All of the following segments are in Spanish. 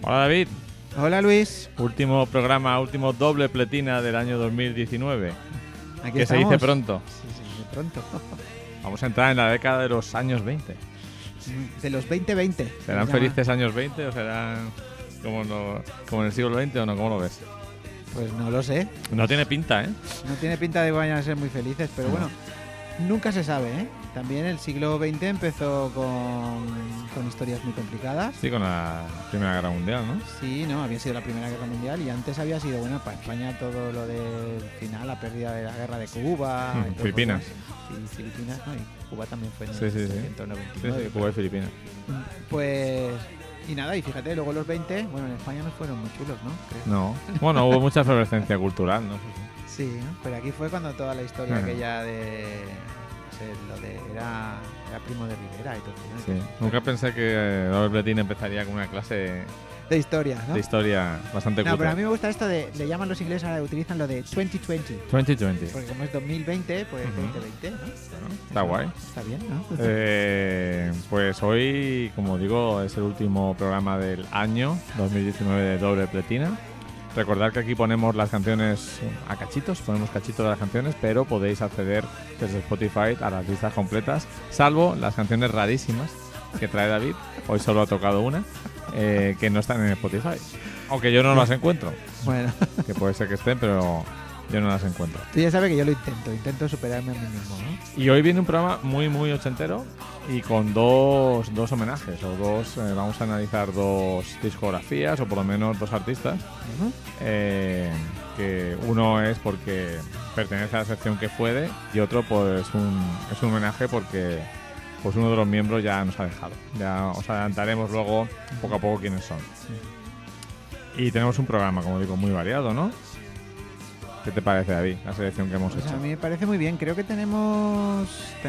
Hola David. Hola Luis. Último programa, último doble pletina del año 2019. Aquí que estamos. se dice pronto. Sí, de pronto. Vamos a entrar en la década de los años 20. De los 2020. ¿Serán felices años 20 o serán como en el siglo XX o no? ¿Cómo lo ves? Pues no lo sé. No tiene pinta, ¿eh? No tiene pinta de que vayan a ser muy felices, pero No. bueno, nunca se sabe, ¿eh? También el siglo XX empezó con historias muy complicadas. Sí, con la Primera Guerra Mundial, ¿no? Sí, no, había sido la Primera Guerra Mundial y antes había sido, bueno, para España todo lo del final, la pérdida de la guerra de Cuba. y todo Filipinas. eso. Sí, Filipinas, ¿no? Y Cuba también fue en Sí, sí, sí. 1999. Sí, Cuba y Filipinas. Pues... Y nada, y fíjate, luego los 20, bueno, en España no fueron muy chulos, ¿no? Creo. No. Bueno, hubo mucha efervescencia cultural, ¿no? Sí, ¿no? Pero aquí fue cuando toda la historia Ajá. aquella de... No sé, lo de... Era Primo de Rivera y todo eso, ¿no? Sí. Nunca pensé que doble pletina empezaría con una clase De historia, ¿no? de historia bastante No, cutre. pero a mí me gusta esto de... Le llaman los ingleses, ahora utilizan lo de 2020. 2020. Porque como es 2020, pues Ujú. 2020, ¿no? Bueno, está guay. Está bien, ¿no? Pues hoy, como digo, es el último programa del año 2019 de doble pletina. Recordad que aquí ponemos las canciones a cachitos, ponemos cachitos de las canciones, pero podéis acceder desde Spotify a las listas completas, salvo las canciones rarísimas que trae David. Hoy solo ha tocado una, que no están en Spotify. Aunque yo no las encuentro, Bueno, que puede ser que estén, pero yo no las encuentro. tú ya sabes que yo lo intento superarme a mí mismo, ¿no? Y hoy viene un programa muy, muy ochentero y con dos homenajes, vamos a analizar dos discografías, o por lo menos dos artistas. Ujú. Que uno es porque pertenece a la sección que puede y otro pues es un homenaje porque pues uno de los miembros ya nos ha dejado. Ya os adelantaremos luego poco a poco quiénes son. Y tenemos un programa, como digo, muy variado, ¿no? ¿Qué te parece, David, la selección que hemos Pues hecho? a mí me parece muy bien. Creo que tenemos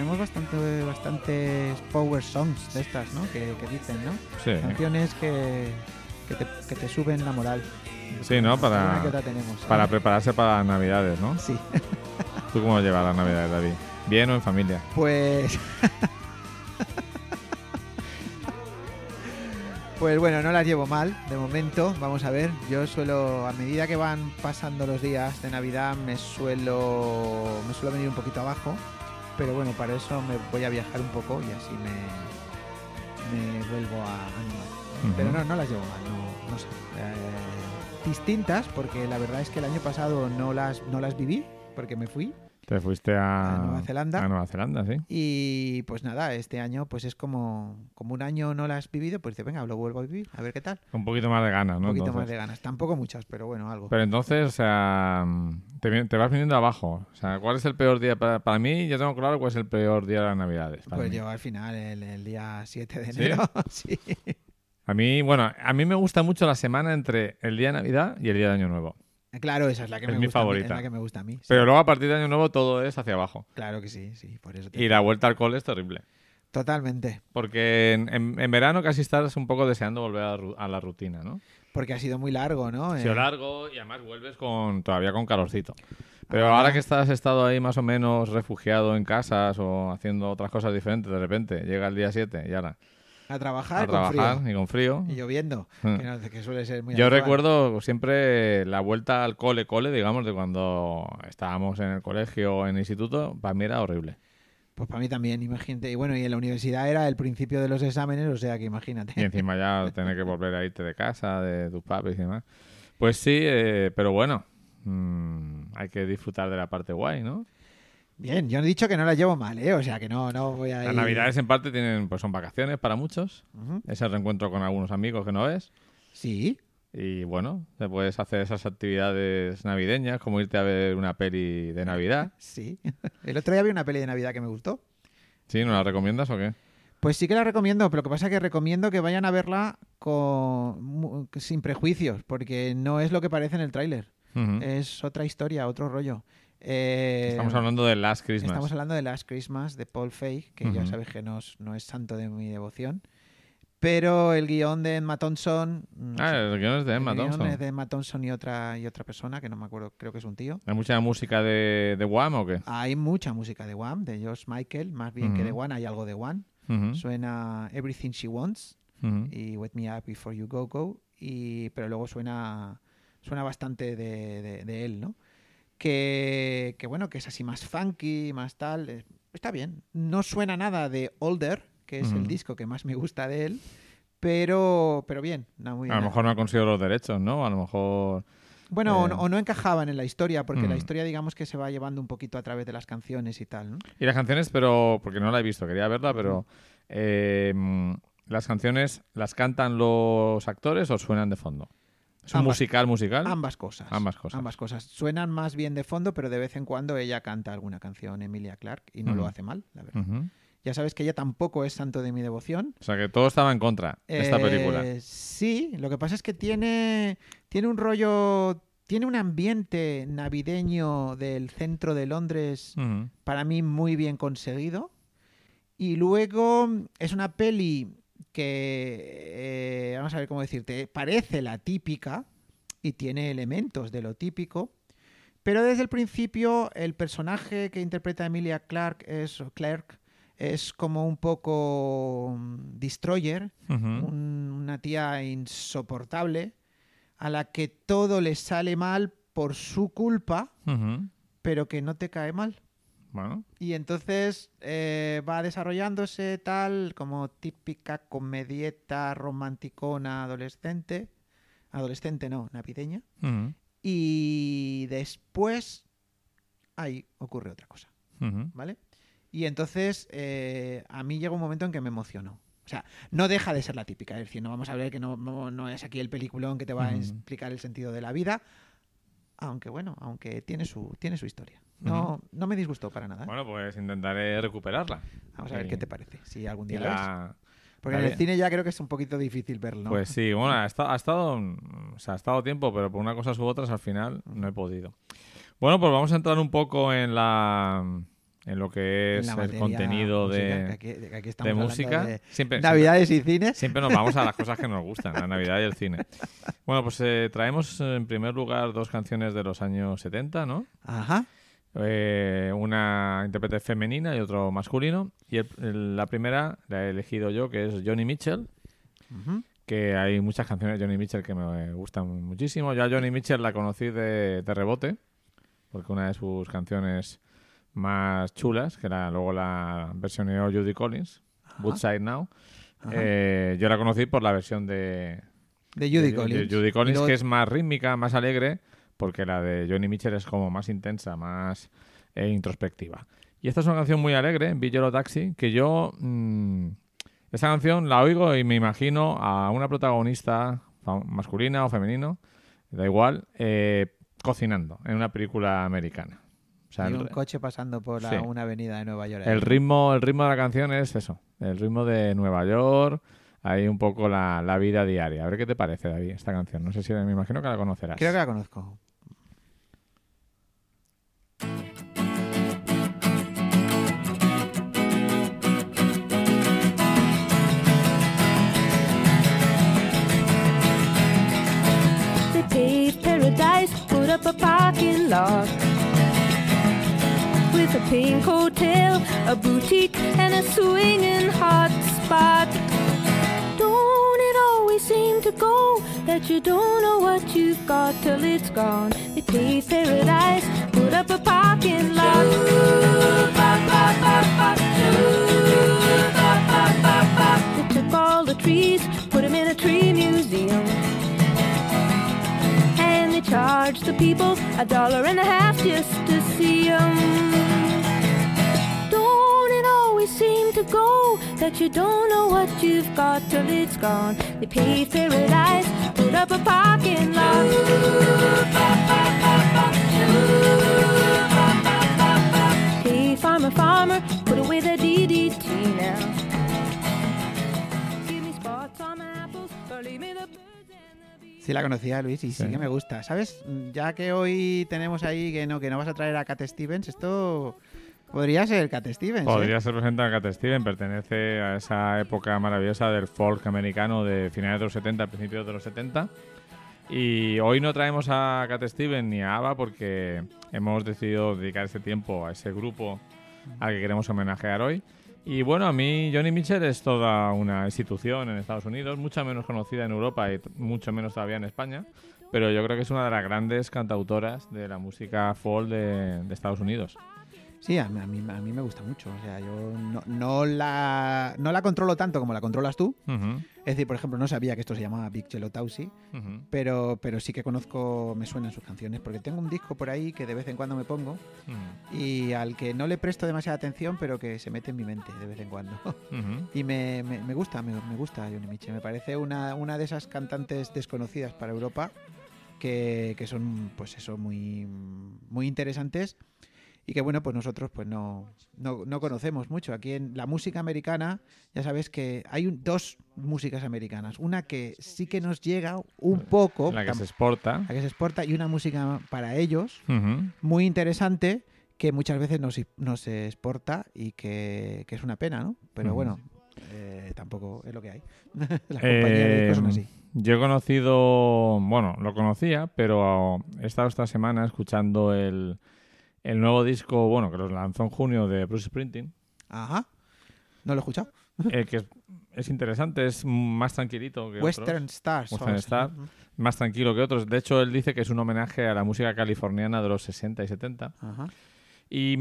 bastantes power songs de estas, ¿no? Que dicen, ¿no? Sí, Canciones que te suben la moral. sí, ¿no? Alguna que otra tenemos. Para prepararse para las Navidades, ¿no? Sí. ¿Tú cómo llevas las Navidades, David? ¿Bien o en familia? Pues... Pues bueno, no las llevo mal, de momento. Vamos a ver, yo suelo, a medida que van pasando los días de Navidad, me suelo venir un poquito abajo. Pero bueno, para eso me voy a viajar un poco y así me vuelvo a animar. Ujú. Pero no las llevo mal, no sé. Distintas, porque la verdad es que el año pasado no las viví, porque me fui. Te fuiste A Nueva Zelanda. A Nueva Zelanda, sí. Y pues nada, este año pues es como un año no la has vivido, pues dice, venga, lo vuelvo a vivir, a ver qué tal. Un poquito más de ganas, ¿no? Un poquito Entonces. más de ganas, tampoco muchas, pero bueno, algo. Pero entonces, o sea, te vas viniendo abajo. O sea, ¿cuál es el peor día para mí? Yo tengo claro cuál es el peor día de las Navidades. Para Pues mí. yo al final, el día 7 de ¿Sí? enero, sí. A mí me gusta mucho la semana entre el día de Navidad y el día de Año Nuevo. Claro, esa es la que Es me mi gusta favorita. a mí, es la que me gusta a mí. Sí. Pero luego a partir de Año Nuevo todo es hacia abajo. Claro que sí, por eso te Y la vuelta al cole es terrible. Totalmente, Porque en verano casi estás un poco deseando volver a la rutina, ¿no? porque ha sido muy largo, ¿no? Ha sido largo y además vuelves todavía con calorcito. Pero Ah. ahora que has estado ahí más o menos refugiado en casas o haciendo otras cosas diferentes, de repente llega el día 7 y ahora A trabajar, a trabajar con y con frío. frío y lloviendo, que suele ser muy Yo habitual. recuerdo siempre la vuelta al cole, digamos, de cuando estábamos en el colegio o en el instituto, para mí era horrible. Pues para mí también, imagínate. Y bueno, y en la universidad era el principio de los exámenes, o sea que imagínate. Y encima ya tener que volver a irte de casa, de tus papis y demás. Pues sí, pero bueno, hay que disfrutar de la parte guay, ¿no? Bien, yo no he dicho que no la llevo mal, ¿eh? O sea que no voy a ir... Las Navidades en parte son vacaciones para muchos. Ujú. Es el reencuentro con algunos amigos que no ves. Sí, Y bueno, te puedes hacer esas actividades navideñas, como irte a ver una peli de Navidad. sí. El otro día vi una peli de Navidad que me gustó. ¿Sí? ¿No la recomiendas o qué? Pues sí que la recomiendo, pero lo que pasa es que recomiendo que vayan a verla sin prejuicios, porque no es lo que parece en el tráiler. Ujú. Es otra historia, otro rollo. Estamos hablando de Last Christmas. Estamos hablando de Last Christmas, de Paul Feig, que ya Ujú. sabes que no es santo de mi devoción. Pero el guión de Emma Thompson... El guion es de Emma el guión Thompson. es de Emma Thompson y otra persona, que no me acuerdo, creo que es un tío. ¿Hay mucha música de Wham o qué? Hay mucha música de Wham, de George Michael, más bien que de Ujú. Wham, hay algo de Wham. Ujú. Suena Everything She Wants Ujú. y Wake Me Up Before You Go Go. pero luego suena bastante de él, ¿no? Que bueno, que es así más funky, más tal. Está bien. No suena nada de Older, que es el disco que más me gusta de él, pero bien. Muy a lo mejor no ha conseguido los derechos, ¿no? A lo mejor... Bueno, o no encajaban en la historia, porque la historia, digamos, que se va llevando un poquito a través de las canciones y tal, ¿no? Y las canciones, pero... Porque no la he visto, quería verla, pero... ¿las canciones las cantan los actores o suenan de fondo? ¿Es un musical? Ambas cosas. Suenan más bien de fondo, pero de vez en cuando ella canta alguna canción, Emilia Clarke, y no lo hace mal, la verdad. Ya sabes que ella tampoco es santo de mi devoción. O sea, que todo estaba en contra de esta película. Sí, lo que pasa es que tiene un rollo... Tiene un ambiente navideño del centro de Londres, para mí muy bien conseguido. Y luego es una peli que, vamos a ver cómo decirte, parece la típica y tiene elementos de lo típico, pero desde el principio el personaje que interpreta Emilia Clarke es como un poco destroyer, una tía insoportable a la que todo le sale mal por su culpa, pero que no te cae mal. Bueno. Y entonces va desarrollándose tal como típica comedieta romanticona adolescente no, navideña. Y después ahí ocurre otra cosa, ¿vale? Y entonces a mí llega un momento en que me emocionó. O sea, no deja de ser la típica, es decir, no vamos a ver que no es aquí el peliculón que te va a explicar el sentido de la vida, aunque tiene su historia. No me disgustó para nada. Bueno, pues intentaré recuperarla. Vamos a ver qué te parece, si algún día la ves. Porque en el cine ya creo que es un poquito difícil verlo, ¿no? Pues sí, bueno, ha estado tiempo, pero por una cosa u otras al final no he podido. Bueno, pues vamos a entrar un poco en lo que es el contenido de música. Siempre, Navidades y cine. Siempre nos vamos a las cosas que nos gustan, la Navidad y el cine. Bueno, pues traemos en primer lugar dos canciones de los años 70, ¿no? Ajá. Una intérprete femenina y otro masculino. Y la primera la he elegido yo, que es Joni Mitchell. Que hay muchas canciones de Joni Mitchell que me gustan muchísimo. Yo a Joni Mitchell la conocí de rebote, porque una de sus canciones más chulas, que luego la versioneó Judy Collins, Good Side Now. Yo la conocí por la versión de Judy Collins, que es más rítmica, más alegre, porque la de Joni Mitchell es como más intensa, más introspectiva. Y esta es una canción muy alegre, Be Yellow Taxi, que yo esta canción la oigo y me imagino a una protagonista masculina o femenino, da igual, cocinando en una película americana. O sea, y un coche pasando por una avenida de Nueva York. El ritmo de la canción es eso, el ritmo de Nueva York, ahí un poco la vida diaria. A ver qué te parece, David, esta canción. No sé si me imagino que la conocerás. Creo que la conozco. They paved paradise, put up a parking lot with a pink hotel, a boutique, and a swinging hot spot. Don't it always seem to go that you don't know what you've got till it's gone? They paved paradise, put up a parking lot. They took all the trees, put them in a tree museum, and they charged the people $1.50 just to see them. Don't it always seem to go that you don't know what you've got till it's gone? They paved paradise, put up a parking lot. Hey, farmer, farmer, put away the DDT now. Give me spots on my apples, or leave me the birds and the bees. Sí la conocía, Luis, y sí que me gusta. ¿Sabes? Ya que hoy tenemos ahí que no vas a traer a Cat Stevens, esto podría ser Cat Stevens. Podría ser presente a Cat Stevens, pertenece a esa época maravillosa del folk americano de finales de los 70, principios de los 70. Y hoy no traemos a Cat Stevens ni a ABBA porque hemos decidido dedicar este tiempo a ese grupo al que queremos homenajear hoy. Y bueno, a mí Joni Mitchell es toda una institución en Estados Unidos, mucha menos conocida en Europa y mucho menos todavía en España, pero yo creo que es una de las grandes cantautoras de la música folk de Estados Unidos. Sí, a mí me gusta mucho. O sea, yo no la controlo tanto como la controlas tú. Uh-huh. Es decir, por ejemplo, no sabía que esto se llamaba Big Yellow Taxi, Uh-huh. pero sí que conozco, me suenan sus canciones, porque tengo un disco por ahí que de vez en cuando me pongo Uh-huh. y al que no le presto demasiada atención, pero que se mete en mi mente de vez en cuando. Uh-huh. Y me gusta Joni Mitchell. Me parece una de esas cantantes desconocidas para Europa que son, pues eso, muy, muy interesantes. Y que bueno, pues nosotros pues no conocemos mucho. Aquí en la música americana, ya sabes que hay dos músicas americanas. Una que sí que nos llega un poco. La que se exporta. La que se exporta, y una música para ellos Uh-huh. muy interesante que muchas veces no se exporta y que es una pena, ¿no? Pero Uh-huh. bueno, tampoco es lo que hay. Las compañías de discos son así. Yo he conocido, bueno, lo conocía, pero he estado esta semana escuchando el nuevo disco, bueno, que lo lanzó en junio, de Bruce Springsteen, Ajá. No lo he escuchado. que es interesante, es más tranquilito que Western otros. Stars. Western Star, más tranquilo que otros. De hecho, él dice que es un homenaje a la música californiana de los 60 y 70. Ajá. Y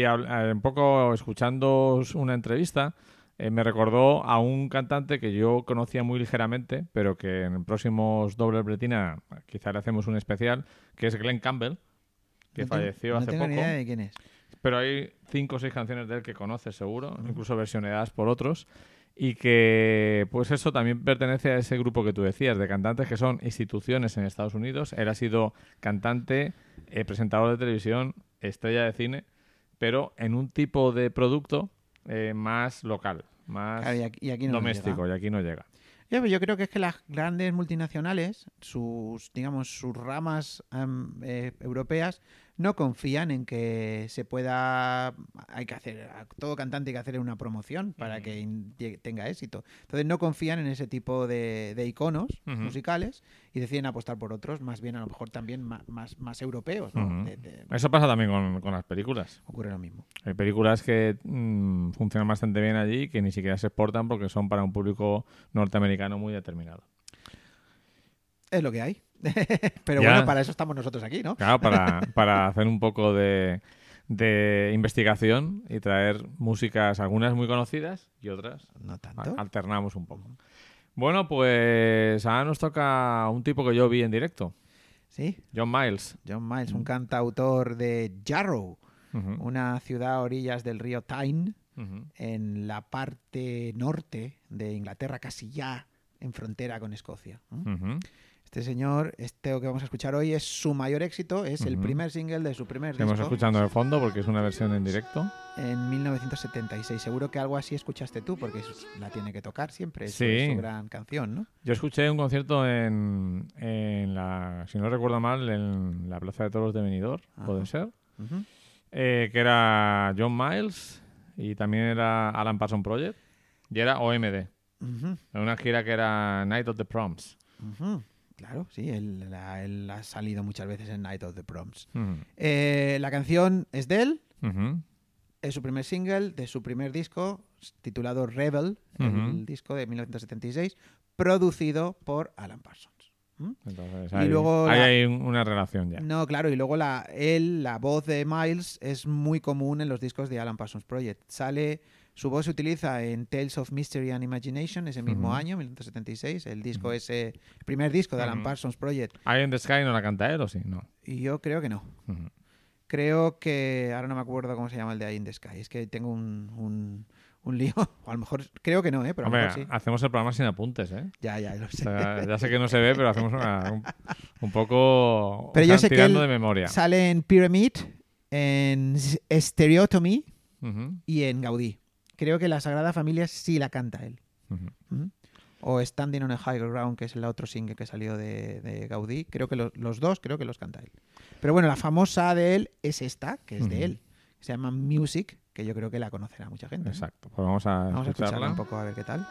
un poco escuchando una entrevista, me recordó a un cantante que yo conocía muy ligeramente, pero que en próximos Doble Pretina quizá le hacemos un especial, que es Glenn Campbell, que falleció hace No tengo poco. ni idea de quién es. Pero hay 5 o 6 canciones de él que conoces seguro, incluso versioneadas por otros, y que pues eso también pertenece a ese grupo que tú decías, de cantantes que son instituciones en Estados Unidos. Él ha sido cantante, presentador de televisión, estrella de cine, pero en un tipo de producto más local, más Claro, y aquí no nos doméstico, llega. y aquí no llega. Yo creo que es que las grandes multinacionales, sus ramas europeas, no confían en que se pueda. Hay que hacer, a todo cantante hay que hacer una promoción para que tenga éxito. Entonces no confían en ese tipo de iconos musicales y deciden apostar por otros, más bien a lo mejor también más europeos, ¿no? Ujú. Eso pasa también con las películas. Ocurre lo mismo. Hay películas que funcionan bastante bien allí, que ni siquiera se exportan porque son para un público norteamericano muy determinado. Es lo que hay. Pero Ya. bueno, para eso estamos nosotros aquí, ¿no? Claro, para hacer un poco de investigación y traer músicas, algunas muy conocidas y otras No tanto. alternamos un poco. Bueno, pues ahora nos toca un tipo que yo vi en directo, Sí, John Miles. John Miles, un cantautor de Jarrow, Ujú, una ciudad a orillas del río Tyne, ujú, en la parte norte de Inglaterra, casi ya en frontera con Escocia. ujú. Este señor, que vamos a escuchar hoy, es su mayor éxito, es el Ujú. primer single de su primer Estamos disco escuchando de fondo porque es una versión en directo. en 1976. Seguro que algo así escuchaste tú, porque la tiene que tocar siempre, es Sí. su gran canción, ¿no? Yo escuché un concierto en la, si no recuerdo mal, en la Plaza de Toros de Benidorm, puede Ajá. ser, Ujú. que era John Miles y también era Alan Parsons Project y era OMD, Ujú. en una gira que era Night of the Proms. Ujú. Claro, sí, él ha salido muchas veces en Night of the Proms. Ujú, La canción es de él, ujú, es su primer single de su primer disco, titulado Rebel, Ujú. el disco de 1976, producido por Alan Parsons. ¿Mm? Entonces Y ahí, luego ahí la- hay una relación ya. No, claro, y luego la voz de Miles es muy común en los discos de Alan Parsons Project. Su voz se utiliza en Tales of Mystery and Imagination ese mismo Ujú. año, 1976, el primer disco de Alan Ujú. Parsons Project. ¿Eye in the Sky no la canta él o sí? No. Y yo creo que no. Ujú. Creo que, ahora no me acuerdo cómo se llama el de Eye in the Sky, es que tengo un lío, o a lo mejor, creo que no, pero a lo Hombre, mejor sí. hacemos el programa sin apuntes, ¿eh? Ya, lo O sé. sea, ya sé que no se ve, pero hacemos un poco Pero yo sé que tirando él de memoria. Sale en Pyramid, en Stereotomy Ujú, y en Gaudí. Creo que la Sagrada Familia sí la canta él. ujú. ¿Mm? O Standing on a Higher Ground, que es el otro single que salió de Gaudí. Creo que los dos creo que los canta él. Pero bueno, la famosa de él es esta, que es de Ujú. él. Se llama Music, que yo creo que la conocerá mucha gente, ¿no? Exacto. Pues vamos a Vamos a escucharla escucharla. un poco a ver qué tal.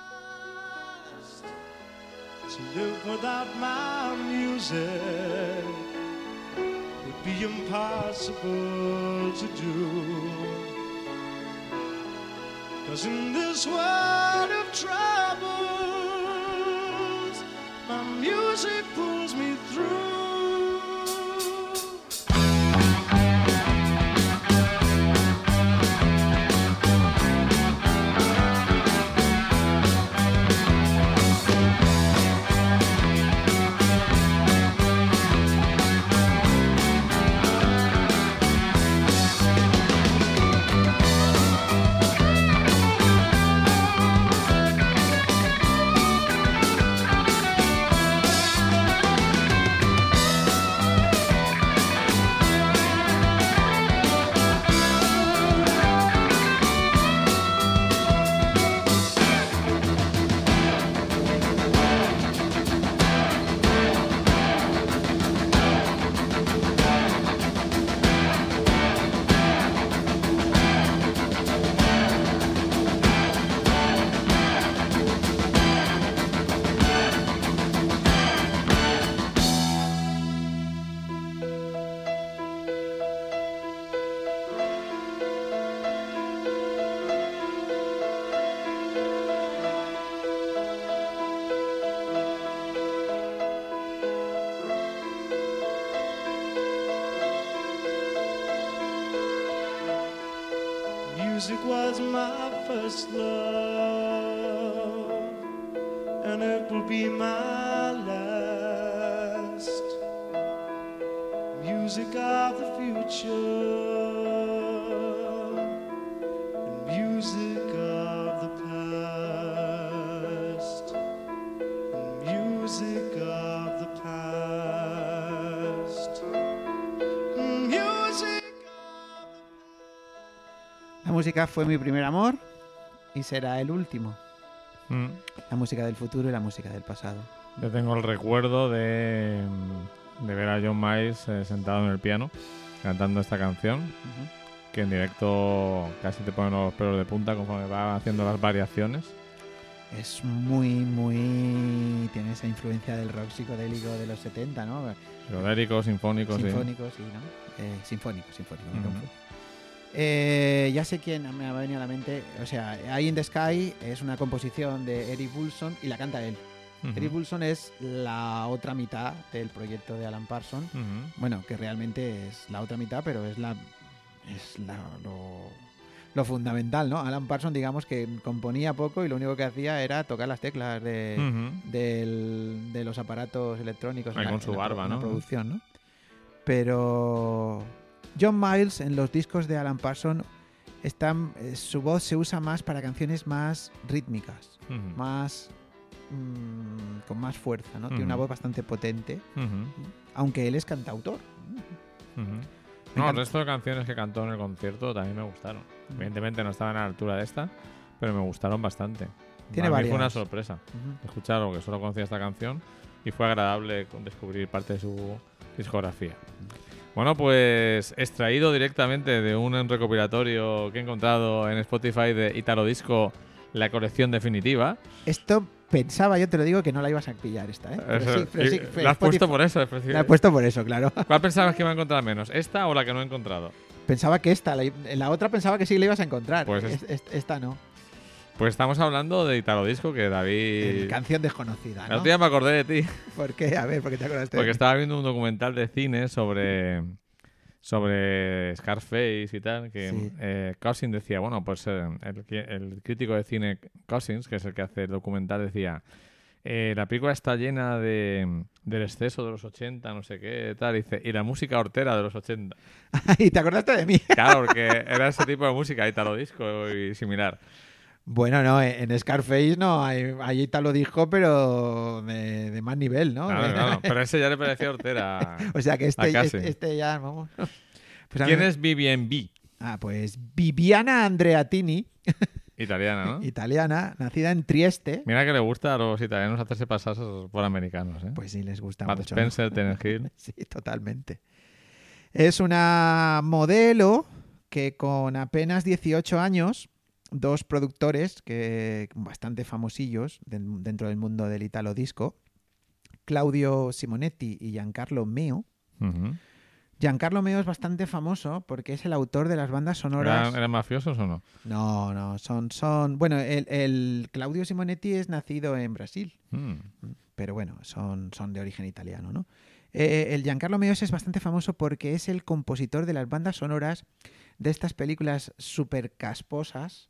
To live without my music would be impossible to do. 'Cause in this world of troubles, my music pulls me through. Music was my first love, and it will be my last. Music of the future, and music of the past, and music of the past, and music. La música fue mi primer amor y será el último. Mm. La música del futuro y la música del pasado. Yo tengo el recuerdo de ver a John Miles sentado en el piano cantando esta canción, Ujú. que en directo casi te ponen los pelos de punta conforme va haciendo las variaciones. Es muy... tiene esa influencia del rock psicodélico de los 70, ¿no? Psicodélicos, sinfónicos. Sinfónico, sí, ¿no? Sinfónico, me Ujú. confundo. Ya sé quién me ha venido a la mente. O sea, Eye in the Sky es una composición de Eric Woolson y la canta él. Ujú. Eric Woolson es la otra mitad del proyecto de Alan Parsons. Ujú. Bueno, que realmente es la otra mitad, pero lo fundamental, ¿no? Alan Parsons, digamos que componía poco y lo único que hacía era tocar las teclas Ujú. de los aparatos electrónicos Ahí con su barba, en la ¿no? producción, ¿no? Pero John Miles en los discos de Alan Parsons su voz se usa más para canciones más rítmicas, Ujú. más con más fuerza, ¿no? Tiene una Ujú. voz bastante potente, Ujú. aunque él es cantautor. Ujú. Me No, el encanta. resto de canciones que cantó en el concierto también me gustaron. Evidentemente no estaban a la altura de esta, pero me gustaron bastante. Tiene Para mí varias. fue una sorpresa Ujú. escuchar algo que solo conocía esta canción y fue agradable descubrir parte de su discografía. Bueno, pues extraído directamente de un recopilatorio que he encontrado en Spotify de Italo Disco, la colección definitiva. Esto pensaba, yo te lo digo, que no la ibas a pillar esta, ¿eh? Eso- pero sí, y la has puesto por eso. La he puesto por eso, claro. ¿Cuál pensabas que iba a encontrar menos? ¿Esta o la que no he encontrado? Pensaba que la otra pensaba que sí la ibas a encontrar. Pues Esta no. Pues estamos hablando de Italo Disco, que David... Canción desconocida, El ¿no? otro día me acordé de ti, ¿Por qué? A ver, ¿por qué te acordaste? porque estaba viendo un documental de cine sobre Scarface y tal, que Sí. Cousins decía, bueno, pues el crítico de cine Cousins, que es el que hace el documental, decía, la película está llena del exceso de los 80, no sé qué, tal, dice, y la música hortera de los 80. Y te acordaste de mí. Claro, porque era ese tipo de música, Italo Disco y similar. Bueno, no, en Scarface no, hay Italo Disco, pero de más nivel, ¿no? Claro, claro, pero ese ya le parecía hortera. O sea que a Cousins. este ya, vamos. Pues a ¿Quién mí- es Vivian B? Pues Viviana Andreattini, Italiana, ¿no? italiana, nacida en Trieste. Mira que le gusta a los italianos hacerse pasar por americanos, ¿eh? Pues sí, les gusta Bud mucho. ¿no? Spencer, Terence Hill. Sí, totalmente. Es una modelo que con apenas 18 años, dos productores que bastante famosillos dentro del mundo del Italo Disco, Claudio Simonetti y Giancarlo Meo, Ujú. Giancarlo Meo es bastante famoso porque es el autor de las bandas sonoras. ¿Eran mafiosos o no? No, son... Bueno, el Claudio Simonetti es nacido en Brasil, pero bueno, son de origen italiano, ¿no? El Giancarlo Meo es bastante famoso porque es el compositor de las bandas sonoras de estas películas súper casposas,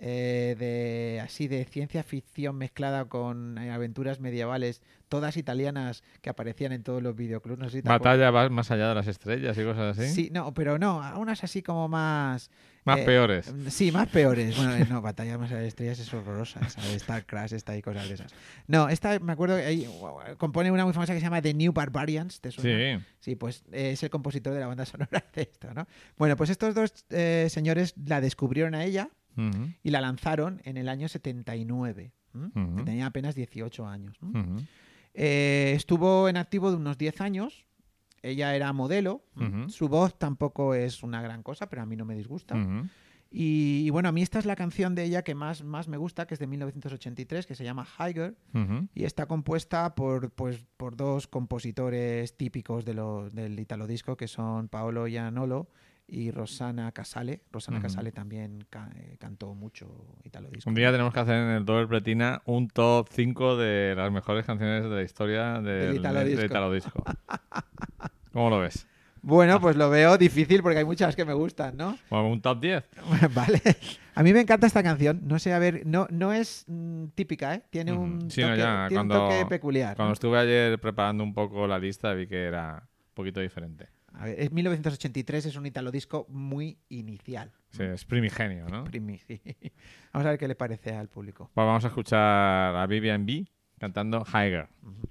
de ciencia ficción mezclada con aventuras medievales, todas italianas que aparecían en todos los videoclubs. No sé si Batalla va más allá de las estrellas y cosas así. Sí, no, pero no, unas así como más... peores. Sí, más peores. Bueno, no, Batalla más allá de las estrellas es horrorosa, ¿sabes? Star Crash, está ahí, cosas de esas. No, esta me acuerdo que ahí compone una muy famosa que se llama The New Barbarians, ¿te suena? Sí. Sí, pues es el compositor de la banda sonora de esto, ¿no? Bueno, pues estos dos señores la descubrieron a ella y la lanzaron en el año 79, que tenía apenas 18 años, ¿no? Estuvo en activo de unos 10 años. Ella era modelo. Su voz tampoco es una gran cosa, pero a mí no me disgusta. Y bueno, a mí esta es la canción de ella que más me gusta, que es de 1983, que se llama Higher, y está compuesta por dos compositores típicos del Italo Disco, que son Paolo Iannolo y Rosanna Casale. Rosanna Casale también cantó mucho Italo Disco. Un día tenemos que hacer en el Doble Platina un top 5 de las mejores canciones de la historia del Italo Disco. ¿Cómo lo ves? Bueno, pues lo veo difícil porque hay muchas que me gustan, ¿no? Bueno, un top 10. Vale. A mí me encanta esta canción. No sé, a ver, no es típica, ¿eh? Tiene un toque peculiar. Cuando estuve ayer preparando un poco la lista vi que era un poquito diferente. A ver, es 1983, es un Italo Disco muy inicial. Sí, es primigenio, ¿no? Vamos a ver qué le parece al público. Pues vamos a escuchar a Vivian B cantando Higher.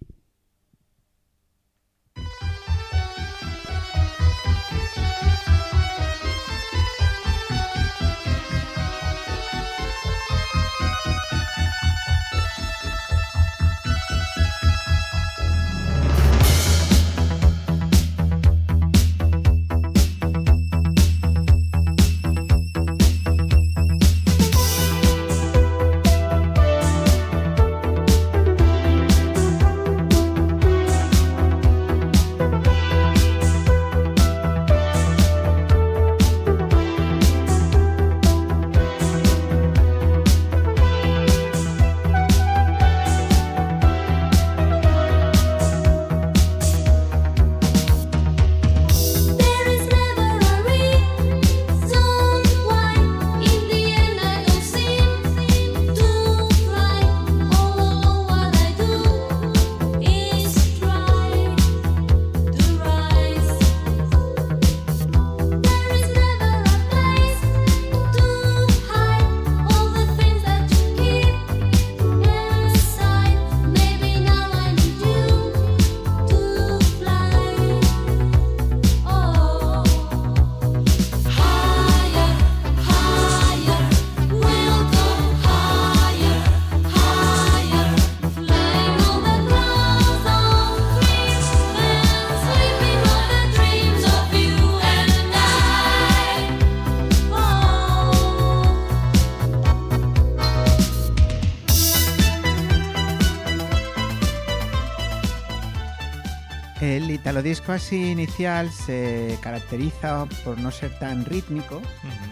El Italo Disco así inicial se caracteriza por no ser tan rítmico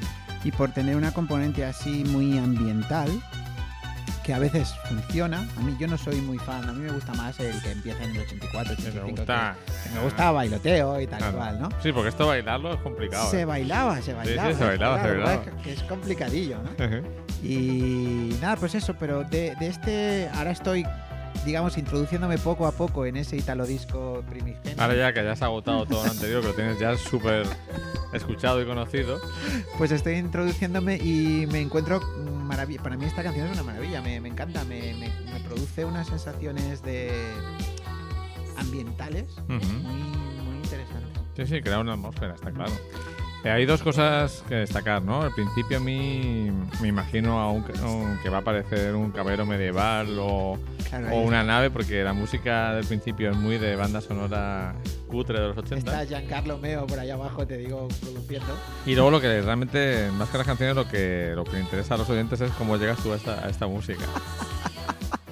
y por tener una componente así muy ambiental que a veces funciona. A mí yo no soy muy fan, a mí me gusta más el que empieza en el 84, 85. Me gusta bailoteo y tal cual, ¿no? Sí, porque esto bailarlo es complicado. Se bailaba. Sí, se bailaba. Que es complicadillo, ¿no? Y nada, pues eso, pero de este ahora estoy, digamos, introduciéndome poco a poco en ese Italo Disco primigenio. Ahora ya que ya has agotado todo lo anterior, que lo tienes ya súper escuchado y conocido. Pues estoy introduciéndome y me encuentro maravilla. Para mí esta canción es una maravilla, me encanta, me produce unas sensaciones ambientales muy interesantes. Sí, crea una atmósfera, está claro. Hay dos cosas que destacar, ¿no? Al principio a mí me imagino que va a aparecer un caballero medieval o una nave, porque la música del principio es muy de banda sonora cutre de los 80. Está Giancarlo Meo por allá abajo, te digo, produciendo. Y luego lo que realmente, más que las canciones, lo que interesa a los oyentes es cómo llegas tú a esta música.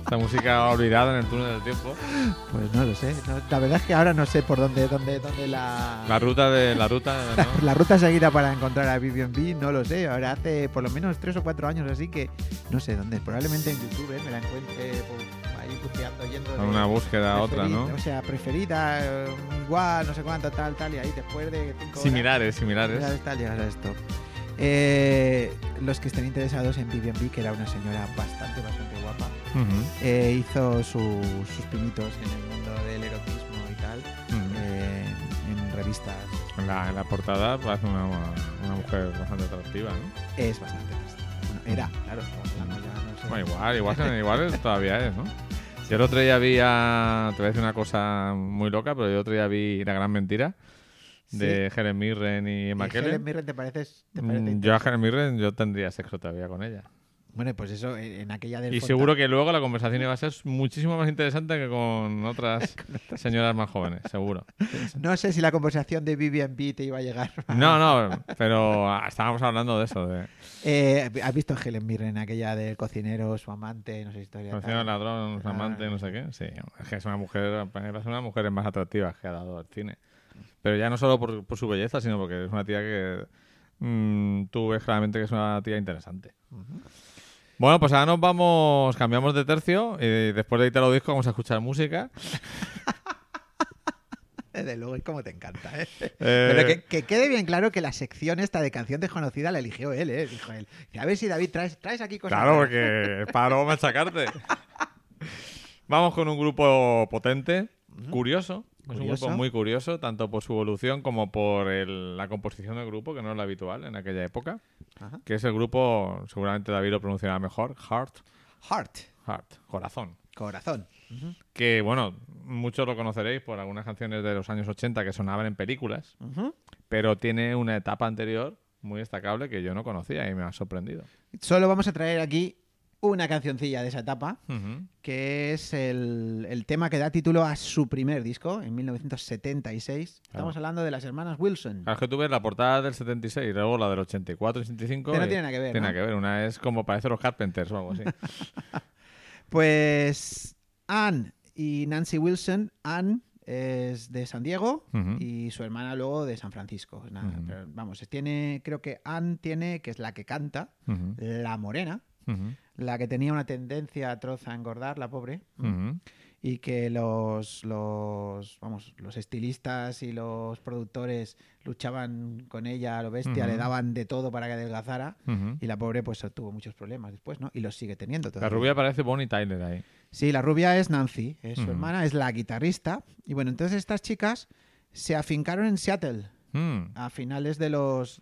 Esta música olvidada en el túnel del tiempo. Pues no lo sé. No, la verdad es que ahora no sé por dónde La ruta, ¿no? la ruta seguida para encontrar a Vivian no lo sé. Ahora hace por lo menos 3 o 4 años así que no sé dónde. Probablemente en YouTube me la encuentre ahí buceando, yendo de Una búsqueda a otra, ¿no? O sea, preferida, igual, no sé cuánto, tal, y ahí después de 5 horas... Similares. Llegas a esto. Los que estén interesados en Vivian B, que era una señora bastante guapa, hizo sus pinitos en el mundo del erotismo y tal, en revistas. En la portada parece una mujer bastante atractiva, ¿no? Es bastante atractiva. Bueno, era, claro, estamos hablando ya, no sé. Bueno, igual todavía es, ¿no? Yo el otro día te voy a decir una cosa muy loca, pero el otro día vi La Gran Mentira de Helen Mirren y Emma Kellen. ¿Helen Mirren te parece yo a Helen Mirren yo tendría sexo todavía con ella. Bueno, pues eso, en aquella del Y seguro que luego la conversación iba a ser muchísimo más interesante que con otras señoras más jóvenes, seguro. No sé si la conversación de Vivian B te iba a llegar. No, pero estábamos hablando de eso. ¿Has visto a Helen Mirren, aquella del cocinero, su amante, no sé historia? Cocinero, ladrón, su amante, no sé qué. Sí, es que es una mujer, para mí es una de las mujeres más atractivas que ha dado el cine. Pero ya no solo por su belleza, sino porque es una tía que tú ves claramente que es una tía interesante. Bueno, pues ahora cambiamos de tercio y después de Italo Disco vamos a escuchar música. Desde luego, es como te encanta, ¿eh? Pero que quede bien claro que la sección esta de canción desconocida la eligió él, ¿eh? Dijo él. A ver si David traes aquí cosas. Claro, porque es para luego machacarte. Vamos con un grupo potente, curioso. Es un grupo muy curioso, tanto por su evolución como por la composición del grupo, que no es la habitual en aquella época. Ajá. Que es el grupo, seguramente David lo pronunciará mejor, Heart, Corazón. Que, bueno, muchos lo conoceréis por algunas canciones de los años 80 que sonaban en películas, pero tiene una etapa anterior muy destacable que yo no conocía y me ha sorprendido. Solo vamos a traer aquí una cancioncilla de esa etapa, que es el tema que da título a su primer disco, en 1976. Estamos hablando de las hermanas Wilson. Claro, es que tú ves la portada del 76 y luego la del 84 y 85. Pero no tiene nada que ver, Tiene que ver. Una es como parece los Carpenters o algo así. Pues Ann y Nancy Wilson. Ann es de San Diego y su hermana luego de San Francisco. Pero, vamos, creo que Ann tiene, que es la que canta, la morena, la que tenía una tendencia atroz a engordar, la pobre, y que los estilistas y los productores luchaban con ella a lo bestia, le daban de todo para que adelgazara, y la pobre pues tuvo muchos problemas después, ¿no? Y los sigue teniendo todavía. La rubia parece Bonnie Tyler ahí. Sí, la rubia es Nancy, es su hermana, es la guitarrista, y bueno, entonces estas chicas se afincaron en Seattle. A finales de los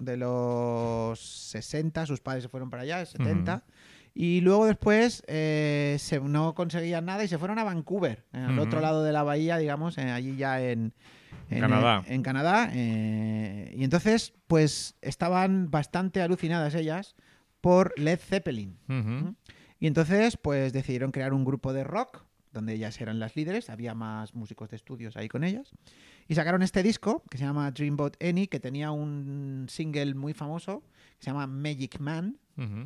60, sus padres se fueron para allá, 70, y luego después no conseguían nada y se fueron a Vancouver, al otro lado de la bahía, digamos, allí ya en Canadá. En Canadá. Y entonces, pues estaban bastante alucinadas ellas por Led Zeppelin. Y entonces, pues decidieron crear un grupo de rock donde ellas eran las líderes, había más músicos de estudios ahí con ellas, y sacaron este disco que se llama Dreamboat Annie, que tenía un single muy famoso que se llama Magic Man,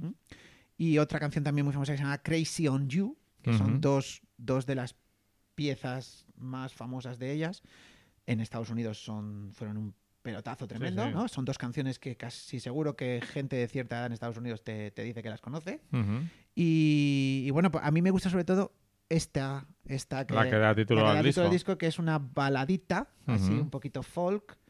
y otra canción también muy famosa que se llama Crazy on You, que son dos de las piezas más famosas de ellas. En Estados Unidos fueron un pelotazo tremendo, sí. ¿No? Son dos canciones que casi seguro que gente de cierta edad en Estados Unidos te dice que las conoce. Y bueno, pues a mí me gusta sobre todo esta la que da título al disco, que es una baladita, así un poquito folk,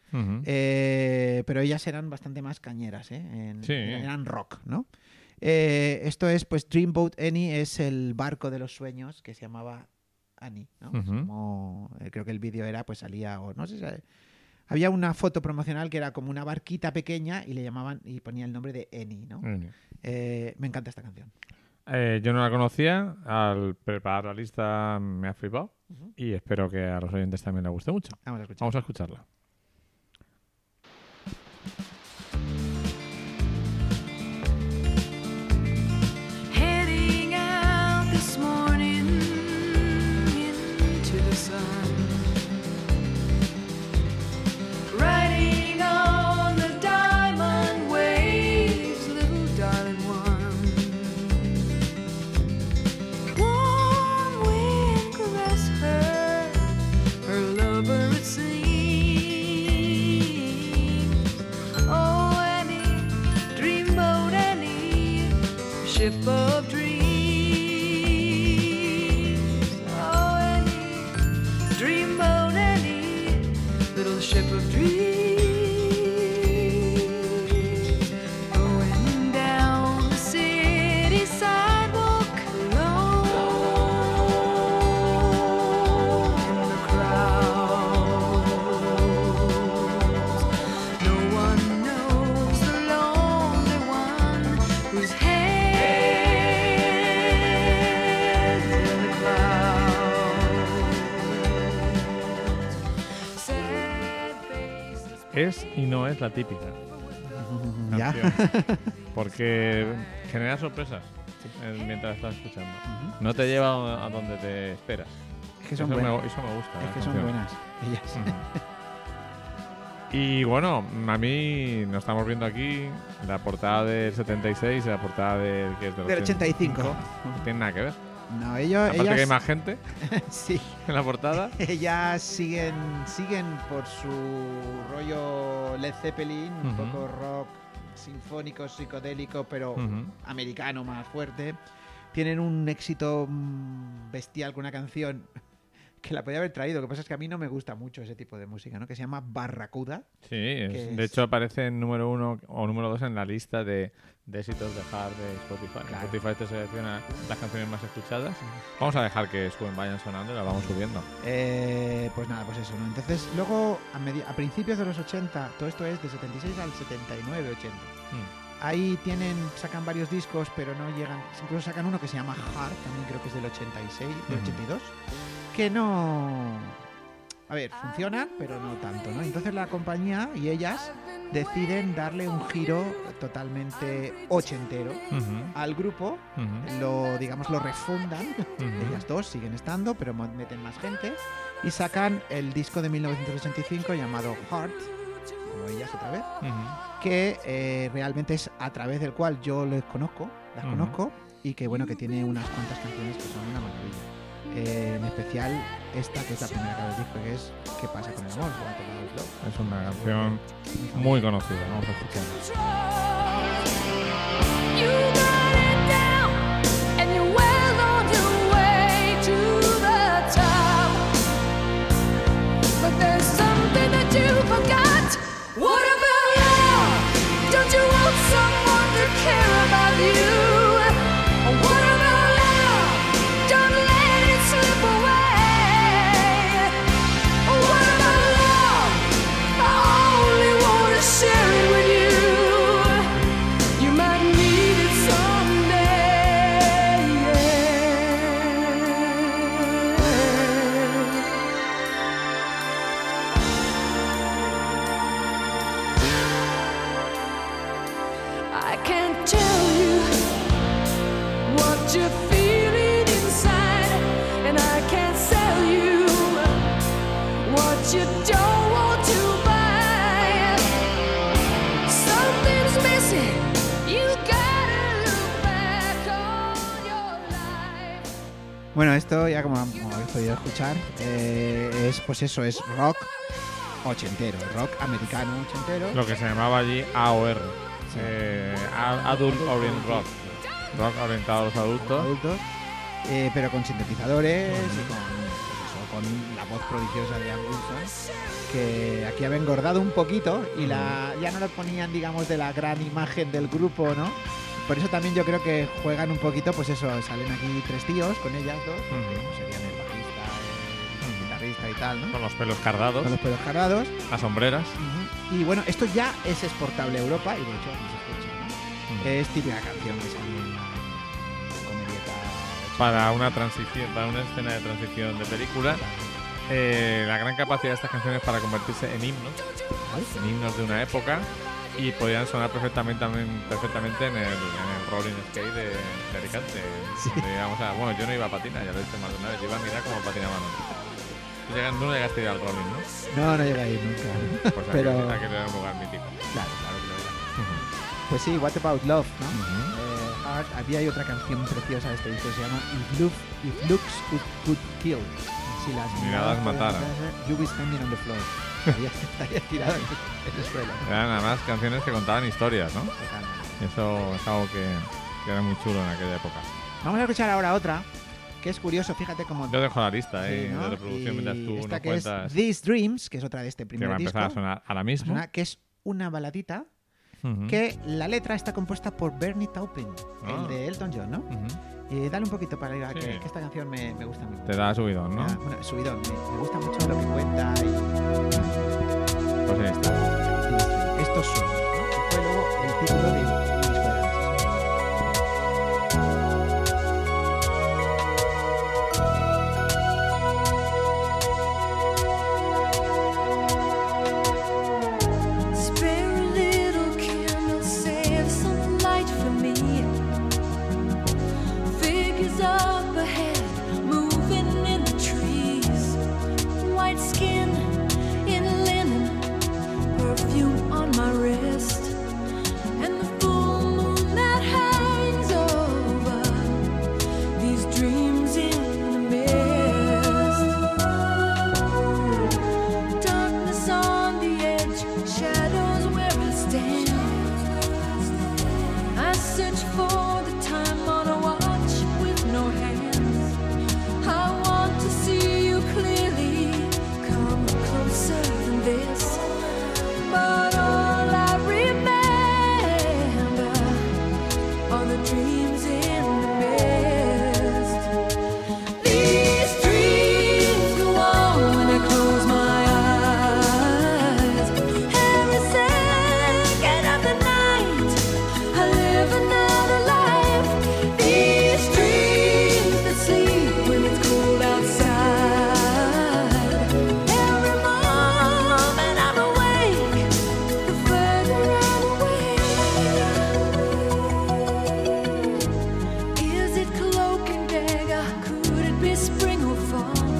pero ellas eran bastante más cañeras, eran rock, ¿no? Esto es, pues, Dreamboat Annie es el barco de los sueños que se llamaba Annie, ¿no? Como, creo que el vídeo era, pues salía, o no sé si había una foto promocional que era como una barquita pequeña y le llamaban y ponía el nombre de Annie, ¿no? Me encanta esta canción. Yo no la conocía, al preparar la lista me ha flipado y espero que a los oyentes también les guste mucho. Vamos a escucharla. Heading out this morning into the sun, riding on the diamond waves, little darling one. Warm ship of dreams. Oh, any dreamboat, any little ship of dreams, going down the city sidewalk alone in the crowds. No one knows the lonely one whose head in the clouds. Sad faces. Es y no es la típica Ya. canción, porque genera sorpresas mientras estás escuchando. No te lleva a donde te esperas. Es que son eso, buenas. eso me gusta. Es la que son canción. buenas ellas. Ujú. Y bueno, a mí nos estamos viendo aquí la portada del 76 y la portada del, que es Del 85. No tiene nada que ver. No, ellos, Aparte que hay ellas, más gente sí, en la portada. ellas siguen por su rollo Led Zeppelin, un Ujú. poco rock sinfónico, psicodélico, pero Ujú. americano más fuerte. Tienen un éxito bestial con una canción que la podía haber traído. Lo que pasa es que a mí no me gusta mucho ese tipo de música, ¿no? Que se llama Barracuda. Sí, de es- hecho aparece en número 1 o número 2 en la lista de éxitos de hard de Spotify. Claro. Spotify te selecciona las canciones más escuchadas. Vamos a dejar que vayan sonando y las vamos subiendo. Pues nada, pues eso, ¿no? Entonces, luego, a principios de los 80, todo esto es de 76 al 79, 80. Ahí sacan varios discos, pero no llegan. Incluso sacan uno que se llama Heart, también creo que es del 86, del Ujú. 82, que no. A ver, funcionan, pero no tanto, ¿no? Entonces la compañía y ellas deciden darle un giro totalmente ochentero al grupo, lo refundan. Ellas dos siguen estando, pero meten más gente y sacan el disco de 1985 llamado Heart, como ellas otra vez, que realmente es a través del cual yo las conozco y que bueno, que tiene unas cuantas canciones que son una maravilla. En especial esta, que es la primera que habéis dicho, que es ¿Qué pasa con el amor? What About Love. Es una canción muy conocida. Vamos a escucharla. You got it down, and you're well on your way to the top. But there's something that you forgot. What about love? Don't you want someone to care about you? What about love? Don't let it slip away. What about love? I only want to share it with you. You might need it someday. I can't tell you what you're feeling inside, and I can't sell you what you don't want to buy. Something's missing. You gotta look back on your life. Bueno, esto ya como habéis podido escuchar, es pues eso, es rock ochentero, rock americano ochentero. Lo que se llamaba allí AOR. Adult Orient Rock. Rock orientado a los adultos. Pero con sintetizadores y con la voz prodigiosa de Ann Wilson, que aquí había engordado un poquito y ya no lo ponían, digamos, de la gran imagen del grupo, ¿no? Por eso también yo creo que juegan un poquito, pues eso, salen aquí tres tíos con ellas dos, que pues serían el bajista, el guitarrista y tal, ¿no? Con los pelos cardados, Con los pelos cargados. las sombreras. Y bueno, esto ya es exportable a Europa y de hecho aquí se escucha, ¿no? Es típica canción que sale en una comedieta. Para una transición, para una escena de transición de película. La gran capacidad de estas canciones para convertirse en himnos de una época, y podrían sonar perfectamente en el rolling skate de Alicante. Sí. Bueno, yo no iba a patinar, ya lo he dicho más de una vez, yo iba a mirar cómo patinaban otros. Tú no llegaste a ir al rolling, ¿no? No llegué a ir nunca. Pues Pero aquí era un lugar mítico. claro que lo era. Pues sí, What About Love, ¿no? Heart. Había otra canción preciosa de este disco que se llama If Looks Could Kill. Si las Miradas mataran. You Be Standing on the Floor. Estaría tirado en el suelo, ¿no? Eran además canciones que contaban historias, ¿no? Totalmente. Eso es algo que que era muy chulo en aquella época. Vamos a escuchar ahora otra, que es curioso, fíjate cómo... Yo dejo la lista Sí, de ¿no? reproducción Y mientras tú esta nos que es cuentas These Dreams, que es otra de este que primer va a disco. empezar a sonar ahora mismo. Que es una baladita Ujú. que la letra está compuesta por Bernie Taupin, Ah. el de Elton John, ¿no? Ujú. Dale un poquito para ir a Sí. que esta canción me gusta mucho. Te da subidón, ¿no? Bueno, subidón, me gusta mucho lo que cuenta y Pues ahí está. estos sueños, ¿no? Que fue luego el título del disco de la Spare a little candle, save some light for me. Figures up ahead, moving in the trees. White skin in linen, perfume on my wrist, and the full moon that hangs over these dreams in the mist. Darkness on the edge, shadows where I stand. I search for the time on a watch with no hands. I want to see you clearly, come closer than this. But all I remember are the dreams in the mist. These dreams go on when I close my eyes. Every second of the night, I live another life. These dreams that sleep when it's cold outside. Every moment I'm awake, the further I'm away. Is it cloak and dagger? Could it be spring or fall?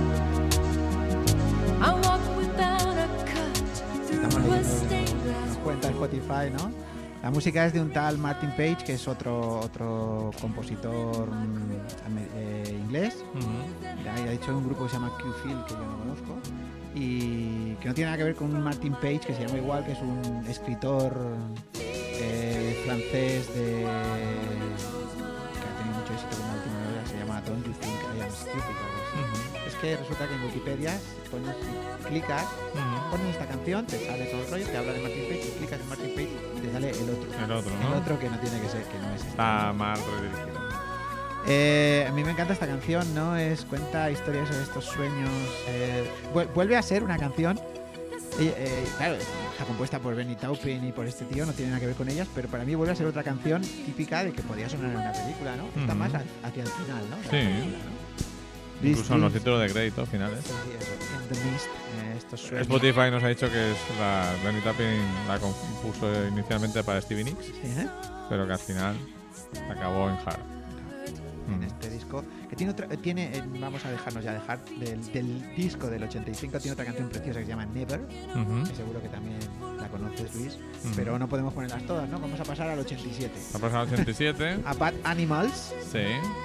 I walk without a cut Estamos through a leyendo, stained glass. nos cuenta Spotify, ¿no? La música es de un tal Martin Page, que es otro compositor inglés. Ujú. Ya ha dicho un grupo que se llama Q-Phil, que yo no conozco, y que no tiene nada que ver con un Martin Page, que se llama igual, que es un escritor francés que ha tenido mucho éxito con la última novela, se llama Don't You Think I Am Stupid, o algo así. Ujú. Es que resulta que en Wikipedia, si clicas, Ujú. pones esta canción, te sale todo el rollo, te habla de Martin Page, y clicas en Martin Page y te sale el otro. El otro, El ¿no? otro que no tiene que ser, que no es este. Está mal redirigido. A mí me encanta esta canción, ¿no? Cuenta historias sobre estos sueños. Vuelve a ser una canción. Claro, está compuesta por Bernie Taupin y por este tío, no tiene nada que ver con ellas, pero para mí vuelve a ser otra canción típica de que podía sonar en una película, ¿no? Está Ujú. más hacia el final, ¿no? De la Sí. película, ¿no? Incluso en los This- títulos de crédito finales. Sí, eso, In the Mist, estos sueños. Spotify nos ha dicho que es la Bernie Taupin la compuso inicialmente para Stevie Nicks, Sí, pero que al final acabó en Hard. en este disco que tiene vamos a dejarnos ya dejar del disco del 85, tiene otra canción preciosa que se llama Never, Ujú. que seguro que también la conoces, Luis, Ujú. pero no podemos ponerlas todas, ¿no? Vamos a pasar al 87, Ha pasado al 87. a Bad Animals, Sí.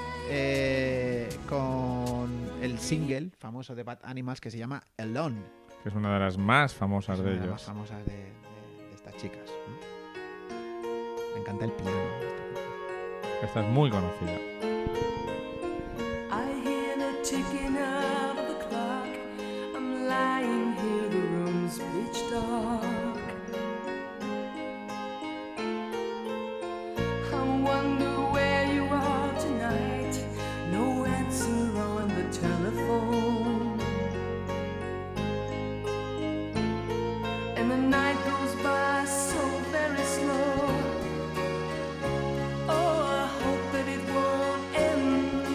con el single famoso de Bad Animals que se llama Alone, Que es una de las más famosas es de una de las más ellos. famosas de estas chicas, ¿no? Me encanta el piano. Esta es muy conocida. I hear the ticking of the clock. I'm lying here, the room's pitch dark. I wonder where you are tonight. No answer on the telephone. And the night goes by so very slow. Oh, I hope that it won't end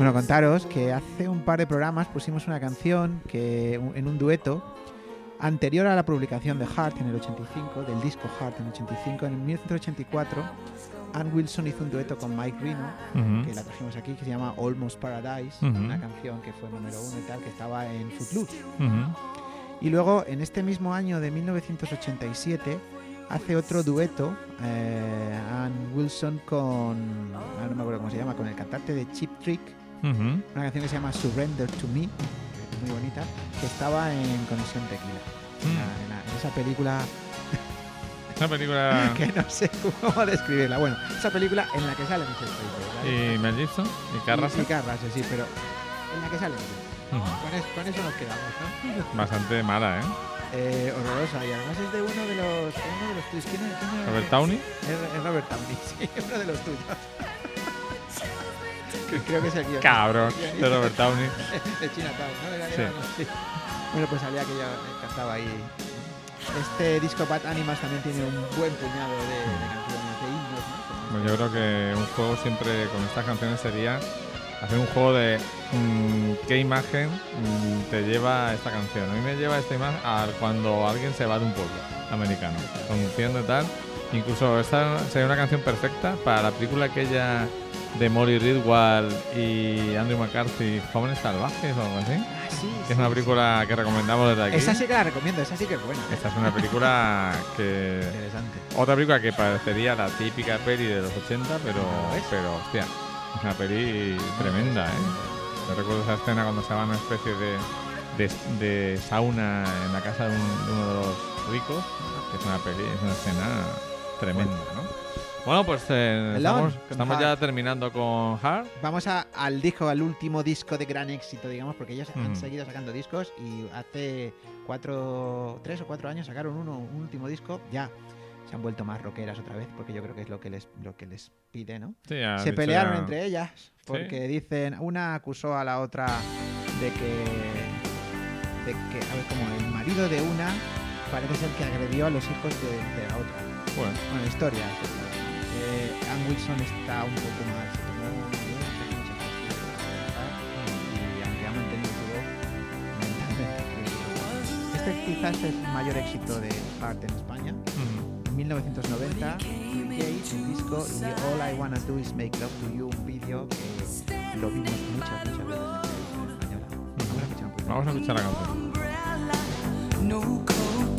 Bueno, contaros que hace un par de programas pusimos una canción que en un dueto anterior a la publicación de Heart en el 85, del disco Heart en el 85. En 1984, Ann Wilson hizo un dueto con Mike Reno, que la trajimos aquí, que se llama Almost Paradise, una canción que fue número 1 y tal, que estaba en Footloose. Y luego, en este mismo año de 1987, hace otro dueto Ann Wilson con, no me acuerdo cómo se llama, con el cantante de Cheap Trick, una canción que se llama Surrender to Me, que es muy bonita, que estaba en Conexión Tequila. En esa película... Una película... que no sé cómo describirla. Bueno, esa película en la que sale Michelle Pfeiffer, ¿vale? ¿Y Mel Gibson? ¿Y Carl Russell? Y Carl Russell, sí, pero en la que sale con eso nos quedamos, ¿no? Bastante mala, ¿eh? Horrorosa, y además es de uno de los tuyos. ¿Quién es? ¿Robert Downey? Es Robert Downey, sí, uno de los tuyos. Creo que es el guionista. Cabrón, de Robert Downey. De Chinatown, ¿no? Sí. Bueno, pues salía que ya cantaba ahí. Este disco Bad Animals también tiene un buen puñado de canciones, de himnos, ¿no? Bueno, yo creo que un juego siempre con estas canciones sería hacer un juego de qué imagen te lleva esta canción. A mí me lleva esta imagen a cuando alguien se va de un pueblo americano, conduciendo y tal. Incluso esta sería una canción perfecta para la película aquella de Molly Ringwald y Andrew McCarthy, Jóvenes Salvajes o algo así. Ah, sí. Que es una película que recomendamos desde aquí. Esa sí que la recomiendo, esa sí que es buena. Esta es una película que... Interesante. Otra película que parecería la típica peli de los 80, pero hostia, es una peli tremenda, ¿eh? Yo recuerdo esa escena cuando se va a una especie de sauna en la casa de uno de los ricos, que es una escena tremenda, ¿no? Bueno, pues estamos ya terminando con Heart. Vamos al último disco de gran éxito, digamos, porque ellos han seguido sacando discos y hace 3 o 4 años sacaron un último disco. Ya se han vuelto más rockeras otra vez, porque yo creo que es lo que les pide, ¿no? Sí, se pelearon entre ellas, porque dicen, una acusó a la otra de que, a ver, como el marido de una parece ser que agredió a los hijos de la otra. Bueno, historia. Ann Wilson está un poco más, y aunque ha mantenido su voz mentalmente, este quizás es el mayor éxito de Heart en España. En 1990, el disco y All I Wanna Do Is Make Love to You, un vídeo que lo vimos muchas veces en televisión española. Vamos a escuchar la canción. No coat,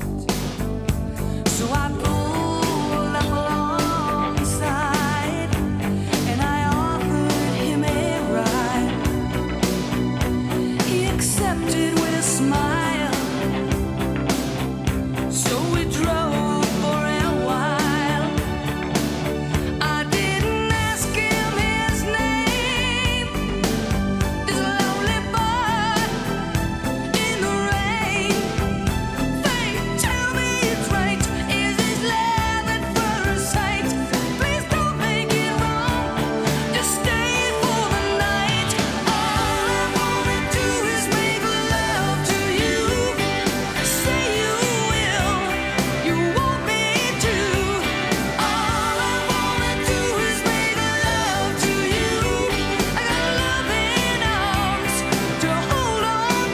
so I pulled up alongside and I offered him a ride. He accepted with a smile, so we drove for a while. I didn't ask him his name, this lonely bird in the rain. Fate, tell me it's right. Is this love at first sight? Please don't make it wrong. Just stay for the night. All I wanna do is make love to you. Say you will, you want me to. All I wanna do is make love to you. I got loving arms to hold on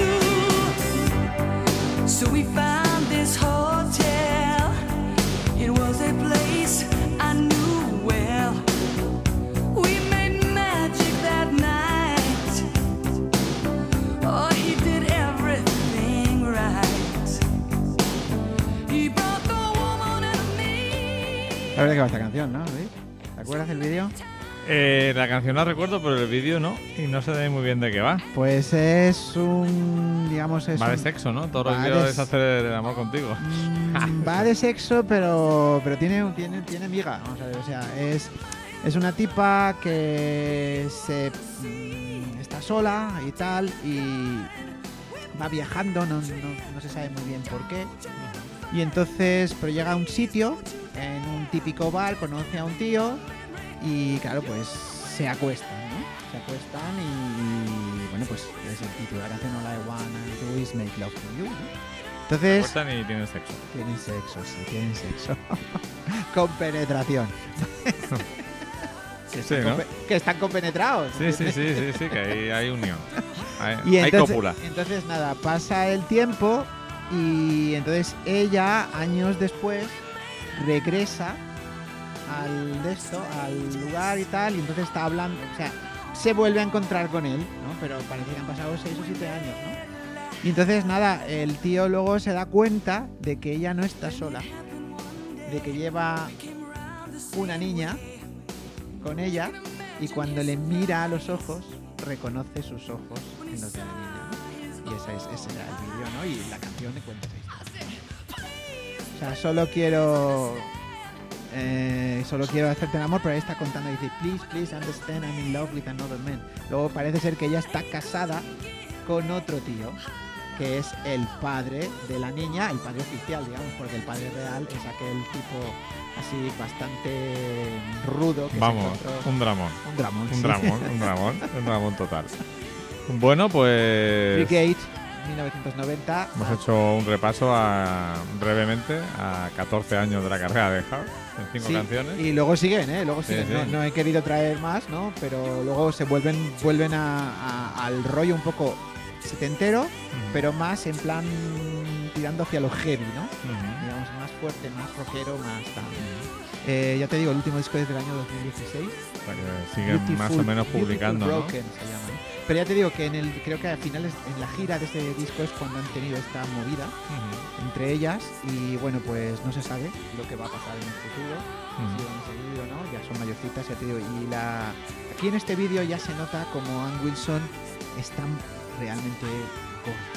to. So we found this hotel. It was a place I knew well. We made magic that night. Oh, he did everything right. He brought the woman in me. ¿Sabes de qué va esta canción, no, Luis? ¿Te acuerdas del vídeo? La canción la recuerdo, pero el vídeo no. Y no sé muy bien de qué va. Pues es un, digamos, Va de sexo, ¿no? Todo lo va que de quiero es hacer el amor contigo. va de sexo, pero tiene miga, vamos a ver, o sea, es una tipa que está sola y tal, y va viajando, no se sabe muy bien por qué, y entonces, pero llega a un sitio, en un típico bar, conoce a un tío, y claro, pues se acuestan, ¿no? Se acuestan y bueno, pues es el título de la canción, All I Wanna Do Is Make Love to You, ¿no? Entonces, Se acuestan y tienen sexo. tienen sexo, con penetración. Sí, ¿no? Que están compenetrados. Sí, que hay unión. Y Hay entonces, cópula. entonces, nada, pasa el tiempo y entonces ella, años después, regresa al lugar y tal, y entonces está hablando, o sea, se vuelve a encontrar con él, ¿no? Pero parece que han pasado 6 o 7 años, ¿no? Y entonces, nada, el tío luego se da cuenta de que ella no está sola, de que lleva una niña con ella, y cuando le mira a los ojos, reconoce sus ojos en los de la niña, ¿no? Y ese era el vídeo, ¿no? Y la canción le cuenta esa historia. O sea, solo quiero hacerte el amor, pero ahí está contando y dice, please understand, I'm in love with another man. Luego parece ser que ella está casada con otro tío, que es el padre de la niña, el padre oficial, digamos, porque el padre real es aquel tipo así bastante rudo que Vamos, se encontró. un dramón. Un Un dramón total. Bueno, pues Brigade, 1990. hemos hecho un repaso brevemente a 14 años de la carrera de Hart, en 5 Sí, canciones. y luego siguen, luego siguen. Sí. No he querido traer más, ¿no? Pero luego se vuelven al rollo un poco setentero, pero más en plan tirando hacia lo heavy, ¿no? Digamos, más fuerte, más rockero, más tal. Ya te digo, el último disco es del año 2016. O sea, que siguen más o menos publicando, Beautiful ¿no? Broken se llama. Pero ya te digo que creo que a finales, en la gira de este disco es cuando han tenido esta movida entre ellas, y bueno, pues no se sabe lo que va a pasar en el futuro, si van a seguir o no, ya son mayorcitas, ya te digo. Y aquí en este vídeo ya se nota como Ann Wilson está realmente gorda.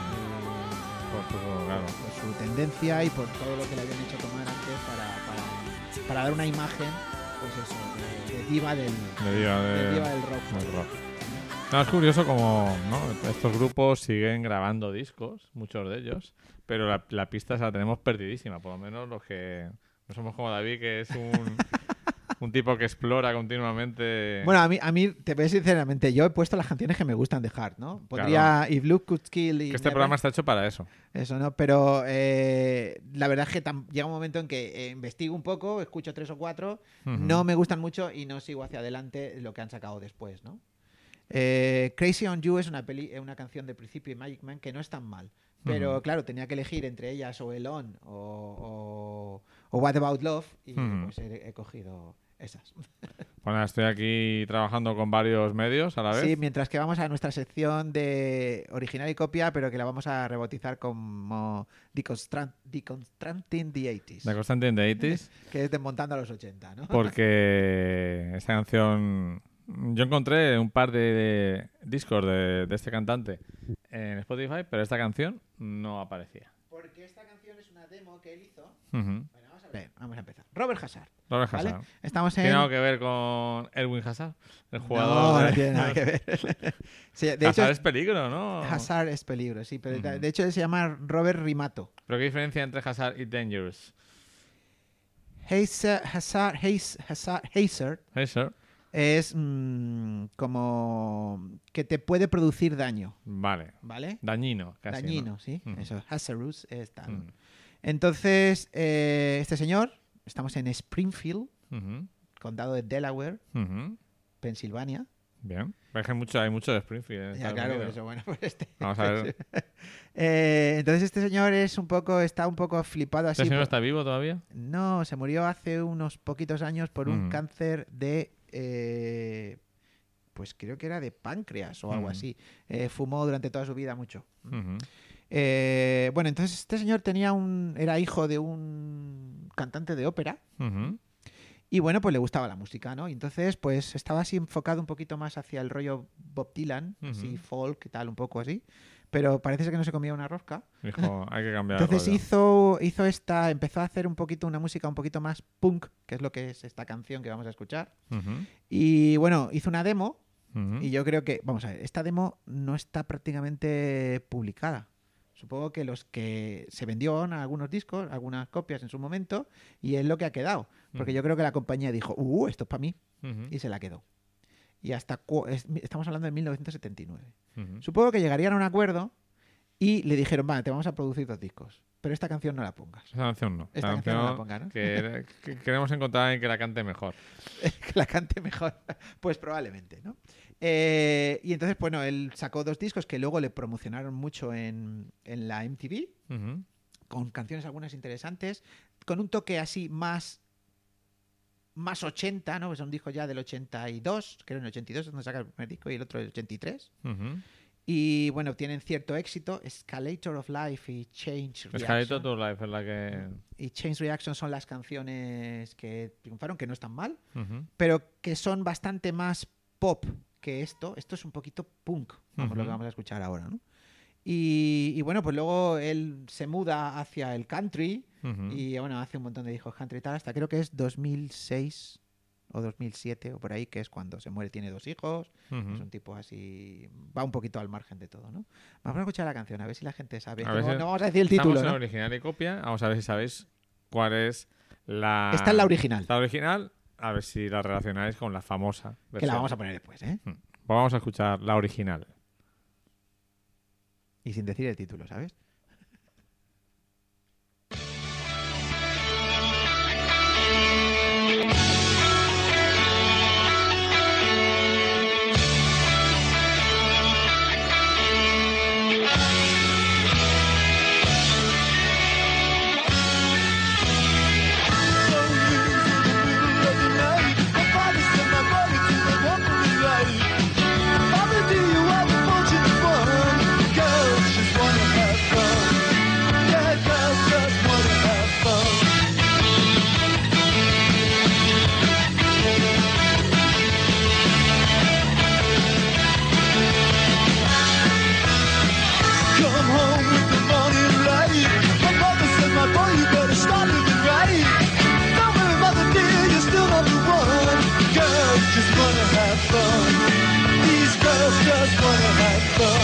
Claro. Por su tendencia y por todo lo que le habían hecho tomar antes para dar una imagen, pues eso, de diva del rock. Del rock. No, es curioso como, ¿no? Estos grupos siguen grabando discos, muchos de ellos, pero la pista se la tenemos perdidísima, por lo menos los que no somos como David, que es un tipo que explora continuamente. Bueno, a mí, te voy a decir sinceramente, yo he puesto las canciones que me gustan de Hart, ¿no? Podría If Luke Could Kill y que este programa está hecho para eso. Eso, ¿no? Pero la verdad es que llega un momento en que investigo un poco, escucho 3 o 4, no me gustan mucho y no sigo hacia adelante lo que han sacado después, ¿no? Crazy on You es una canción de Principio y Magic Man que no es tan mal, pero claro, tenía que elegir entre ellas o El On o What About Love, y pues he cogido esas. Bueno, estoy aquí trabajando con varios medios a la vez. Sí, mientras que vamos a nuestra sección de original y copia, pero que la vamos a rebautizar como Deconstructing the 80s. Deconstructing the 80s. Que es desmontando a los 80, ¿no? Porque esta canción... Yo encontré un par de discos de este cantante en Spotify, pero esta canción no aparecía. Porque esta canción es una demo que él hizo. Bueno, vamos a empezar. Robert Hazard. Robert ¿Vale? Hazard. Estamos en... ¿Tiene algo que ver con Edwin Hazard? El jugador No tiene nada que ver. Sí, de Hazard hecho, es peligro, ¿no? Hazard es peligro, sí. Pero de hecho él se llama Robert Rimato. ¿Pero qué diferencia entre Hazard y Dangerous? Hazard Hazard. es como que te puede producir daño. Vale. Dañino, casi. Dañino, ¿no? sí. Eso, Hazardous es tal. Entonces, este señor, estamos en Springfield, condado de Delaware, Pensilvania. Bien. Es que hay mucho de Springfield. En Ya, Estados claro, Unidos. eso, bueno, pues este. Vamos a ver. Entonces este señor está un poco flipado así. ¿Este señor está vivo todavía? No, se murió hace unos poquitos años por un cáncer de... pues creo que era de páncreas o algo así. Fumó durante toda su vida mucho. Bueno, entonces este señor era hijo de un cantante de ópera. Y bueno, pues le gustaba la música, ¿no? Y entonces, pues estaba así enfocado un poquito más hacia el rollo Bob Dylan, así folk y tal, un poco así. Pero parece ser que no se comía una rosca. Dijo, hay que cambiar. Entonces empezó a hacer una música un poquito más punk, que es lo que es esta canción que vamos a escuchar. Y bueno, hizo una demo. Y yo creo que, vamos a ver, esta demo no está prácticamente publicada. Supongo que los que se vendió en algunos discos, algunas copias en su momento, y es lo que ha quedado. Porque yo creo que la compañía dijo, esto es para mí, y se la quedó. Y estamos hablando de 1979. Supongo que llegarían a un acuerdo y le dijeron, vale, te vamos a producir 2 discos, pero esta canción no la pongas. Esa canción no. Esta canción no la ponga, ¿no? Que queremos encontrar a alguien que la cante mejor. Que la cante mejor. Pues probablemente, ¿no? Y entonces, bueno, él sacó 2 discos que luego le promocionaron mucho en la MTV, Ujú. con canciones algunas interesantes, con un toque así más 80, ¿no? Es un disco ya del 82, creo en el 82 es donde saca el primer disco y el otro del 83. Ujú. Y bueno, tienen cierto éxito. Escalator of Life y Change Reaction. Escalator to Life es la que... Y Change Reaction son las canciones que triunfaron, que no están mal, Ujú. pero que son bastante más pop que esto. Esto es un poquito punk, como lo que Ujú. vamos a escuchar ahora, ¿no? Y bueno, pues luego él se muda hacia el country Ujú. y bueno, hace un montón de discos country y tal, hasta creo que es 2006 o 2007 o por ahí, que es cuando se muere, tiene 2 hijos. Ujú. Es un tipo así, va un poquito al margen de todo, ¿no? Vamos a escuchar la canción, a ver si la gente sabe. A ver No, si- no vamos a decir el título, Estamos en ¿no? original y copia. Vamos a ver si sabéis cuál es la... Esta es la original, La original, a ver si la relacionáis con la famosa que la versión. vamos a poner después, ¿eh? Pues vamos a escuchar la original. Y sin decir el título, ¿sabes? Come home with the morning light. My mother said, my boy, you better start living right. Tell me, mother dear, you're still number one. Girls just wanna have fun. These girls just wanna have fun.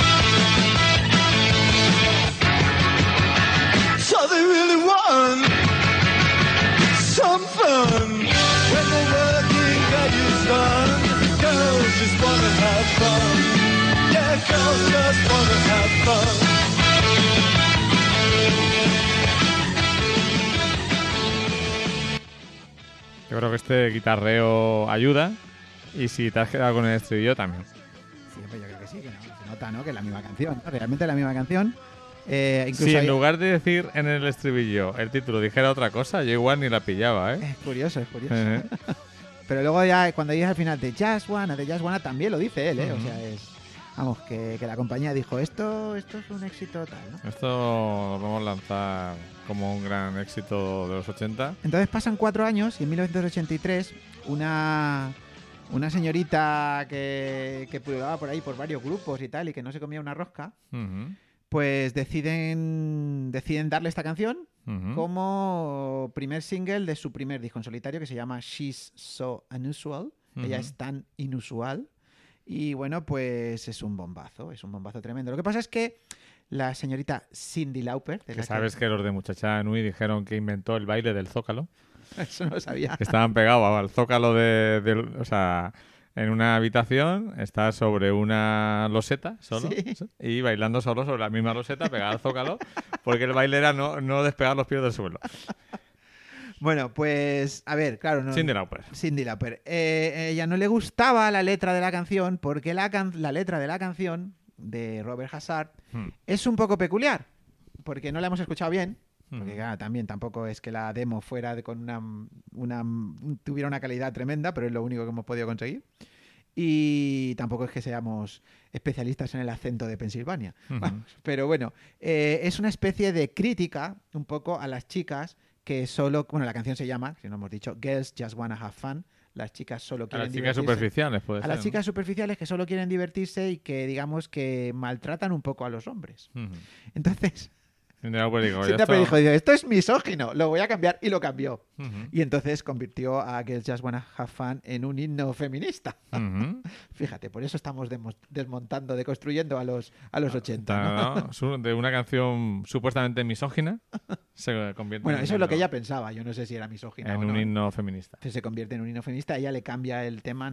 So they really want some fun. When the working day is done, girls just wanna have fun. Yeah, girls just wanna have fun. Yo creo que este guitarreo ayuda. Y si te has quedado con el estribillo también. Sí, pues yo creo que sí, que no, se nota, ¿no? Que es la misma canción, ¿no? Realmente es la misma canción. Incluso Si en hay- lugar de decir en el estribillo el título dijera otra cosa, yo igual ni la pillaba, ¿eh? Es curioso, es curioso. Eh, Pero luego ya, cuando llegas al final de Just Wanna, también lo dice él, ¿eh? O Ujú. sea, es... Vamos, que la compañía dijo, esto es un éxito tal, ¿no? Esto lo vamos a lanzar como un gran éxito de los 80. Entonces pasan 4 años y en 1983 una señorita que pululaba por ahí por varios grupos y tal y que no se comía una rosca, Ujú, pues deciden darle esta canción ujú. como primer single de su primer disco en solitario que se llama She's So Unusual. Ella Ujú. es tan inusual. Y bueno, pues es un bombazo tremendo. Lo que pasa es que la señorita Cyndi Lauper, de Que la sabes que los de Muchacha Nui dijeron que inventó el baile del Zócalo. Eso no lo sabía. Que estaban pegados al Zócalo o sea, en una habitación, está sobre una loseta solo Sí. y bailando solo sobre la misma loseta pegada al Zócalo, porque el baile era no despegar los pies del suelo. Bueno, pues a ver, claro, no, Cyndi Lauper. Cyndi Lauper. Ella no le gustaba la letra de la canción porque la letra de la canción de Robert Hazard Hmm. es un poco peculiar, porque no la hemos escuchado bien. Porque Hmm. claro, también tampoco es que la demo fuera con tuviera una calidad tremenda, pero es lo único que hemos podido conseguir. Y tampoco es que seamos especialistas en el acento de Pensilvania. Ujú. Vamos, pero bueno, es una especie de crítica un poco a las chicas que solo, bueno, la canción se llama, si no hemos dicho, Girls Just Wanna Have Fun. Las chicas solo A quieren las chicas divertirse. superficiales, puede A ser. las ¿no? chicas superficiales que solo quieren divertirse y que digamos que maltratan un poco a los hombres. Ujú. Entonces, Cyndi Lauper dijo, Cyndi "Ya Lauper esto-". dijo, esto es misógino, lo voy a cambiar, y lo cambió. Ujú. Y entonces convirtió a Girls Just Wanna Have Fun en un himno feminista. Ujú. Fíjate, por eso estamos desmontando, deconstruyendo a los 80. ¿no? ¿No? De una canción supuestamente misógina se convierte Bueno, en eso es un lo que himno- ella pensaba. Yo no sé si era misógina en o un no. himno feminista. Se convierte en un himno feminista, ella le cambia el tema, ¿no?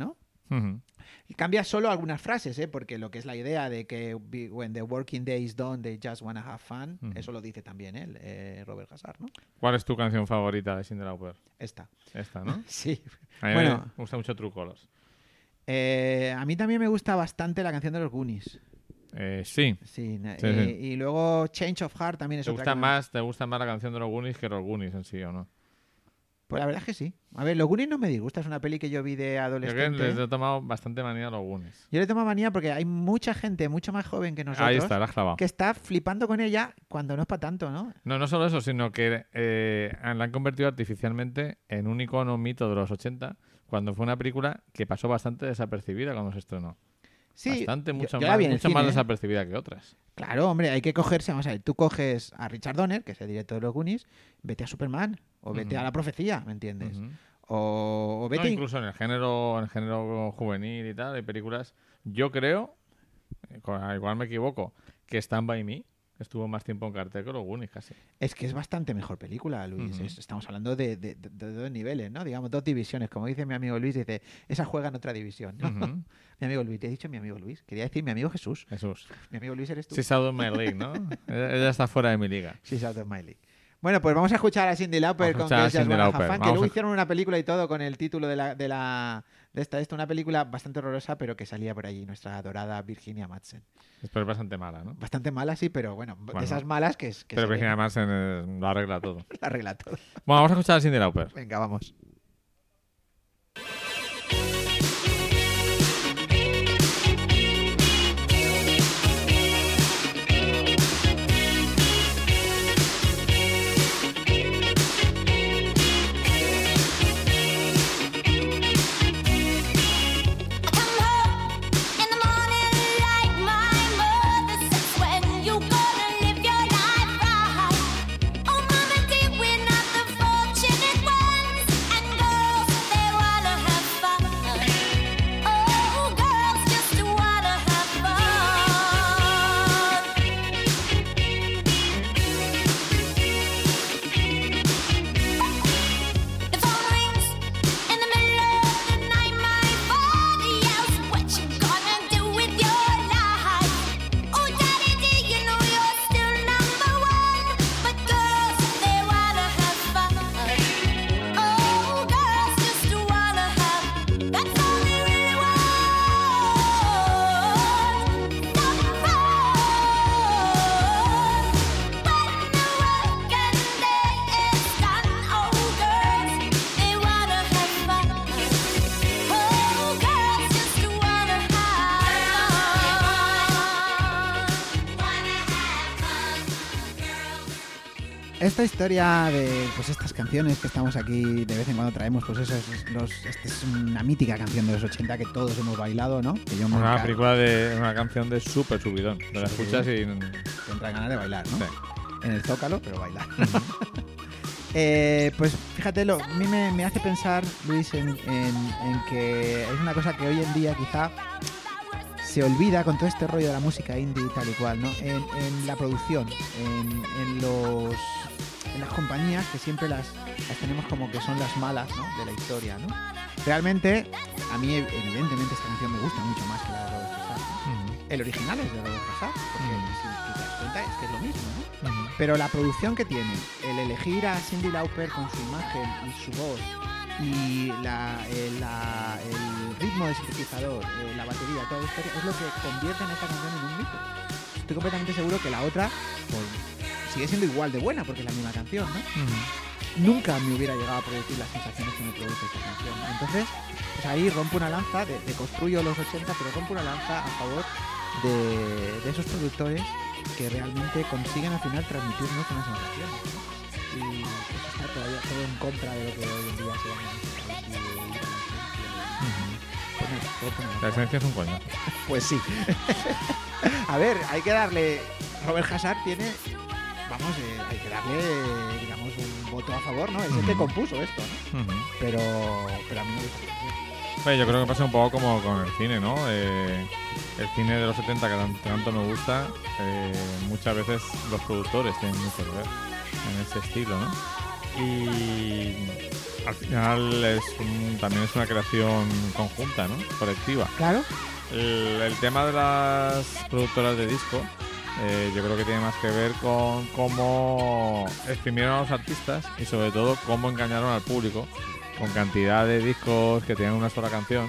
Ujú. Cambia solo algunas frases, porque lo que es la idea de que when the working day is done, they just wanna have fun, eso lo dice también él, Robert Hazard, ¿no? ¿Cuál es tu canción favorita de Cyndi Lauper? Esta. Esta, ¿no? Sí. A mí Bueno. me gusta mucho True Colors. A mí también me gusta bastante la canción de los Goonies. Sí. Sí, Sí. Y luego Change of Heart también es ¿Te otra gusta más la canción de los Goonies que los Goonies en sí o no? Pues la verdad es que sí. A ver, los Goonies no me disgusta, es una peli que yo vi de Yo adolescente. que les he tomado bastante manía a los Goonies. Yo le tomo manía porque hay mucha gente mucho más joven que nosotros Ahí está, la has clavado. que está flipando con ella cuando no es para tanto, ¿no? No solo eso, sino que la han convertido artificialmente en un icono mito de los 80, cuando fue una película que pasó bastante desapercibida cuando se estrenó. Sí, Bastante, mucho yo la vi en el más cine, ¿eh? desapercibida que otras. Claro, hombre, hay que cogerse, vamos a ver, tú coges a Richard Donner, que es el director de los Goonies, vete a Superman, o vete Ujú. a La Profecía, ¿me entiendes? Ujú. O No, vete... incluso en el género juvenil y tal, hay películas. Yo creo, igual me equivoco, que Stand By Me estuvo más tiempo en cartel que los Goonies casi. Es que es bastante mejor película, Luis. Ujú. Estamos hablando de dos niveles, ¿no? Digamos, dos divisiones. Como dice mi amigo Luis, dice, esa juega en otra división, ¿no? Ujú. Mi amigo Luis, te he dicho mi amigo Luis. Quería decir mi amigo Jesús. Jesús. Mi amigo Luis eres tú. She's out of my league, ¿no? Ella está fuera de mi liga. She's out of my league. Bueno, pues vamos a escuchar a Cyndi Lauper Vamos a con escuchar a Girls Just Cyndi Wanna Have Lauper. Fun, que Vamos luego a- hicieron una película y todo con el título de esta, una película bastante horrorosa, pero que salía por allí nuestra adorada Virginia Madsen. Pero es bastante mala, ¿no? Bastante mala, sí, pero bueno, Bueno. de esas malas que Pero se Virginia ven. Madsen lo arregla todo. La arregla todo. Bueno, vamos a escuchar a Cyndi Lauper. Venga, vamos. Come home in the morning like my mother says. When you gonna live your life right? Oh, mama dear, we're not the fortunate ones. And girls, they wanna have fun. Oh, girls just wanna have fun. The phone rings in the middle of the night. My father yells, "What you gonna do with your life?" Oh, daddy, do you know you're still number one? But girls, they wanna have fun. Oh, girls just wanna have. That's all they really want. Some fun. When the working day is done, oh, girls, they wanna have fun. Oh, girls just wanna have fun. Esta historia de pues estas canciones que estamos aquí de vez en cuando traemos, pues eso esta es una mítica canción de los 80 que todos hemos bailado, ¿no? Que yo me Una encargo- una canción de súper subidón. Te la Sí. escuchas y... te entra ganas de bailar, ¿no? Sí. En el Zócalo, pero bailar. Pues fíjate, a mí me hace pensar, Luis, en que es una cosa que hoy en día quizá se olvida con todo este rollo de la música indie y tal y cual, ¿no? En la producción, en las compañías que siempre las tenemos como que son las malas, ¿no? De la historia, ¿no? Realmente, a mí evidentemente esta canción me gusta mucho más que la de Robert Hazard, ¿no? El original es de Robert Hazard, porque si te das cuenta es que es lo mismo, ¿no? Pero la producción que tiene, el elegir a Cyndi Lauper con su imagen y su voz y el ritmo de sintetizador, la batería, toda la historia, es lo que convierte en esta canción en un mito. Estoy completamente seguro que la otra pues, sigue siendo igual de buena porque es la misma canción, ¿no? Nunca me hubiera llegado a producir las sensaciones que me produce esta canción. Entonces, pues ahí rompo una lanza, de construyo los 80, pero rompo una lanza a favor de esos productores que realmente consiguen al final transmitirnos unas sensaciones, ¿no? Y eso está todavía todo en contra de lo que hoy en día se llama música indie, de ir a la esencia. Pues nada, todo por La nada. esencia es un coño. Pues sí. A ver, hay que darle... Robert Hazard tiene... Vamos, hay que darle, digamos, un voto a favor, ¿no? Es el que compuso esto, ¿no? Pero a mí me gusta. Pues yo creo que pasa un poco como con el cine, ¿no? El cine de los 70 que tanto me gusta, muchas veces los productores tienen mucho que ver en ese estilo, ¿no? Y Al final también es una creación conjunta, ¿no? Colectiva. Claro. El tema de las productoras de disco, yo creo que tiene más que ver con cómo exprimieron a los artistas y sobre todo cómo engañaron al público con cantidad de discos que tenían una sola canción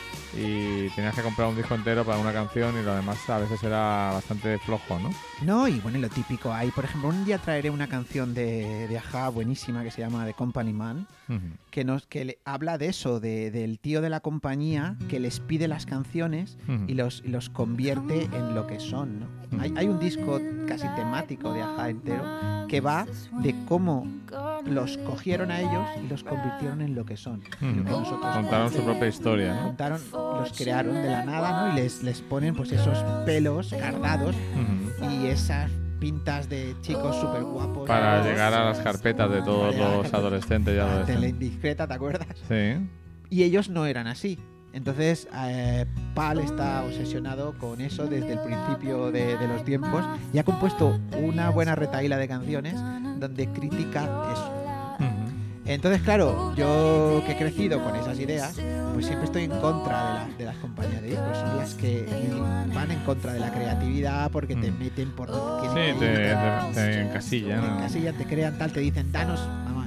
y tenías que comprar un disco entero para una canción y lo demás a veces era bastante flojo, ¿no? No, y bueno, lo típico. Hay, por ejemplo, un día traeré una canción de Ajá buenísima que se llama The Company Man, que le habla de eso, del tío de la compañía que les pide las canciones y los convierte en lo que son, ¿no? Hay un disco casi temático de Ajá entero que va de cómo los cogieron a ellos y los convirtieron en lo que son. Lo que nosotros Contaron su propia historia, ¿no? los crearon de la nada, ¿no? Y les ponen pues esos pelos cardados y esas pintas de chicos súper guapos. Para llegar a las carpetas de todos los adolescentes y de la adolescentes. indiscreta, ¿te acuerdas? Sí. Y ellos no eran así. Entonces, Pal está obsesionado con eso desde el principio de los tiempos y ha compuesto una buena retahíla de canciones donde critica eso. Entonces, claro, yo que he crecido con esas ideas, pues siempre estoy en contra de las compañías de discos. Son las que van en contra de la creatividad porque te meten por donde Sí, te encasillan, te ¿no? encasillan, te crean tal, te dicen, danos, vamos.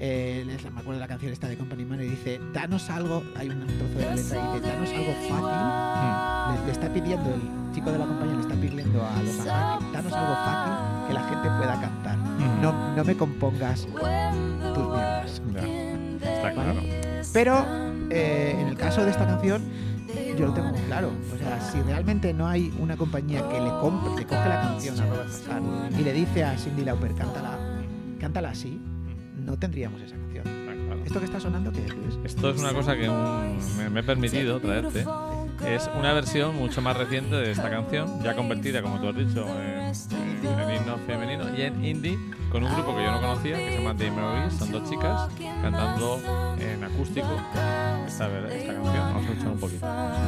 Me acuerdo de la canción esta de Company Man y dice, danos algo, hay un trozo de la letra y dice, danos algo fácil. Le está pidiendo, el chico de la compañía le está pidiendo a los Ajá, danos algo fácil que la gente pueda cantar. No me compongas tus mierdas. Ya, está claro. Pero en el caso de esta canción, yo lo tengo muy claro. O sea, si realmente no hay una compañía que le coge la canción a Robert Hazard y le dice a Cyndi Lauper, cántala así, no tendríamos esa canción. Está claro. ¿Esto que está sonando qué es, Luis? Esto es una cosa que me he permitido traerte. Es una versión mucho más reciente de esta canción, ya convertida, como tú has dicho, en himno femenino y en indie, con un grupo que yo no conocía, que se llama The Memories. Son dos chicas cantando en acústico esta canción. Vamos a escuchar un poquito.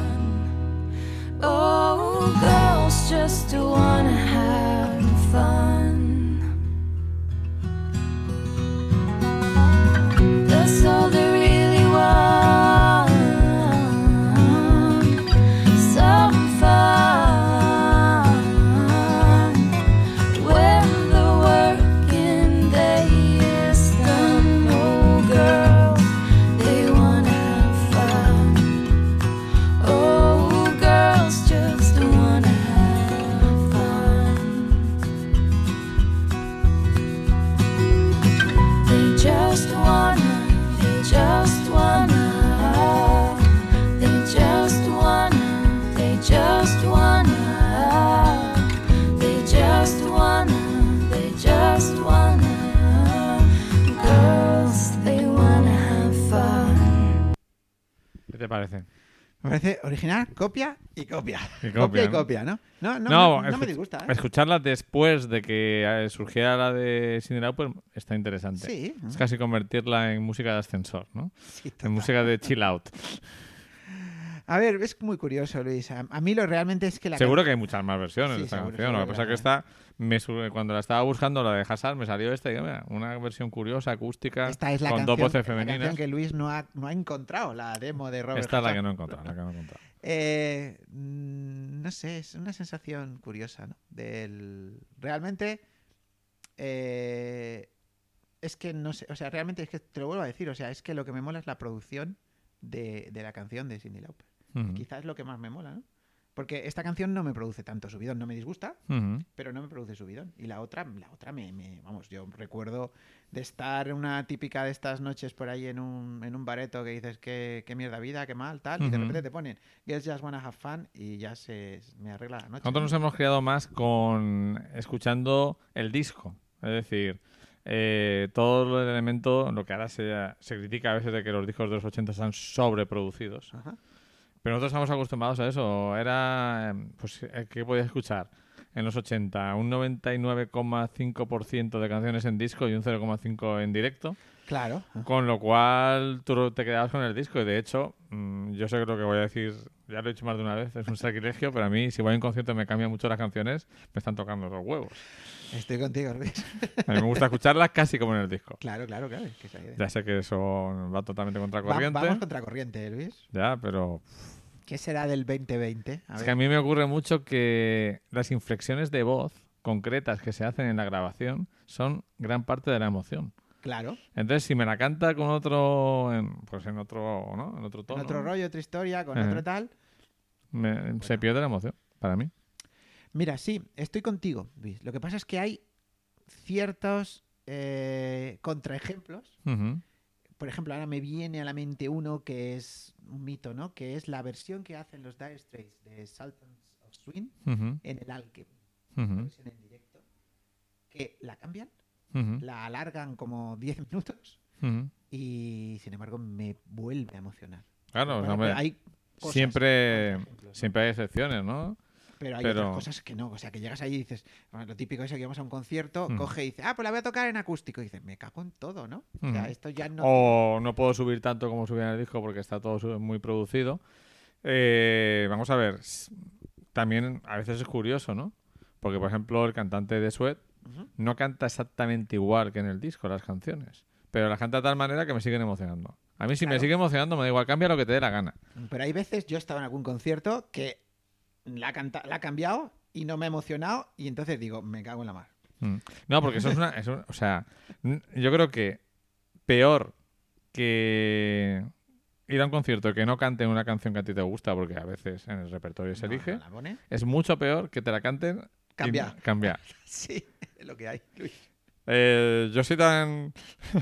Oh, girls just wanna have fun. That's all they really want. Some fun. When the working day is done, oh, girls, they wanna have fun. Oh, girls just wanna have fun. They just wanna, they just wanna, they just wanna, they just wanna, they just wanna, they just wanna, girls, they wanna have fun. ¿Qué te parece? Me parece original, copia y copia. Y Copia y ¿no? copia, ¿no? No me disgusta, ¿eh? Escucharla después de que surgiera la de Cyndi Lauper está interesante. Sí. Es casi convertirla en música de ascensor, ¿no? Sí, En total. música de chill out. A ver, es muy curioso, Luis. A mí lo realmente es que la Seguro que hay muchas más versiones Sí, de esta seguro, canción. Lo que seguro pasa es que esta, cuando la estaba buscando, la de Hazard, me salió esta y dije, mira, una versión curiosa, acústica, Esta es la con canción, dos voces la femeninas. canción que Luis no ha encontrado, la demo de Robert Esta es la Hazard. que no he encontrado, la que no he encontrado. No sé, es una sensación curiosa, ¿no? Realmente es que no sé, o sea, realmente es que te lo vuelvo a decir, o sea, es que lo que me mola es la producción de la canción de Cyndi Lauper. Ujú. Quizás es lo que más me mola, ¿no? Porque esta canción no me produce tanto subidón, no me disgusta, Ujú. pero no me produce subidón. Y la otra vamos, yo recuerdo de estar en una típica de estas noches por ahí en un bareto que dices qué mierda vida, qué mal, tal, y de Ujú. repente te ponen Girls Just Wanna Have Fun y ya me arregla la noche. Nosotros nos hemos criado más con escuchando el disco. Es decir, todo el elemento, lo que ahora se critica a veces de que los discos de los 80 están sobreproducidos. Ajá. Pero nosotros estamos acostumbrados a eso. Era, pues, ¿qué podías escuchar? En los 80, un 99,5% de canciones en disco y un 0,5% en directo. Claro. Con lo cual tú te quedabas con el disco. Y de hecho, yo sé que lo que voy a decir, ya lo he dicho más de una vez, es un sacrilegio, pero a mí, si voy a un concierto y me cambian mucho las canciones, me están tocando los huevos. Estoy contigo, Luis. A mí me gusta escucharlas casi como en el disco. Claro. Es que esa idea. Ya sé que eso va totalmente contracorriente. Vamos contra corriente, Luis. Ya, pero ¿Qué será del 2020? es que a mí me ocurre mucho que las inflexiones de voz concretas que se hacen en la grabación son gran parte de la emoción. Claro. Entonces, si me la canta con otro, pues en otro, ¿no? En otro tono, Con otro rollo, otra historia, con otro tal. se pierde la emoción, para mí. Mira, sí, estoy contigo, Luis. Lo que pasa es que hay ciertos contraejemplos. Ujú, Por ejemplo, ahora me viene a la mente uno que es un mito, ¿no? Que es la versión que hacen los Dire Straits de Sultans of Swing ujú, en el Alchemy, ujú, la versión en directo, que la cambian, ujú, la alargan como 10 minutos ujú. y, sin embargo, me vuelve a emocionar. Claro, Bueno, hombre, pero hay cosas, siempre contraejemplos, ¿no? hay excepciones, ¿no? Pero hay pero- otras cosas que no. O sea, que llegas ahí y dices, bueno, lo típico es que vamos a un concierto, Mm. coge y dice, pues la voy a tocar en acústico. Y dices, me cago en todo, ¿no? O sea, Mm. esto ya no. O no puedo subir tanto como subía en el disco porque está todo muy producido. Vamos a ver, también a veces es curioso, ¿no? Porque, por ejemplo, el cantante de Sweat Ujú. no canta exactamente igual que en el disco las canciones, pero las canta de tal manera que me siguen emocionando. A mí si me Claro. sigue emocionando me da igual, cambia lo que te dé la gana. Pero hay veces, yo he estado en algún concierto que la ha cambiado y no me ha emocionado y entonces digo, me cago en la mar. Mm. No, porque eso es una... o sea, yo creo que peor que ir a un concierto que no canten una canción que a ti te gusta, porque a veces en el repertorio se No, elige, no la pone. es mucho peor que te la canten y Cambiar. cambiar. Sí, es lo que hay, Luis. Yo soy tan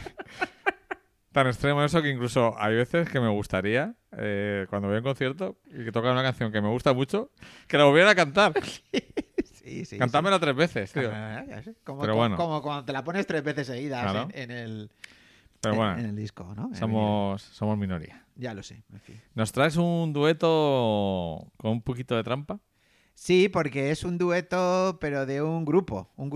tan extremo en eso que incluso hay veces que me gustaría, cuando voy a un concierto y que toca una canción que me gusta mucho, que la volviera a cantar. Sí. Cantármela 3 veces, Sí. tío. Ya sé. Como, Pero como- bueno. como cuando te la pones 3 veces seguidas Claro. en el, Pero en bueno, el disco, ¿no? somos minoría. Ya lo sé, en fin. ¿Nos traes un dueto con un poquito de trampa? Sí, porque es un dueto, pero de un grupo. Un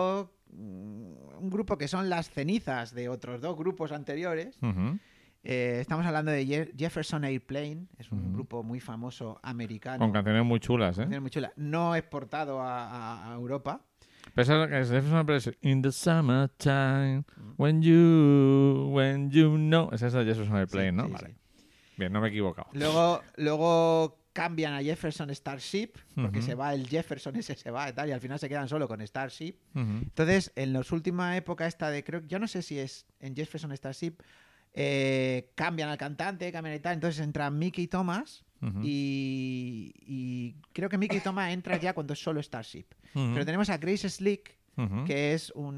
grupo que son las cenizas de otros dos grupos anteriores. Ujú. Estamos hablando de Jefferson Airplane, es un Ujú. grupo muy famoso americano. Con canciones muy chulas, ¿eh? Canciones muy chula. No exportado a Europa. Pero esa es una presión. In the summertime, Mm. when you know. Es esa de Jefferson Airplane, Sí, ¿no? sí, Vale. sí. Bien, no me he equivocado. Luego cambian a Jefferson Starship, porque Ujú. se va el Jefferson ese, se va y tal, y al final se quedan solo con Starship. Ujú. Entonces, en la última época esta de, creo, yo no sé si es en Jefferson Starship, cambian al cantante, cambian y tal, entonces entra Mickey Thomas Ujú. y creo que Mickey Thomas entra ya cuando es solo Starship. Ujú. Pero tenemos a Grace Slick, Ujú. que es un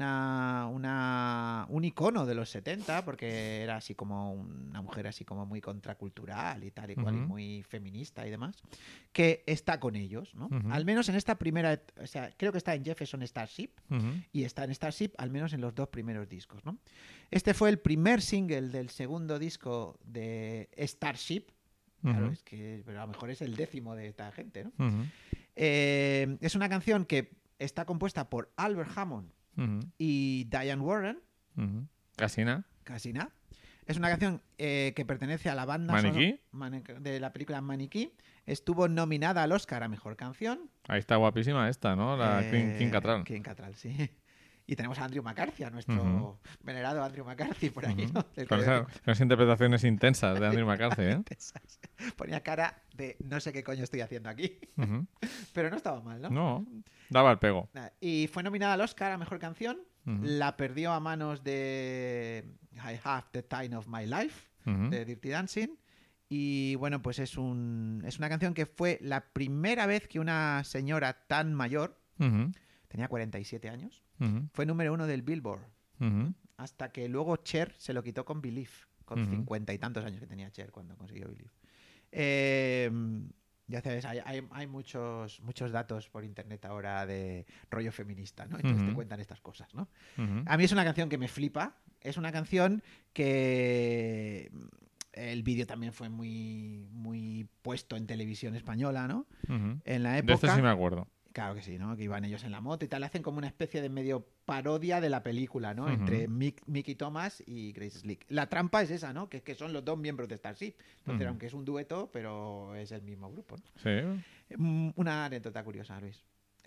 icono de los 70, porque era así como una mujer así como muy contracultural y tal y cual, y Ujú. muy feminista y demás, que está con ellos, ¿no? Ujú. Al menos en esta primera, o sea, creo que está en Jefferson Starship, Ujú. y está en Starship al menos en los 2 primeros discos, ¿no? Este fue el primer single del segundo disco de Starship. Claro, Ujú. es que pero a lo mejor es el 10º de esta gente, ¿no? Ujú. Es una canción que está compuesta por Albert Hammond Ujú. y Diane Warren, Ujú. Casi nada. casi nada. Es una canción que pertenece a la banda ¿Maniquí? de la película Maniquí. Estuvo nominada al Oscar a Mejor Canción. Ahí está guapísima esta, ¿no? La Kim Cattrall. Kim Cattrall, sí. Y tenemos a Andrew McCarthy, a nuestro Ujú. venerado Andrew McCarthy por ahí, Ujú. ¿no? Del Con que- esas interpretaciones intensas de Andrew McCarthy, ¿eh? Ponía cara de no sé qué coño estoy haciendo aquí. Ujú. Pero no estaba mal, ¿no? No, daba el pego. Nada, y fue nominada al Oscar a Mejor Canción. Ujú. La perdió a manos de I Have the Time of My Life, Ujú. de Dirty Dancing. Y bueno, pues es una canción que fue la primera vez que una señora tan mayor, Ujú. tenía 47 años, Ujú. fue número 1 del Billboard. Ujú. Hasta que luego Cher se lo quitó con Believe, con Ujú. 50 y tantos años que tenía Cher cuando consiguió Believe. Ya sabes, hay muchos datos por internet ahora de rollo feminista, ¿no? Entonces te Ujú. cuentan estas cosas, ¿no? Ujú. A mí es una canción que me flipa. Es una canción que el vídeo también fue muy puesto en televisión española, ¿no? Ujú. En la De época. este sí me acuerdo. Claro que sí, ¿no? Que iban ellos en la moto y tal. Hacen como una especie de medio parodia de la película, ¿no? Ujú. Entre Mickey Thomas y Grace Slick. La trampa es esa, ¿no? Que es que son los dos miembros de Starship. Entonces, Ujú. aunque es un dueto, pero es el mismo grupo, ¿no? Sí. Una anécdota curiosa, Luis.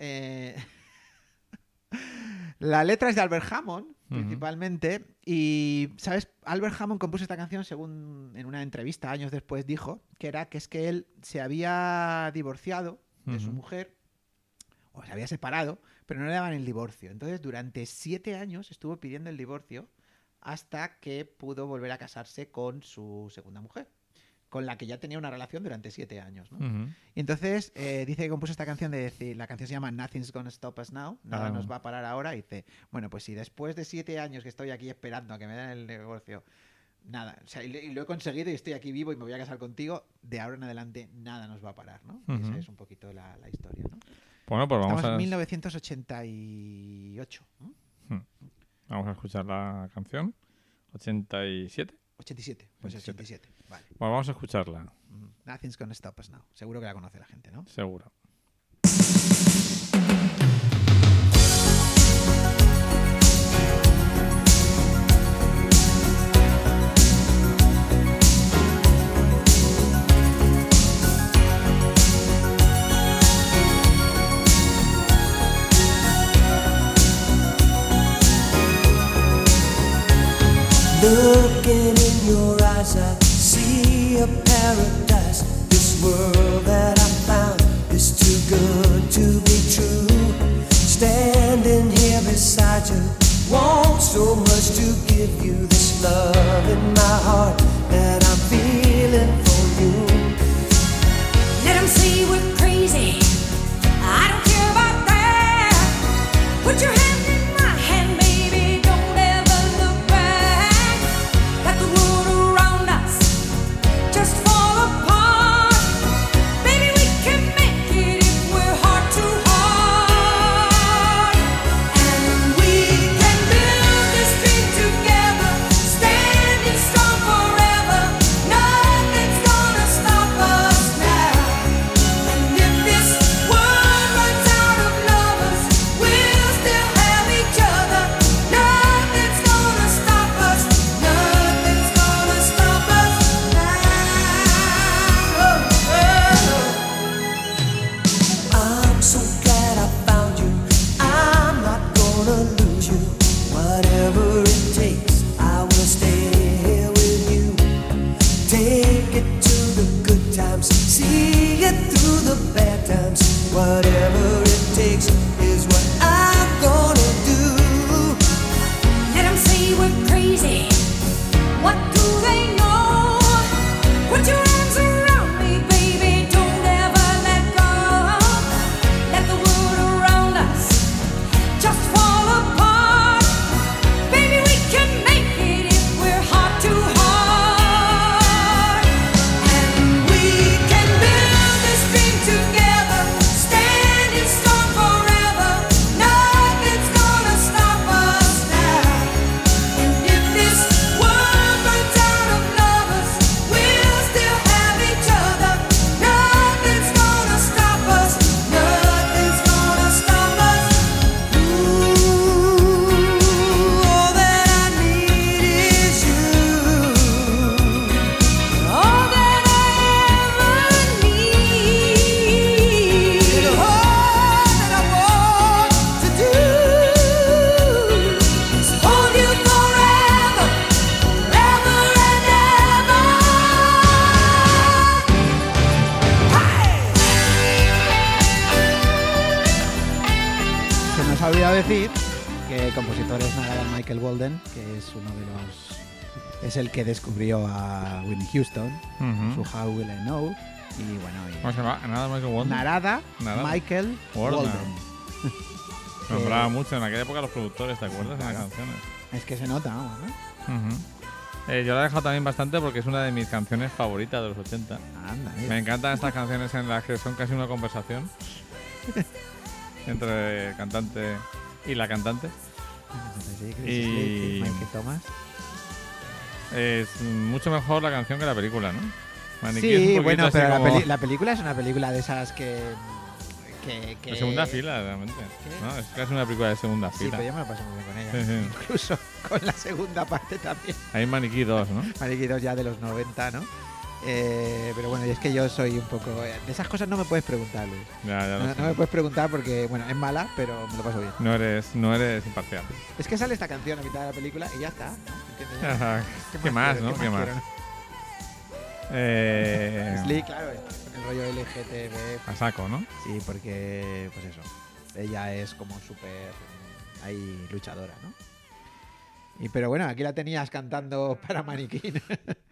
La letra es de Albert Hammond, principalmente. Y, ¿sabes? Albert Hammond compuso esta canción según en una entrevista años después dijo que es que él se había divorciado de su Ujú. mujer o se había separado, pero no le daban el divorcio. Entonces, durante 7 años estuvo pidiendo el divorcio hasta que pudo volver a casarse con su segunda mujer, con la que ya tenía una relación durante 7 años, ¿no? Ujú. Y entonces dice que compuso esta canción de decir, la canción se llama Nothing's Gonna Stop Us Now, nada Ah. nos va a parar ahora, y dice, bueno, pues si después de 7 años que estoy aquí esperando a que me den el divorcio, nada, o sea, y lo he conseguido y estoy aquí vivo y me voy a casar contigo, de ahora en adelante nada nos va a parar, ¿no? Y esa Ujú. es un poquito la historia, ¿no? Bueno, pues Estamos en vamos 1988, ¿no? a escuchar la canción. 87. 87, pues 87. 87, vale. Bueno, vamos a escucharla, Nothing's Gonna Stop Us Now, seguro que la conoce la gente, ¿no? seguro. Looking in your eyes, I see a paradise. This world that I found is too good to be true. Standing here beside you, want so much to give you this love in my heart that I'm feeling for you. Let 'em say we're crazy. I don't care about that. Put your hand in my hand, baby. Don't ever look back. Let the world around us just fall apart. Baby, we can make it if we're heart to heart. And we can build this dream together, standing strong forever. Nothing's gonna stop us now. And if this world runs out of lovers, we'll still have each other. Nothing's gonna stop us. Nothing's gonna stop us now. I'm so glad I found you. I'm not gonna lose you. Whatever it takes, I will stay here with you. Take it to the good times, see it through the bad times. Whatever it takes is what I'm gonna do. Let 'em say we're crazy. What do they know? Put your arms around me, baby. Don't ever let go. Let the world around us just fall apart. Baby, we can make it if we're heart to heart. And we can build this dream together, standing strong forever. Nothing's gonna stop us now. And if this world runs out of lovers, we'll still have each other. Nothing's gonna stop us. Nothing's gonna stop us. Ooh, all that I need is you. All that I ever need. And all that I want to do is hold you forever, forever and ever. Se nos ha olvidado decir que el compositor es nada más Michael Walden, que es es el que descubrió a Whitney Houston, Ujú. su How Will I Know, y bueno, ¿Cómo se llama? Nada más que Wonder. Narada Narada. Michael Walden. Walden. Me nombraba mucho en aquella época los productores, ¿te acuerdas? De las Claro. canciones. Es que se nota, vamos, ¿no? Ujú. Yo la he dejado también bastante porque es una de mis canciones favoritas de los 80. Anda, mira. Me encantan estas canciones en las que son casi una conversación entre el cantante y la cantante. Sí, Chris Y- Slade, Michael Thomas. Es mucho mejor la canción que la película, ¿no? Maniquí es un Sí, poquito bueno, así pero como- la película es una película de esas que De segunda fila, realmente. ¿Qué? ¿No? Es casi una película de segunda Sí, fila. pero yo me lo paso muy bien con ella. Sí, sí. Incluso con la segunda parte también. Hay Maniquí 2, ¿no? Maniquí 2 ya de los 90, ¿no? Pero bueno, y es que yo soy un poco... de esas cosas no me puedes preguntar, Luis. Ya lo No, sé. no me puedes preguntar porque, bueno, es mala, pero me lo paso bien. No eres imparcial. Es que sale esta canción a mitad de la película y ya está, ¿no? ¿Entiendes? ¿Qué más, quiero? no? ¿Qué más? quiero? Slee, claro, el rollo LGTB. A saco, ¿no? Sí, porque, pues eso, ella es como súper ahí luchadora, ¿no? Pero bueno, aquí la tenías cantando para Maniquín.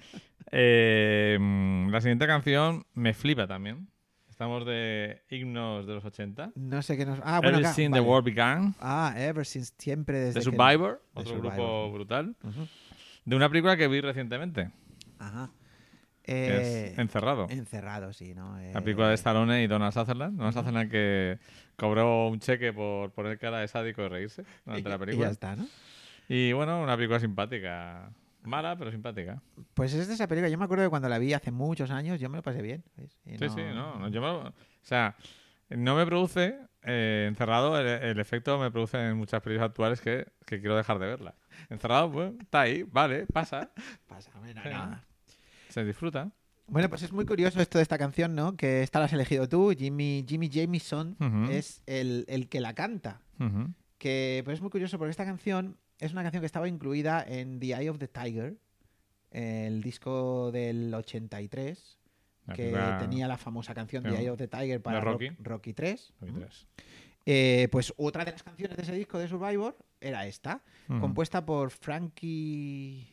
La siguiente canción me flipa también. Estamos de himnos de los 80. No sé qué nos... Ah, bueno, Ever acá, Since vale. the World Began. Ever Since, siempre desde De que- Survivor, de otro Survivor. grupo brutal. Ujú. De una película que vi recientemente, Ajá. que es Encerrado. Encerrado, sí, ¿no? La película de Stallone y Donald Sutherland. Donald Sutherland que cobró un cheque por poner cara de sádico y reírse durante la Y película. ya está, ¿no? Y bueno, una película simpática. Mala, pero simpática. Pues es de esa película. Yo me acuerdo de cuando la vi hace muchos años, yo me lo pasé bien. ¿ves? Y Sí, sí, no. O sea, no me produce, Encerrado, el efecto me produce en muchas películas actuales que quiero dejar de verla. Encerrado, pues, está ahí, vale, pasa, Pasa, bueno, Sí. no. se disfruta. Bueno, pues es muy curioso esto de esta canción, ¿no? Que esta la has elegido tú. Jimmy Jamison Ujú. es el que la canta. Ujú. Que pues es muy curioso porque esta canción es una canción que estaba incluida en The Eye of the Tiger, el disco del 83, La que película tenía la famosa canción Sí, The Eye of the Tiger para de Rocky. Rocky 3. Rocky 3. Pues otra de las canciones de ese disco de Survivor era esta, Ujú. compuesta por Frankie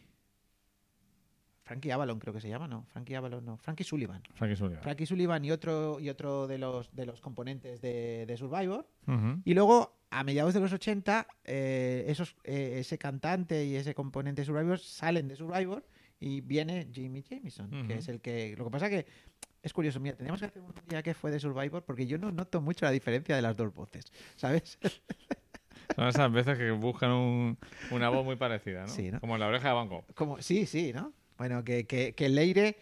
Avalon, creo que se llama, ¿no? Frankie Avalon, no. Frankie Sullivan. Frankie Sullivan. Frankie Sullivan y otro de los componentes de Survivor. Ujú. Y luego, a mediados de los 80, ese cantante y ese componente de Survivor salen de Survivor y viene Jimmy Jamison, Ujú. que es el que... Lo que pasa que es curioso, mira, teníamos que hacer un día que fue de Survivor porque yo no noto mucho la diferencia de las dos voces, ¿sabes? Son esas veces que buscan una voz muy parecida, ¿no? Sí, ¿no? Como en La Oreja de Banco. Como, sí, ¿no? Bueno, que Leire...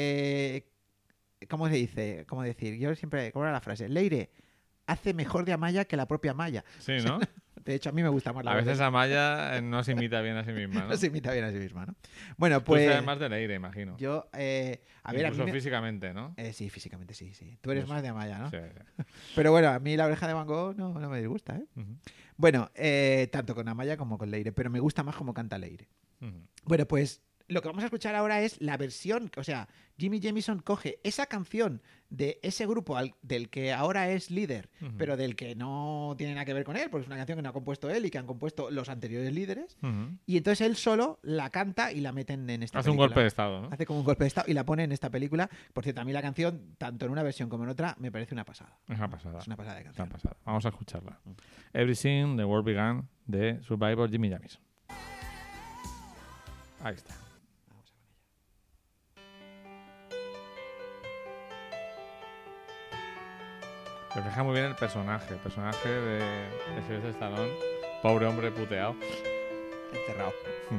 ¿cómo se dice? ¿Cómo decir? Yo siempre... ¿Cómo era la frase? Leire hace mejor de Amaya que la propia Amaya. Sí, ¿no? De hecho, a mí me gusta más la A voz de- veces Amaya no se imita bien a sí misma, ¿no? No se imita bien a sí misma, ¿no? Bueno, Tú pues... eres más de Leire, imagino. Yo, a ver, a mí Incluso me- físicamente, ¿no? sí, físicamente sí, sí. Tú eres Pues- más de Amaya, ¿no? Sí, sí. Pero bueno, a mí la oreja de Van Gogh no me disgusta, ¿eh? Ujú. Bueno, tanto con Amaya como con Leire, pero me gusta más como canta Leire. Ujú. Bueno, pues lo que vamos a escuchar ahora es la versión, o sea, Jimmy Jamison coge esa canción de ese grupo del que ahora es líder, Ujú. pero del que no tiene nada que ver con él, porque es una canción que no ha compuesto él y que han compuesto los anteriores líderes, Ujú. y entonces él solo la canta y la meten en esta Hace un película. golpe de estado, ¿no? Hace como un golpe de estado y la pone en esta película. Por cierto, a mí la canción, tanto en una versión como en otra, me parece una pasada. Es una pasada. Es una pasada de Es una canción. pasada. Vamos a escucharla. Everything the World Began de Survivor Jimmy Jamison. Ahí está. Refleja muy bien el personaje de Sylvester Stallone, pobre hombre puteado. Encerrado.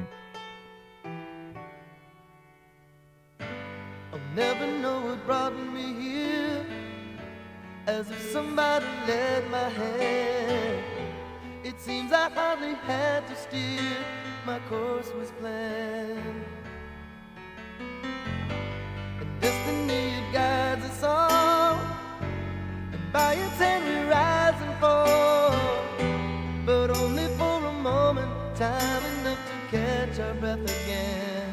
I'll never know what brought me here. As if somebody led my hand. It seems I hardly had to steer. My course was planned. And destiny it guides us all. And by its hand we rise and fall. But only for a moment, time enough to catch our breath again.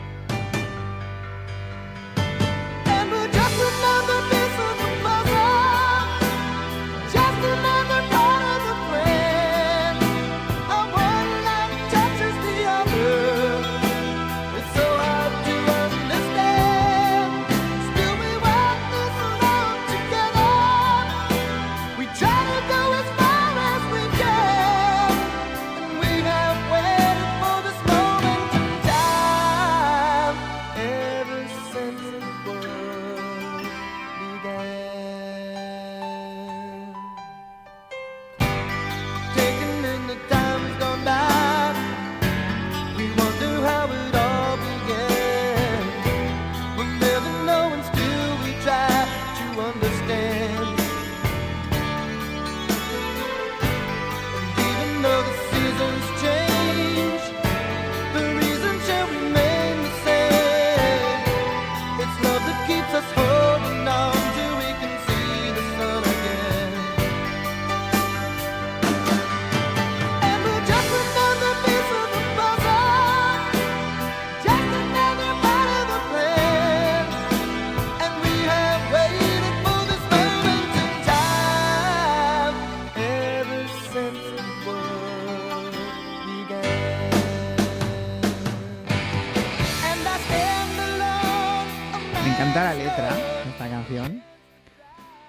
And we're just another piece of the puzzle, just another part of the plan. Our one life touches the other. It's so hard to understand. Still we walk this road together.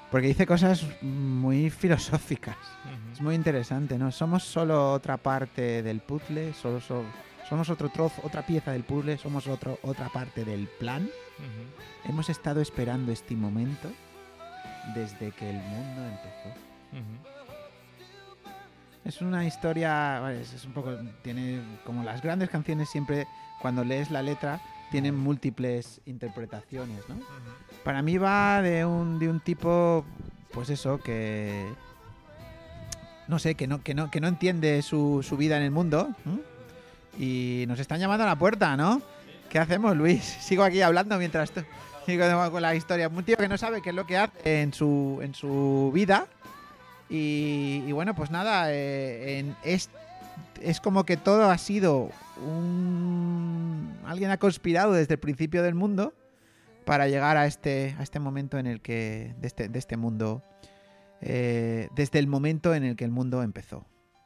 Porque dice cosas muy filosóficas. Es muy interesante, ¿no? Somos solo otra parte del puzzle, somos otro trozo, otra pieza del puzzle, somos otra parte del plan. Hemos estado esperando este momento desde que el mundo empezó. Es una historia, vale, es un poco, tiene como las grandes canciones siempre, cuando lees la letra, tienen múltiples interpretaciones, ¿no? Para mí va de un tipo, pues eso, que no sé, que no entiende su vida en el mundo, ¿no? Y nos están llamando a la puerta, ¿no? ¿Qué hacemos, Luis? Sigo aquí hablando mientras sigo con la historia. Un tío que no sabe qué es lo que hace en su vida. Y bueno, pues nada, es como que todo ha sido alguien ha conspirado desde el principio del mundo para llegar a este momento en el que de este mundo, desde el momento en el que el mundo empezó.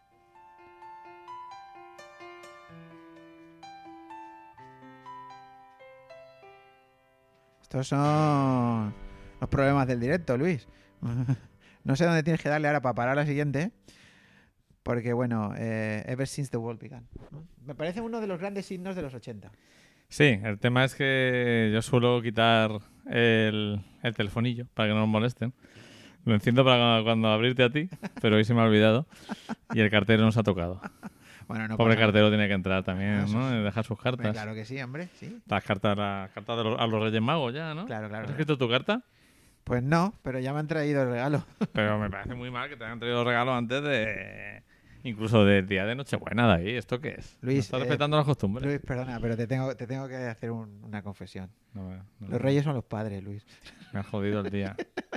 Estos son los problemas del directo, Luis. No sé dónde tienes que darle ahora para parar la siguiente. Porque, bueno, Ever Since the World Began. Me parece uno de los grandes himnos de los 80. Sí, el tema es que yo suelo quitar el telefonillo para que no nos molesten. Lo enciendo para cuando abrirte a ti, pero hoy se me ha olvidado. Y el cartero nos ha tocado. Bueno, no Pobre pasa cartero tiene que entrar también, ¿no? Y dejar sus nada. cartas. Claro que sí, hombre, sí. Las cartas a los Reyes Magos ya, ¿no? Claro, claro. ¿Has escrito tu carta? Pues no, pero ya me han traído el regalo. Pero me parece muy mal que te hayan traído regalos antes de... Incluso del día de Nochebuena de ahí. ¿Esto qué es? Luis, ¿No estás respetando las costumbres? Luis, perdona, pero te tengo que hacer una confesión. No, Los reyes son los padres, Luis. Me ha jodido el día.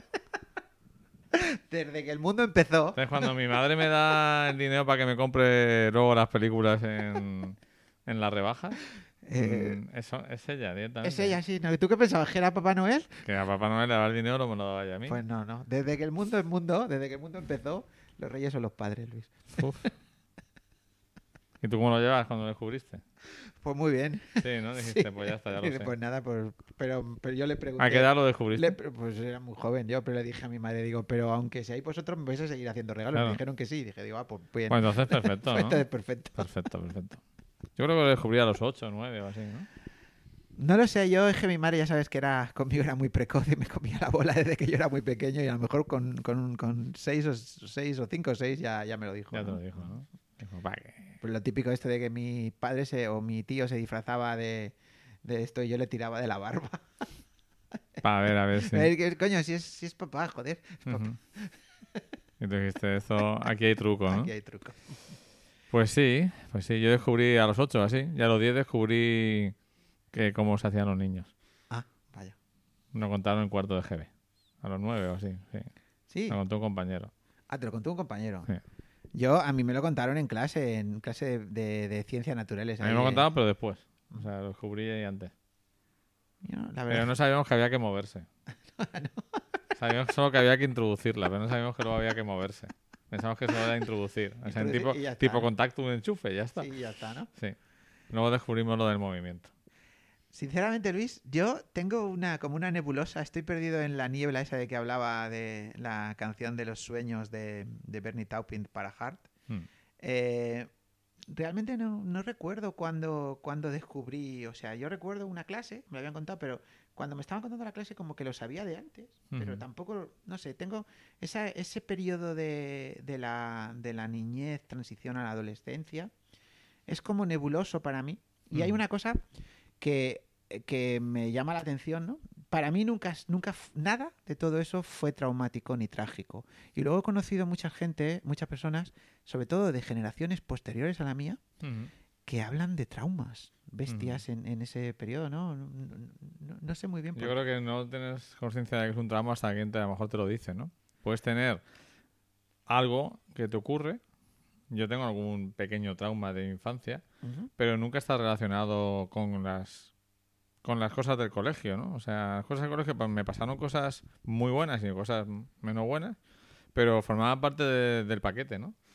Desde que el mundo empezó... Entonces, cuando mi madre me da el dinero para que me compre luego las películas en las rebajas, eso es ella directamente. Es ella, sí. ¿No? ¿Tú qué pensabas? ¿Que era Papá Noel? Que a Papá Noel le daba el dinero, lo me lo daba ya a mí. Pues no. Desde que el mundo es mundo, desde que el mundo empezó, los reyes son los padres, Luis. Uf. ¿Y tú cómo lo llevas cuando lo descubriste? Pues muy bien. Sí, ¿no? Dijiste, Sí. pues ya está, ya lo sé. Pues nada, pero yo le pregunté... ¿A qué edad lo descubriste? Pues era muy joven yo, pero le dije a mi madre, digo, pero aunque seáis vosotros, me vais a seguir haciendo regalos. Claro. Me dijeron que sí. Dije, digo, pues bien. Pues entonces perfecto, ¿no? Entonces, perfecto. Perfecto. Yo creo que lo descubrí a los 8 o 9 o así, ¿no? No lo sé, yo es que mi madre ya sabes que conmigo era muy precoz y me comía la bola desde que yo era muy pequeño y a lo mejor con 6 o 5 o 6 ya me lo dijo. Ya te ¿no? lo dijo, ¿no? Dijo, va, que... Pues lo típico esto de que mi padre o mi tío se disfrazaba de esto y yo le tiraba de la barba. Para ver si... Coño, si es papá, joder. Es papá. Ujú. Y tú dijiste, aquí hay truco, ¿no? Aquí hay truco. Pues sí, yo descubrí a los 8 así, y a los 10 descubrí que cómo se hacían los niños. Ah, vaya. Nos contaron en cuarto de GB, a los 9 o así, sí. Sí. Me contó un compañero. Ah, te lo contó un compañero. Sí. A mí me lo contaron en clase de ciencias naturales. A mí me lo contaron, pero después. O sea, lo descubrí antes. La verdad. Pero no sabíamos que había que moverse. Sabíamos solo que había que introducirla, pero no sabíamos que luego había que moverse. Pensamos que solo era introducir. O sea, Introducir y ya está, tipo ¿no? contacto, un enchufe, ya está. Sí, ya está, ¿no? Sí. Luego descubrimos lo del movimiento. Sinceramente, Luis, yo tengo como una nebulosa. Estoy perdido en la niebla esa de que hablaba de la canción de los sueños de Bernie Taupin para Heart. Realmente no recuerdo cuándo descubrí. O sea, yo recuerdo una clase, me lo habían contado, pero cuando me estaban contando la clase como que lo sabía de antes. Pero tampoco, no sé, tengo ese periodo de la niñez, transición a la adolescencia. Es como nebuloso para mí. Y hay una cosa que me llama la atención, ¿no? Para mí nunca nada de todo eso fue traumático ni trágico. Y luego he conocido muchas personas, sobre todo de generaciones posteriores a la mía, que hablan de traumas bestias en ese periodo, ¿no? No sé muy bien. Yo creo que no tienes conciencia de que es un trauma hasta que alguien a lo mejor te lo dice, ¿no? Puedes tener algo que te ocurre. Yo tengo algún pequeño trauma de infancia, pero nunca está relacionado con las cosas del colegio, ¿no? O sea, las cosas del colegio pues, me pasaron cosas muy buenas y cosas menos buenas, pero formaban parte del paquete, ¿no?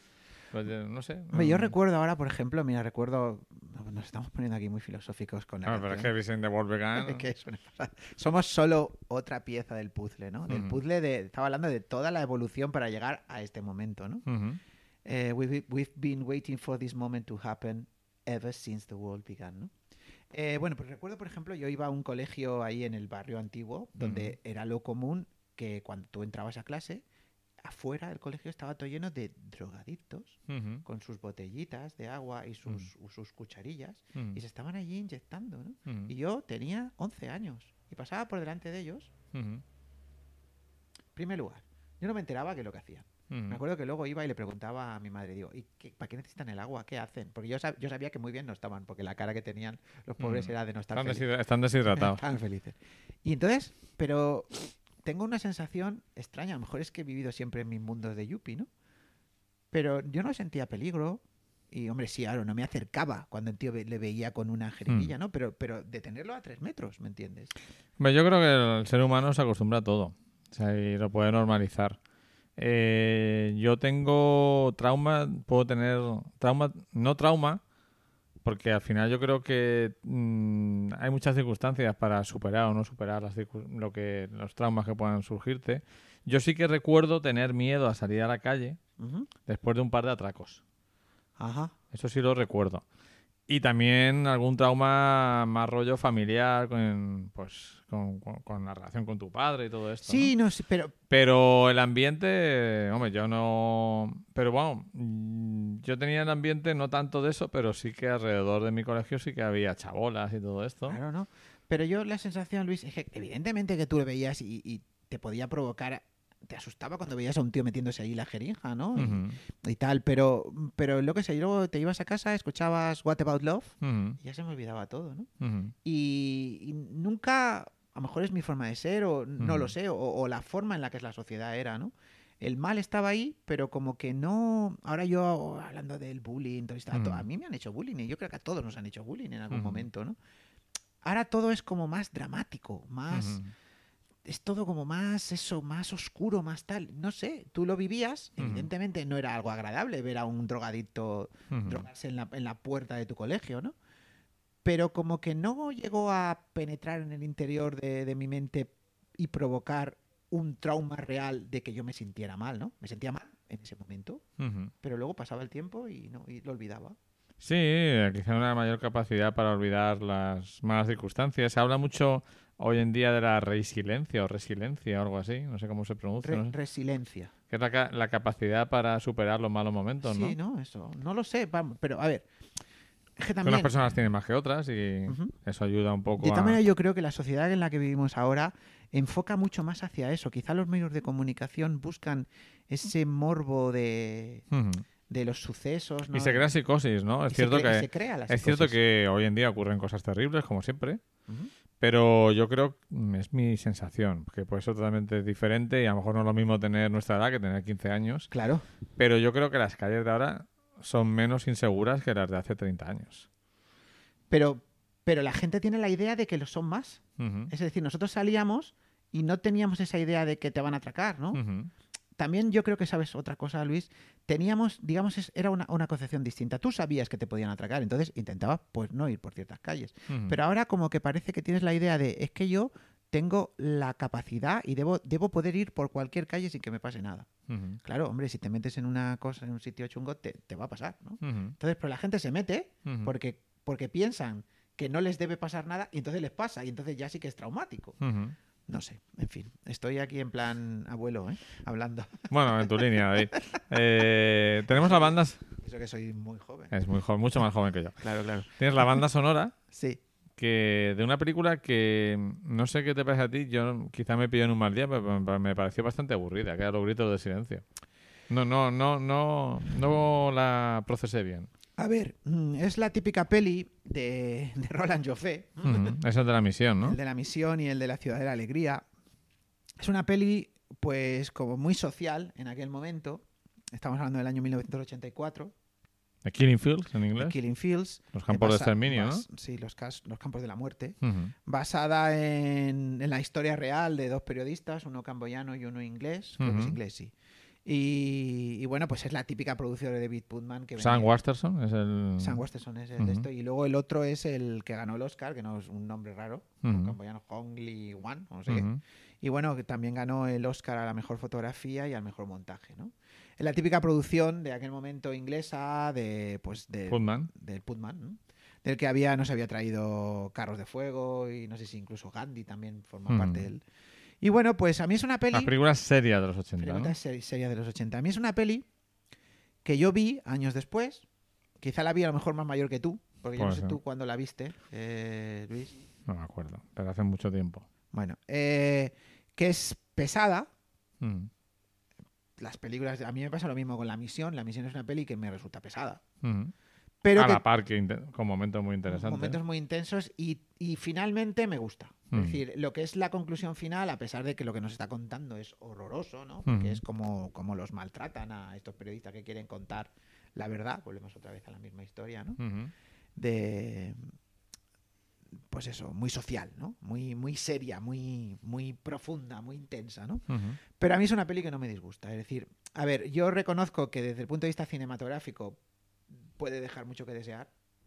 Pues, no sé. Hombre, yo recuerdo ahora, por ejemplo, nos estamos poniendo aquí muy filosóficos con la Pero es canción. que Vicente Wolfgang... Que suele pasar. Somos solo otra pieza del puzzle, ¿no? Del puzzle estaba hablando de toda la evolución para llegar a este momento, ¿no? Ujú. We've been waiting for this moment to happen ever since the world began, ¿no? Bueno, pues recuerdo, por ejemplo, yo iba a un colegio ahí en el barrio antiguo, donde era lo común que cuando tú entrabas a clase, afuera del colegio estaba todo lleno de drogadictos Ujú. con sus botellitas de agua y sus cucharillas, Ujú. y se estaban allí inyectando, ¿no? Ujú. Y yo tenía 11 años y pasaba por delante de ellos. Ujú. En primer lugar, yo no me enteraba que lo que hacían. Ujú. Me acuerdo que luego iba y le preguntaba a mi madre, digo, ¿para qué necesitan el agua? ¿Qué hacen? Porque yo sabía que muy bien no estaban, porque la cara que tenían los pobres era de no estar Están, felices. están deshidratados. Estaban felices. Y entonces, pero tengo una sensación extraña. A lo mejor es que he vivido siempre en mis mundos de yuppie, ¿no? Pero yo no sentía peligro. Y, hombre, sí, claro, no me acercaba cuando el tío le veía con una jeringuilla, ¿no? Pero de tenerlo a 3 metros, ¿me entiendes? Hombre, yo creo que el ser humano se acostumbra a todo. O sea, y lo puede normalizar. Yo tengo trauma, puedo tener trauma, no trauma, porque al final yo creo que hay muchas circunstancias para superar o no superar los traumas que puedan surgirte. Yo sí que recuerdo tener miedo a salir a la calle Ujú. después de un par de atracos. Ajá. Eso sí lo recuerdo. Y también algún trauma más rollo familiar con la relación con tu padre y todo esto. Sí, ¿no? no sé, pero Pero el ambiente, hombre, yo no... Pero bueno, yo tenía el ambiente no tanto de eso, pero sí que alrededor de mi colegio sí que había chabolas y todo esto. claro, ¿no? Pero yo la sensación, Luis, es que evidentemente que tú lo veías y te podía provocar, te asustaba cuando veías a un tío metiéndose ahí la jeringa, ¿no? Ujú, Y tal, pero lo que sé, y luego te ibas a casa, escuchabas What About Love ujú, y ya se me olvidaba todo, ¿no? ujú, Y nunca, a lo mejor es mi forma de ser o no lo Ujú. sé, o la forma en la que la sociedad era, ¿no? El mal estaba ahí, pero como que no... Ahora yo, hablando del bullying, todo esto, Ujú. a mí me han hecho bullying y yo creo que a todos nos han hecho bullying en algún Ujú. momento, ¿no? Ahora todo es como más dramático, más... ujú. Es todo como más eso, más oscuro, más tal. No sé, tú lo vivías, Ujú. evidentemente no era algo agradable ver a un drogadicto Ujú. drogarse en la puerta de tu colegio, ¿no? Pero como que no llegó a penetrar en el interior de mi mente y provocar un trauma real de que yo me sintiera mal, ¿no? Me sentía mal en ese momento, Ujú. pero luego pasaba el tiempo y lo olvidaba. Sí, quizá una mayor capacidad para olvidar las malas circunstancias. Se habla mucho hoy en día de la resiliencia o algo así, no sé cómo se pronuncia, no sé. Resiliencia. Que es la capacidad para superar los malos momentos, ¿no? Sí, ¿no? Eso. No lo sé, vamos, pero a ver. Es que Que también... unas personas tienen más que otras y Ujú. eso ayuda un poco De todas a... maneras, yo creo que la sociedad en la que vivimos ahora enfoca mucho más hacia eso. Quizá los medios de comunicación buscan ese morbo de Ujú. los sucesos, ¿no? Y se crea psicosis, ¿no? Es Y se cierto crea- y que se crea la es cierto psicosis. que hoy en día ocurren cosas terribles, como siempre, Ujú. pero yo creo, es mi sensación, que puede ser totalmente diferente y a lo mejor no es lo mismo tener nuestra edad que tener 15 años, Claro. pero yo creo que las calles de ahora son menos inseguras que las de hace 30 años. Pero la gente tiene la idea de que lo son más. Ujú. Es decir, nosotros salíamos y no teníamos esa idea de que te van a atracar, ¿no? Ujú. También yo creo que sabes otra cosa, Luis. Teníamos, digamos, era una concepción distinta. Tú sabías que te podían atracar, entonces intentabas pues no ir por ciertas calles. Ujú. Pero ahora como que parece que tienes la idea de es que yo tengo la capacidad y debo poder ir por cualquier calle sin que me pase nada. Ujú. Claro, hombre, si te metes en una cosa, en un sitio chungo, te va a pasar, ¿no? Ujú. Entonces, pero la gente se mete Ujú. porque piensan que no les debe pasar nada y entonces les pasa y entonces ya sí que es traumático. Ujú. No sé, en fin, estoy aquí en plan abuelo, hablando. Bueno, en tu línea, David. Tenemos las bandas... Eso que soy muy joven. Es muy joven, mucho más joven que yo. Claro, claro. Tienes la banda sonora Sí. que de una película que no sé qué te parece a ti, yo quizá me pilló en un mal día, pero me pareció bastante aburrida, que era Los gritos de silencio. No la procesé bien. A ver, es la típica peli de Roland Joffé, Ujú. Esa es de la misión, ¿no? el de la misión y el de la ciudad de la alegría. Es una peli, pues, como muy social en aquel momento. Estamos hablando del año 1984. The Killing Fields, en The inglés. Killing Fields. Los campos de basa- exterminio, ¿no? Sí, los campos de la muerte. Ujú. Basada en la historia real de dos periodistas, uno camboyano y uno inglés. Creo que es Ujú. inglés, sí. Y bueno, pues es la típica producción de David Putman. Que Sam venía- Waterston es el... Sam Waterston es el de Ujú. esto. Y luego el otro es el que ganó el Oscar, que no es un nombre raro, Ujú. en camboyano, Hong Lee Wan, o no sé qué. Ujú. Y bueno, que también ganó el Oscar a la mejor fotografía y al mejor montaje, ¿no? Es la típica producción de aquel momento inglesa Putman. del Putman, ¿no? Del que había, no se había traído Carros de Fuego y no sé si incluso Gandhi también forma parte de él. Y bueno, pues a mí es una peli... Las películas serias de los 80, Pregunta ¿no? seria de los 80. A mí es una peli que yo vi años después. Quizá la vi a lo mejor más mayor que tú, porque yo no Puede sé ser. tú cuándo la viste, Luis. No me acuerdo, pero hace mucho tiempo. Bueno, que es pesada. Mm. Las películas, a mí me pasa lo mismo con La Misión. La Misión es una peli que me resulta pesada. Mm. Pero A que la par que con momentos muy interesantes. momentos muy intensos y finalmente me gusta. Es Mm. decir, lo que es la conclusión final, a pesar de que lo que nos está contando es horroroso, ¿no? Porque Mm. es como los maltratan a estos periodistas que quieren contar la verdad. Volvemos otra vez a la misma historia, ¿no? Ujú. De pues eso, muy social, ¿no? Muy seria, muy profunda, muy intensa, ¿no? Ujú. Pero a mí es una peli que no me disgusta. Es decir, a ver, yo reconozco que desde el punto de vista cinematográfico puede dejar mucho que desear,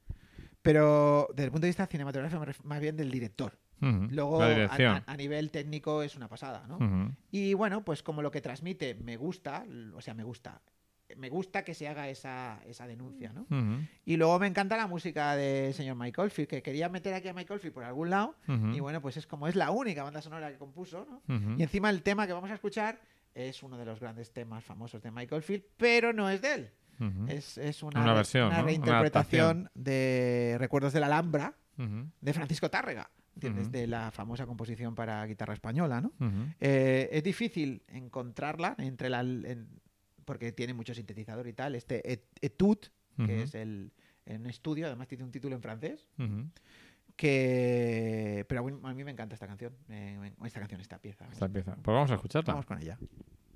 pero desde el punto de vista cinematográfico más bien del director. Ujú. Luego, La dirección. a nivel técnico es una pasada, ¿no? Ujú. Y bueno, pues como lo que transmite me gusta, o sea, me gusta que se haga esa denuncia, ¿no? Ujú. Y luego me encanta la música del señor Mike Oldfield, que quería meter aquí a Mike Oldfield por algún lado, Ujú. y bueno, pues es como es la única banda sonora que compuso, ¿no? Ujú. Y encima el tema que vamos a escuchar es uno de los grandes temas famosos de Mike Oldfield, pero no es de él. Ujú. Es Una versión, una ¿no? Una reinterpretación de Recuerdos de la Alhambra Ujú. de Francisco Tárrega, ¿entiendes? Ujú. De la famosa composición para guitarra española, ¿no? Ujú. Es difícil encontrarla porque tiene mucho sintetizador y tal. Este Etude, que Ujú. es un estudio, además tiene un título en francés, Ujú. pero a mí me encanta esta canción, esta pieza. Esta pieza. Pues vamos a escucharla. Vamos con ella.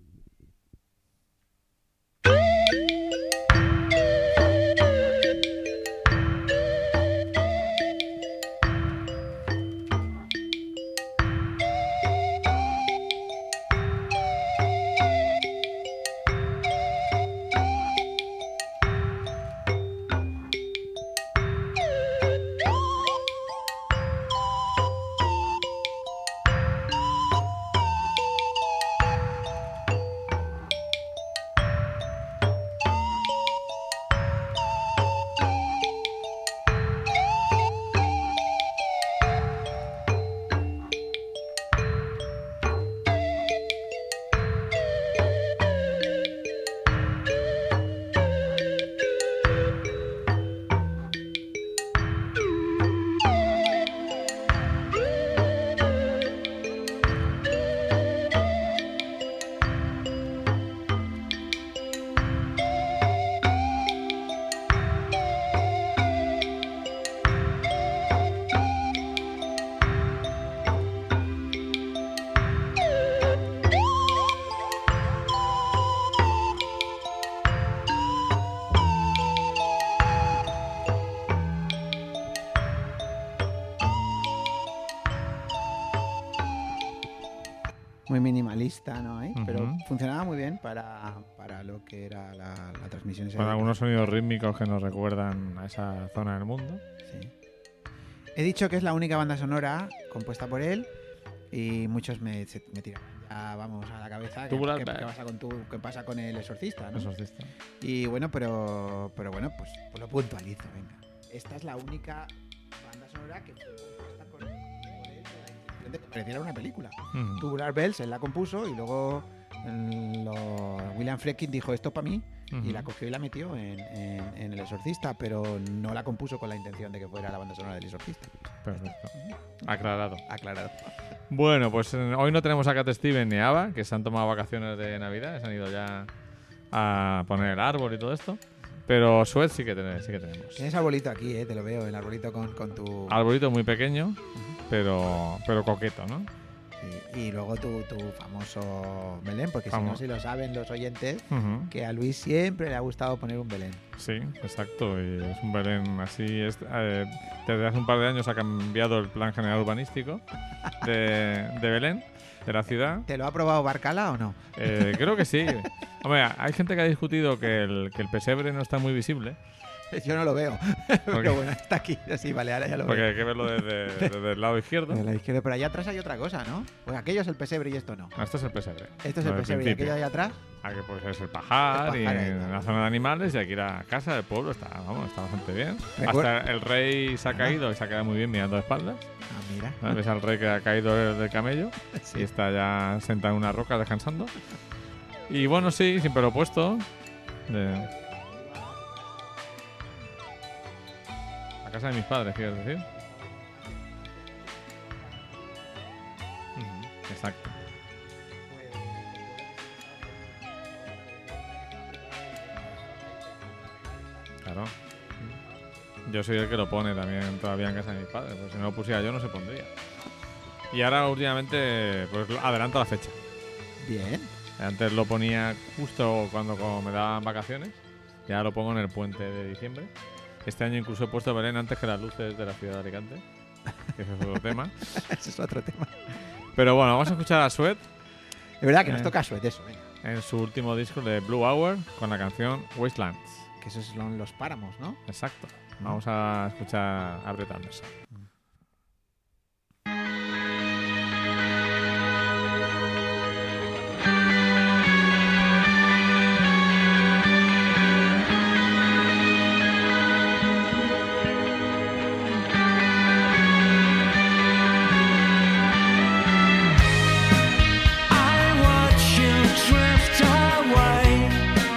Muy minimalista, ¿no? Pero Ujú. funcionaba muy bien para lo que era la transmisión. Con algunos sonidos rítmicos que nos recuerdan a esa zona del mundo. Sí. He dicho que es la única banda sonora compuesta por él y muchos me tiran ya vamos a la cabeza Tubular ¿qué Bells. qué pasa con el exorcista, ¿no? Exorcista. Y bueno, pero bueno, pues lo puntualizo, venga. Esta es la única banda sonora que fue compuesta por él con la intención de que pareciera una película. Ujú. Tubular Bells, él la compuso y luego William Friedkin dijo esto para mí y Ujú. la cogió y la metió en El Exorcista, pero no la compuso con la intención de que fuera la banda sonora del Exorcista. Perfecto. Aclarado. Aclarado. Bueno, pues hoy no tenemos a Cat Stevens ni a Ava, que se han tomado vacaciones de Navidad, se han ido ya a poner el árbol y todo esto. Pero Sweat sí que tenemos. Tienes arbolito aquí, te lo veo, el arbolito con tu... Arbolito muy pequeño, pero coqueto, ¿no? Sí, y luego tu famoso Belén, porque si Vamos. no, si lo saben los oyentes, Ujú. que a Luis siempre le ha gustado poner un Belén. Sí, exacto. Y es un Belén así. Desde hace un par de años ha cambiado el plan general urbanístico de Belén, de la ciudad. ¿Te lo ha probado Barcala o no? Creo que sí. Hombre, hay gente que ha discutido que el pesebre no está muy visible. Yo no lo veo. qué? Pero bueno, está aquí, así, vale, ahora ya lo Porque veo. hay que verlo desde el lado izquierdo. De la izquierda, pero allá atrás hay otra cosa, ¿no? Pues aquello es el pesebre y esto no. No, esto es el pesebre. Esto es lo el del pesebre y principio. aquello de allá atrás. Aquí pues es el pajar, El y pajar, en la zona de animales, y aquí la casa del pueblo está bastante bien. Recuer- Hasta el rey se ha caído y se ha quedado muy bien mirando de espaldas. Ah, mira. ¿No? Ves al rey que ha caído del camello y Sí. está ya sentado en una roca descansando. Y bueno, sí, siempre lo he puesto. La casa de mis padres, quieres decir. Exacto. Claro. Yo soy el que lo pone también todavía en casa de mis padres, porque si no lo pusiera yo no se pondría. Y ahora últimamente pues adelanto la fecha. Bien. Antes lo ponía justo cuando me daban vacaciones, ya lo pongo en el puente de diciembre. Este año incluso he puesto Belén antes que las luces de la ciudad de Alicante, que ese es otro tema. Ese es otro tema. Pero bueno, vamos a escuchar a Sweat Es verdad que nos toca suerte eso, venga. en su último disco de Blue Hour con la canción Wastelands. Que esos son los páramos, ¿no? Exacto. Vamos a escuchar a Brett Anderson. I watch you drift away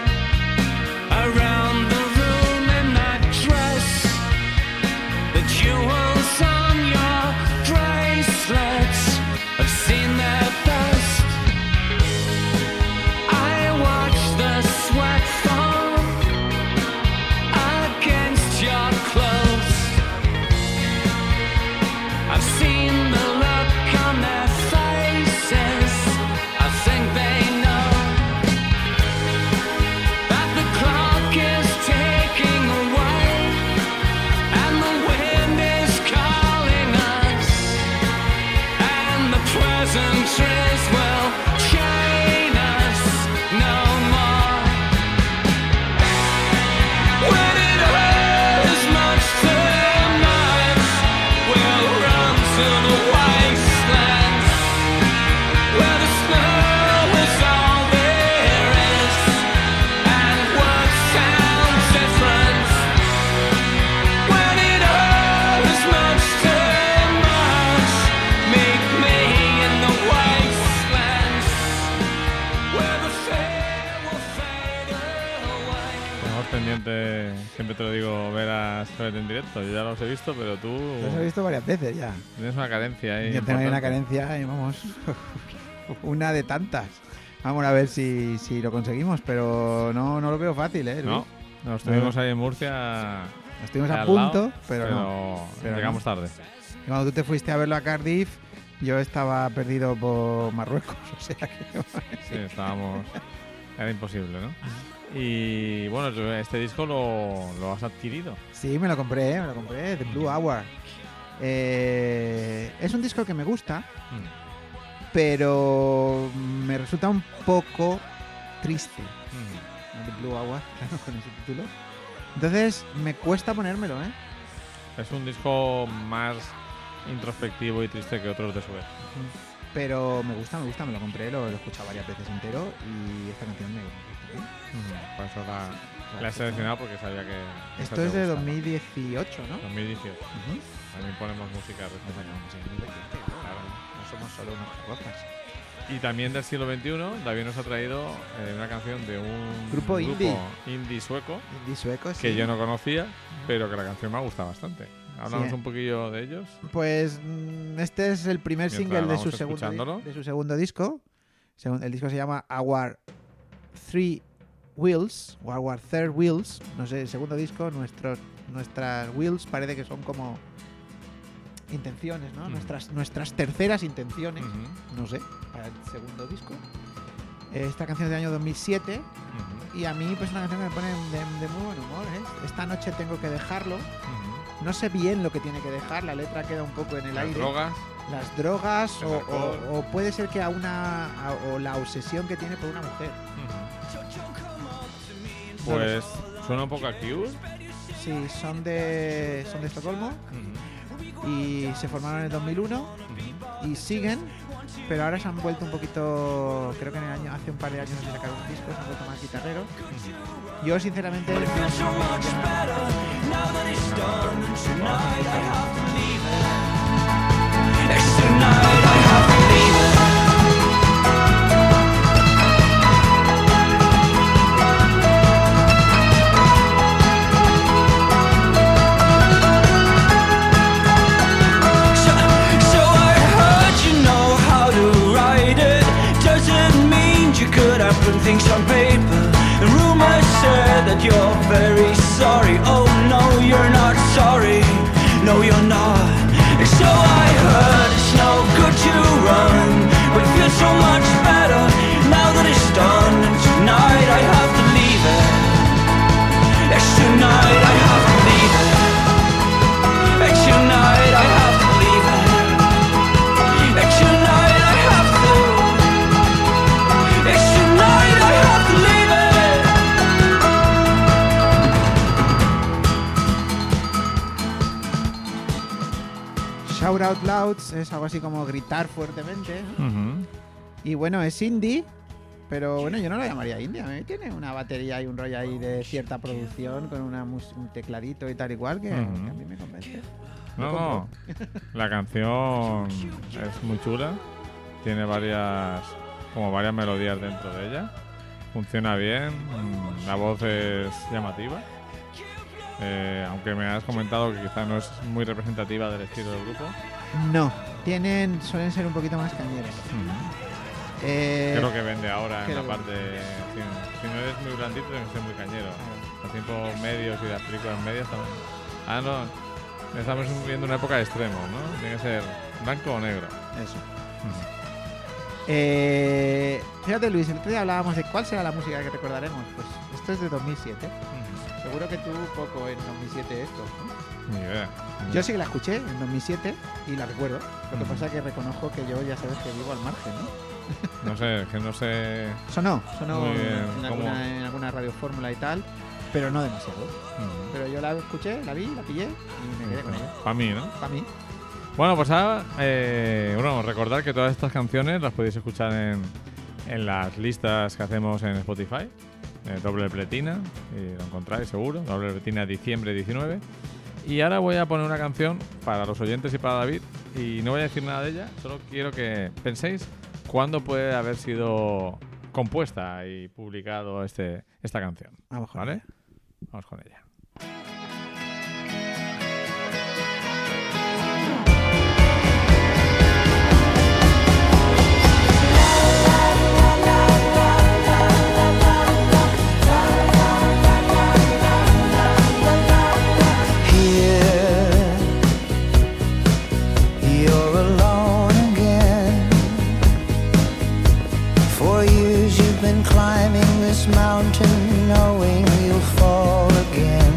around the room in that dress, the jewels on your bracelets. I've seen their best. I watch the sweat fall against your clothes. I've seen the look on their faces. I think they know that the clock is ticking away and the wind is calling us, and the pleasantries will chain us no more. When it hurts much too much, we'll run to the wastelands where the snow is all there is, and words sound different. When it hurts much too much, meet me in the wastelands where the fear will fade away. Tenemos pendiente, siempre te lo digo, ver a Sweat en directo. Yo ya los he visto, pero tú Los he visto varias veces ya. tienes una carencia ahí. Yo tengo ahí una importante. carencia y vamos. Una de tantas. Vamos a ver si lo conseguimos, pero no lo veo fácil, ¿eh? Luis? No, nos tuvimos ahí en Murcia. Estuvimos a al punto, lado, pero no. Pero llegamos tarde. Y cuando tú te fuiste a verlo a Cardiff, yo estaba perdido por Marruecos, o sea que... Sí, estábamos. Era imposible, ¿no? Y bueno, este disco lo has adquirido. Sí, me lo compré, The Blue Hour. Es un disco que me gusta, pero me resulta un poco triste. The Blue Hour, claro, con ese título. Entonces me cuesta ponérmelo, ¿eh? Es un disco más introspectivo y triste que otros de Sweat. Pero me gusta, me lo compré, lo he escuchado varias veces entero y esta canción me gusta. ¿Eh? Por eso la he seleccionado porque sabía que. esa Esto te es de gustaba. 2018, ¿no? 2018. Ujú. También ponemos música reciente. Claro. No somos solo unos rocas. Y también del siglo XXI, David nos ha traído una canción de un Grupo indie. indie sueco Indie sueco, sí. que yo no conocía, pero que la canción me ha gustado bastante. Háblanos Sí. un poquillo de ellos. Pues este es el primer Mientras single de vamos su, escuchándolo. de su segundo disco. El disco se llama Our Three Wheels, o Our Third Wheels. No sé, el segundo disco, nuestras wheels parece que son como intenciones, ¿no? Nuestras terceras intenciones, no sé, para el segundo disco. Esta canción es del año 2007 y a mí pues es una canción que me pone de muy buen humor, ¿eh? Esta noche tengo que dejarlo. No sé bien lo que tiene que dejar, la letra queda un poco en el Las aire. drogas. Las drogas El alcohol. o puede ser que o la obsesión que tiene por una mujer. Pues suena un poco a Cure. Sí, son de Estocolmo y se formaron en el 2001 y siguen, pero ahora se han vuelto un poquito, creo que hace un par de años se sacaron un disco, se han vuelto más guitarreros. Yo sinceramente things on paper, and rumors say that you're very sorry. Oh no, you're not sorry. No, you're not. And so I heard it's no good to run, but it feels so much better now that it's done. And tonight I have to leave it. Yes, tonight I have to leave it. And tonight I have to leave it. And tonight I have to. It's tonight I have to leave it. Shout Out Loud es algo así como gritar fuertemente, ¿no? Ujú. Y bueno, es indie, pero bueno, yo no lo llamaría indie. A mí tiene una batería y un rollo ahí de cierta producción con un tecladito y tal igual que a mí me convence. No. La canción es muy chula. Tiene varias melodías dentro de ella. Funciona bien. La voz es llamativa. Aunque me has comentado que quizá no es muy representativa del estilo del grupo. No, suelen ser un poquito más cañeros. ¿Qué es lo que vende ahora en ¿qué la lo- parte? Si no eres muy blandito, tienes que ser muy cañero. Los tiempos medios y las películas medias también. No. Estamos viviendo una época de extremos, ¿no? Tiene que ser blanco o negro. Eso. Fíjate, Luis, el otro día hablábamos de cuál será la música que recordaremos. Pues esto es de 2007. Seguro que tú poco en 2007 esto, ¿no? Ni idea. Yo sí que la escuché en 2007 y la recuerdo. Lo que pasa es que reconozco que yo ya sabes que vivo al margen, ¿no? No sé, que no sé. Sonó Muy bien, en alguna radio fórmula y tal, pero no demasiado. Pero yo la escuché, la vi, la pillé y me quedé con ella. Para mí, ¿no? Para mí. Bueno, pues ahora, recordad que todas estas canciones las podéis escuchar en las listas que hacemos en Spotify. Doble Pletina, y lo encontráis seguro. Doble Pletina diciembre 19. Y ahora voy a poner una canción para los oyentes y para David. Y no voy a decir nada de ella, solo quiero que penséis cuándo puede haber sido compuesta y publicado esta canción. Vamos con ¿Vale? ella. Vamos con ella. You're alone again. For years you've been climbing this mountain, knowing you'll fall again.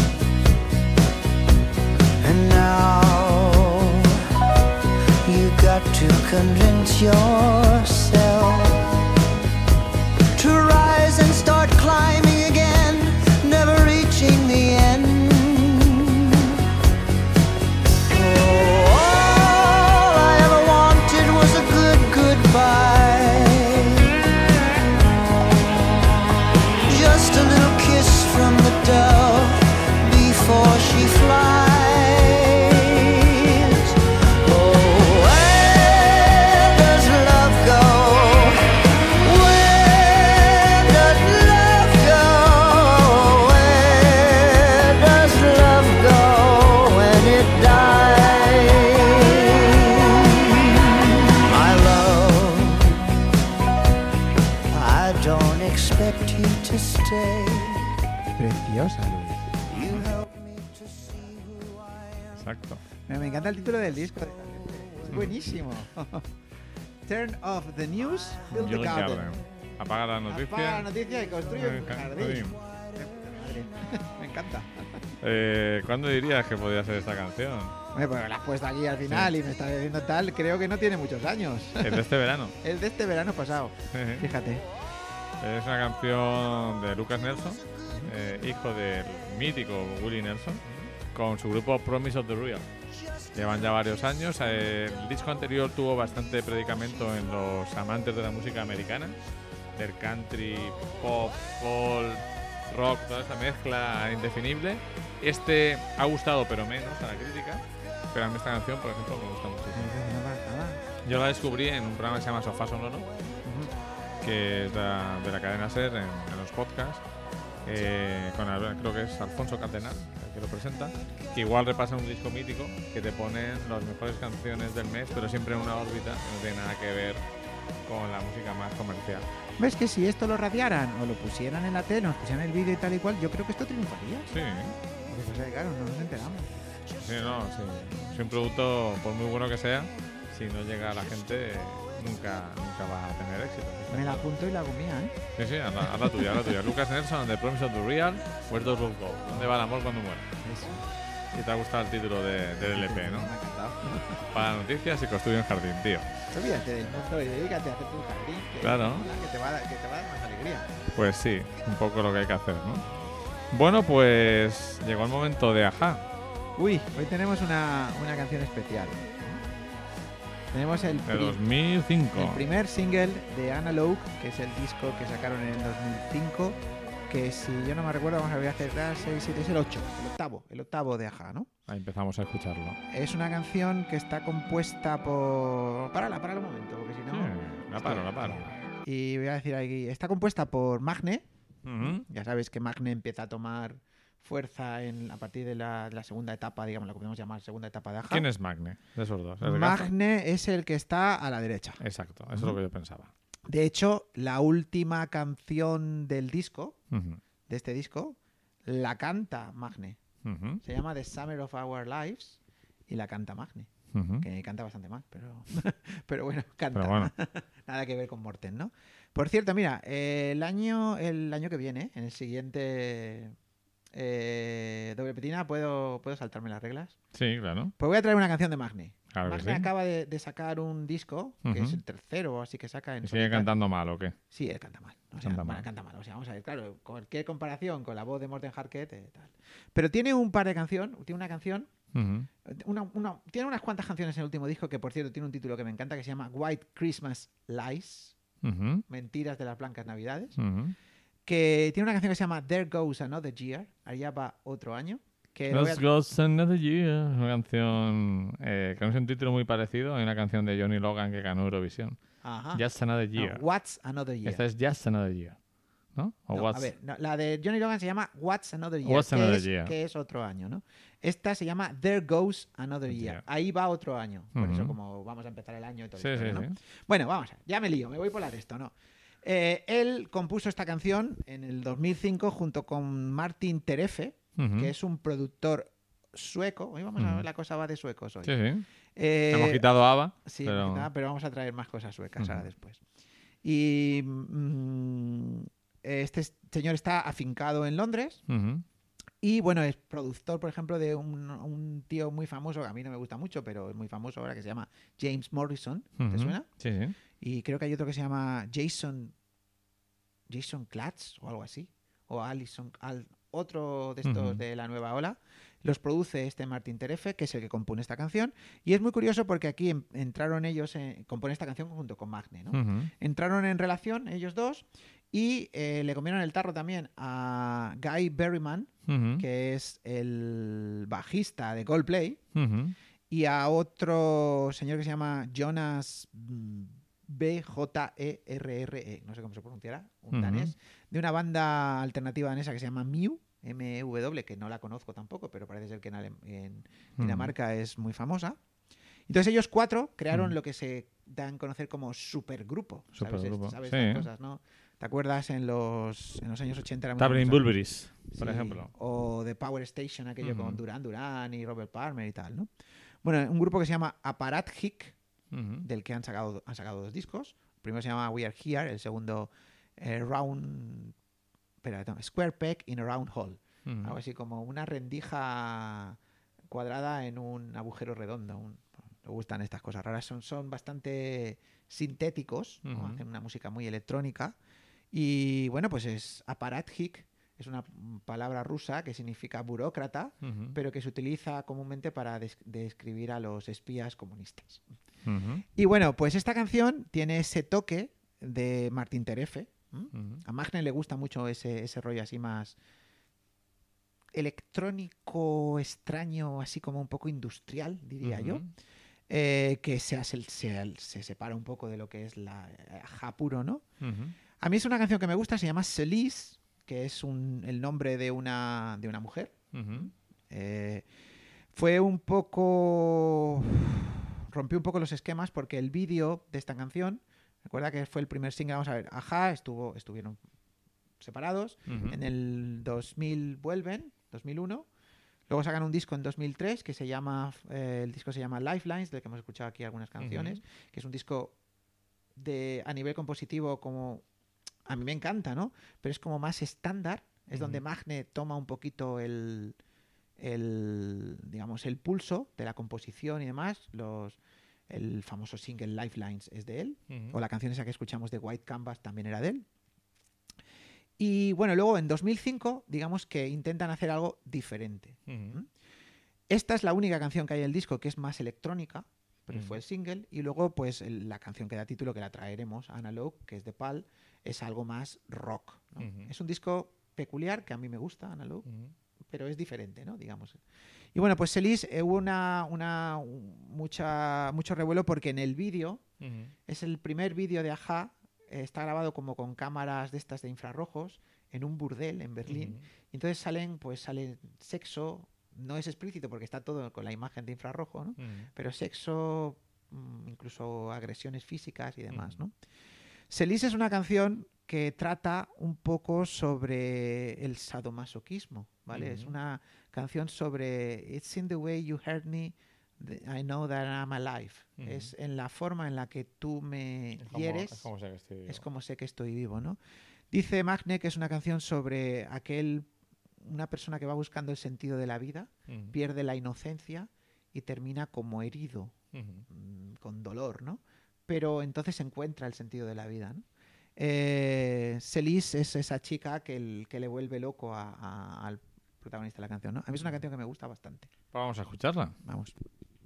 And now you got to convince yourself to rise and start climbing again, never reaching the end. All I ever wanted was a goodbye. Just a little kiss from the dove before she flies. Oh, where does love go? Where does love go? Where does love go when it dies? My love, I don't expect you to stay. Preciosa, Luis. You help me to see who I am. Exacto. Me encanta el título del disco. Es buenísimo. Turn off the news, build the Julie garden. Garden. Apaga la noticia. Apaga la noticia y construye un Jardín. jardín. Madre, me encanta. ¿Cuándo dirías que podía ser esta canción? Hombre, pues la has puesto aquí al final y me estás diciendo tal. Creo que no tiene muchos años. Es de este verano. Es de este verano pasado. Fíjate. Es una canción de Lucas Nelson, hijo del mítico Willie Nelson, con su grupo Promise of the Real. Llevan ya varios años. El disco anterior tuvo bastante predicamento en los amantes de la música americana, del country, pop, folk, rock, toda esta mezcla indefinible. Este ha gustado, pero menos a la crítica. Pero a mí esta canción, por ejemplo, me gusta muchísimo. Yo la descubrí en un programa que se llama Sofá Sonoro, que es de la cadena SER en los podcasts. Creo que es Alfonso Cardenal el que lo presenta, que igual repasa un disco mítico que te ponen las mejores canciones del mes, pero siempre en una órbita que no tiene nada que ver con la música más comercial. ¿Ves que si esto lo radiaran o lo pusieran en la tele, nos pusieran el vídeo y tal y cual, yo creo que esto triunfaría? Sí, Lo que pasa es que, claro, no nos enteramos. sí. Si un producto, por muy bueno que sea, si no llega a la gente, nunca va a tener éxito. Me la apunto y la hago mía, ¿eh? Sí, haz la tuya. Lucas Nelson, The Promise of the Real, Where Does Love Go? ¿Dónde va el amor cuando muere? Eso. Y te ha gustado el título del LP, ¿no? Me ha encantado. Para noticias y construye un jardín, tío. Olvídate del mundo y dedícate a hacer tu jardín. Claro. Que te va a dar más alegría. Pues sí, un poco lo que hay que hacer, ¿no? Bueno, pues llegó el momento de Ajá. Uy, hoy tenemos una canción especial. Tenemos el De 2005. el primer single de Analog, que es el disco que sacaron en el 2005, que si yo no me recuerdo, vamos a ver, hacer 6, 7, es el 8, el octavo de Ajá, ¿no? Ahí empezamos a escucharlo. Es una canción que está compuesta por... Párala un momento, porque si no... La paro. Y voy a decir aquí, está compuesta por Magne. Ujú. Ya sabes que Magne empieza a tomar fuerza a partir de la segunda etapa, digamos, lo que podemos llamar segunda etapa de Ajá. ¿Quién es Magne de esos dos? ¿El de Magne es el que está a la derecha. Gaza? Exacto, eso es lo que yo pensaba. De hecho, la última canción del disco, Ujú. de este disco, la canta Magne. Ujú. Se llama The Summer of Our Lives y la canta Magne. Ujú. Que canta bastante mal, pero bueno, canta. Pero bueno. Nada que ver con Morten, ¿no? Por cierto, mira, el año que viene, en el siguiente doble petina, ¿puedo saltarme las reglas? Sí, claro. Pues voy a traer una canción de Magne. Claro que Magne sí. acaba de sacar un disco, que Ujú. es el tercero, así que saca en ¿Y sigue solitario. cantando mal o qué? Sí, él canta mal. O sea, Canta bueno, mal. canta mal. O sea, vamos a ver, claro, cualquier comparación con la voz de Morten Harket, tal. Pero tiene un par de canciones, tiene una canción, Ujú. tiene unas cuantas canciones en el último disco que, por cierto, tiene un título que me encanta, que se llama White Christmas Lies, Ujú. Mentiras de las Blancas Navidades, Ujú. que tiene una canción que se llama There Goes Another Year, allá va otro año, que lo voy a- Let's go another year. Una canción que no es un título muy parecido. Hay una canción de Johnny Logan que ganó Eurovisión. Ajá. Just Another No, Year. What's Another Year. Esta es Just Another Year. ¿No? O No, What's... a ver, no, la de Johnny Logan se llama What's Another Year, What's que, Another es, Year. que es otro año, ¿no? Esta se llama There Goes Another Year. Yeah. Ahí va otro año. Por Ujú. eso, como vamos a empezar el año y todo Sí, esto, sí, ¿no? sí. Bueno, vamos, ya me lío, me voy por la de esto, ¿no? Él compuso esta canción en el 2005 junto con Martin Terefe, Ujú. que es un productor sueco. Hoy vamos a Ujú. ver, la cosa va de suecos hoy. Sí, sí. Eh, Hemos quitado ABBA. Sí, pero... pero vamos a traer más cosas suecas ahora Ujú. después. Y este señor está afincado en Londres Ujú. y, bueno, es productor, por ejemplo, de un tío muy famoso, que a mí no me gusta mucho, pero es muy famoso ahora, que se llama James Morrison. ¿Te Ujú. suena? Sí, sí. Y creo que hay otro que se llama Jason Klatz o algo así. O otro de estos Ujú. de la nueva ola. Los produce este Martin Terefe, que es el que compone esta canción. Y es muy curioso porque aquí entraron ellos, compone esta canción junto con Magne, ¿no? Ujú. Entraron en relación ellos dos y le comieron el tarro también a Guy Berryman, Ujú. que es el bajista de Coldplay, Ujú. y a otro señor que se llama Jonas Bjerre, no sé cómo se pronunciará, un Ujú. danés, de una banda alternativa danesa que se llama Mew, M-E-W, que no la conozco tampoco, pero parece ser que en Dinamarca es muy famosa. Entonces ellos cuatro crearon Ujú. lo que se dan a conocer como supergrupo. ¿Sabes? Supergrupo, ¿Sabes sí. estas cosas, no? ¿Te acuerdas en los años 80? Era muy Traveling famosa? Bulberries, por Sí, ejemplo. O The Power Station, aquello Ujú. con Duran y Robert Palmer y tal, ¿no? Bueno, un grupo que se llama Apparatchik, Ujú. del que han sacado dos discos. El primero se llama We Are Here, el segundo Square Peg in a Round Hole. Ujú. Algo así como una rendija cuadrada en un agujero redondo. Me gustan estas cosas raras. Son bastante sintéticos, ¿no? Ujú. Hacen una música muy electrónica. Y bueno, pues es apparatchik, es una palabra rusa que significa burócrata, Ujú. pero que se utiliza comúnmente para describir a los espías comunistas. Ujú. Y bueno, pues esta canción tiene ese toque de Martín Terefe. Ujú. A Magne le gusta mucho ese rollo así más electrónico, extraño, así como un poco industrial, diría yo. Ujú. Que se separa un poco de lo que es la ja puro, ¿no? Ujú. A mí es una canción que me gusta, se llama Celise, que es el nombre de una mujer. Ujú. Fue un poco... rompió un poco los esquemas porque el vídeo de esta canción, recuerda que fue el primer single, vamos a ver, Ajá, estuvieron separados, Ujú. en el 2000 vuelven, 2001, luego sacan un disco en 2003 que se llama, el disco se llama Lifelines, del que hemos escuchado aquí algunas canciones, que es un disco a nivel compositivo como... A mí me encanta, ¿no? Pero es como más estándar, es donde Magne toma un poquito digamos, el pulso de la composición y demás. El famoso single Lifelines es de él, Ujú. o la canción esa que escuchamos de White Canvas también era de él. Y bueno, luego en 2005, digamos que intentan hacer algo diferente. Ujú. Esta es la única canción que hay en el disco que es más electrónica, porque Ujú. fue el single, y luego pues la canción que da título, que la traeremos, Analog, que es de Pal, es algo más rock, ¿no? Ujú. Es un disco peculiar que a mí me gusta, Analog, Ujú. pero es diferente, ¿no? Digamos. Y bueno, pues Celise, hubo mucho revuelo porque en el vídeo, Ujú. es el primer vídeo de Ajá, está grabado como con cámaras de estas de infrarrojos en un burdel en Berlín. Ujú. Y entonces sale sexo, no es explícito porque está todo con la imagen de infrarrojo, ¿no? Ujú. Pero sexo, incluso agresiones físicas y demás, Ujú. ¿no? Celise es una canción que trata un poco sobre el sadomasoquismo, ¿vale? Es Ujú. una canción sobre It's in the way you hurt me, I know that I'm alive. Ujú. Es en la forma en la que tú me hieres, Es como sé que estoy vivo. es como sé que estoy vivo, ¿no? Dice Magne que es una canción sobre una persona que va buscando el sentido de la vida, Ujú. pierde la inocencia y termina como herido, Ujú. con dolor, ¿no? Pero entonces encuentra el sentido de la vida, ¿no? Celise es esa chica que le vuelve loco al protagonista de la canción, ¿no? A mí es una canción que me gusta bastante. Vamos a escucharla. Vamos.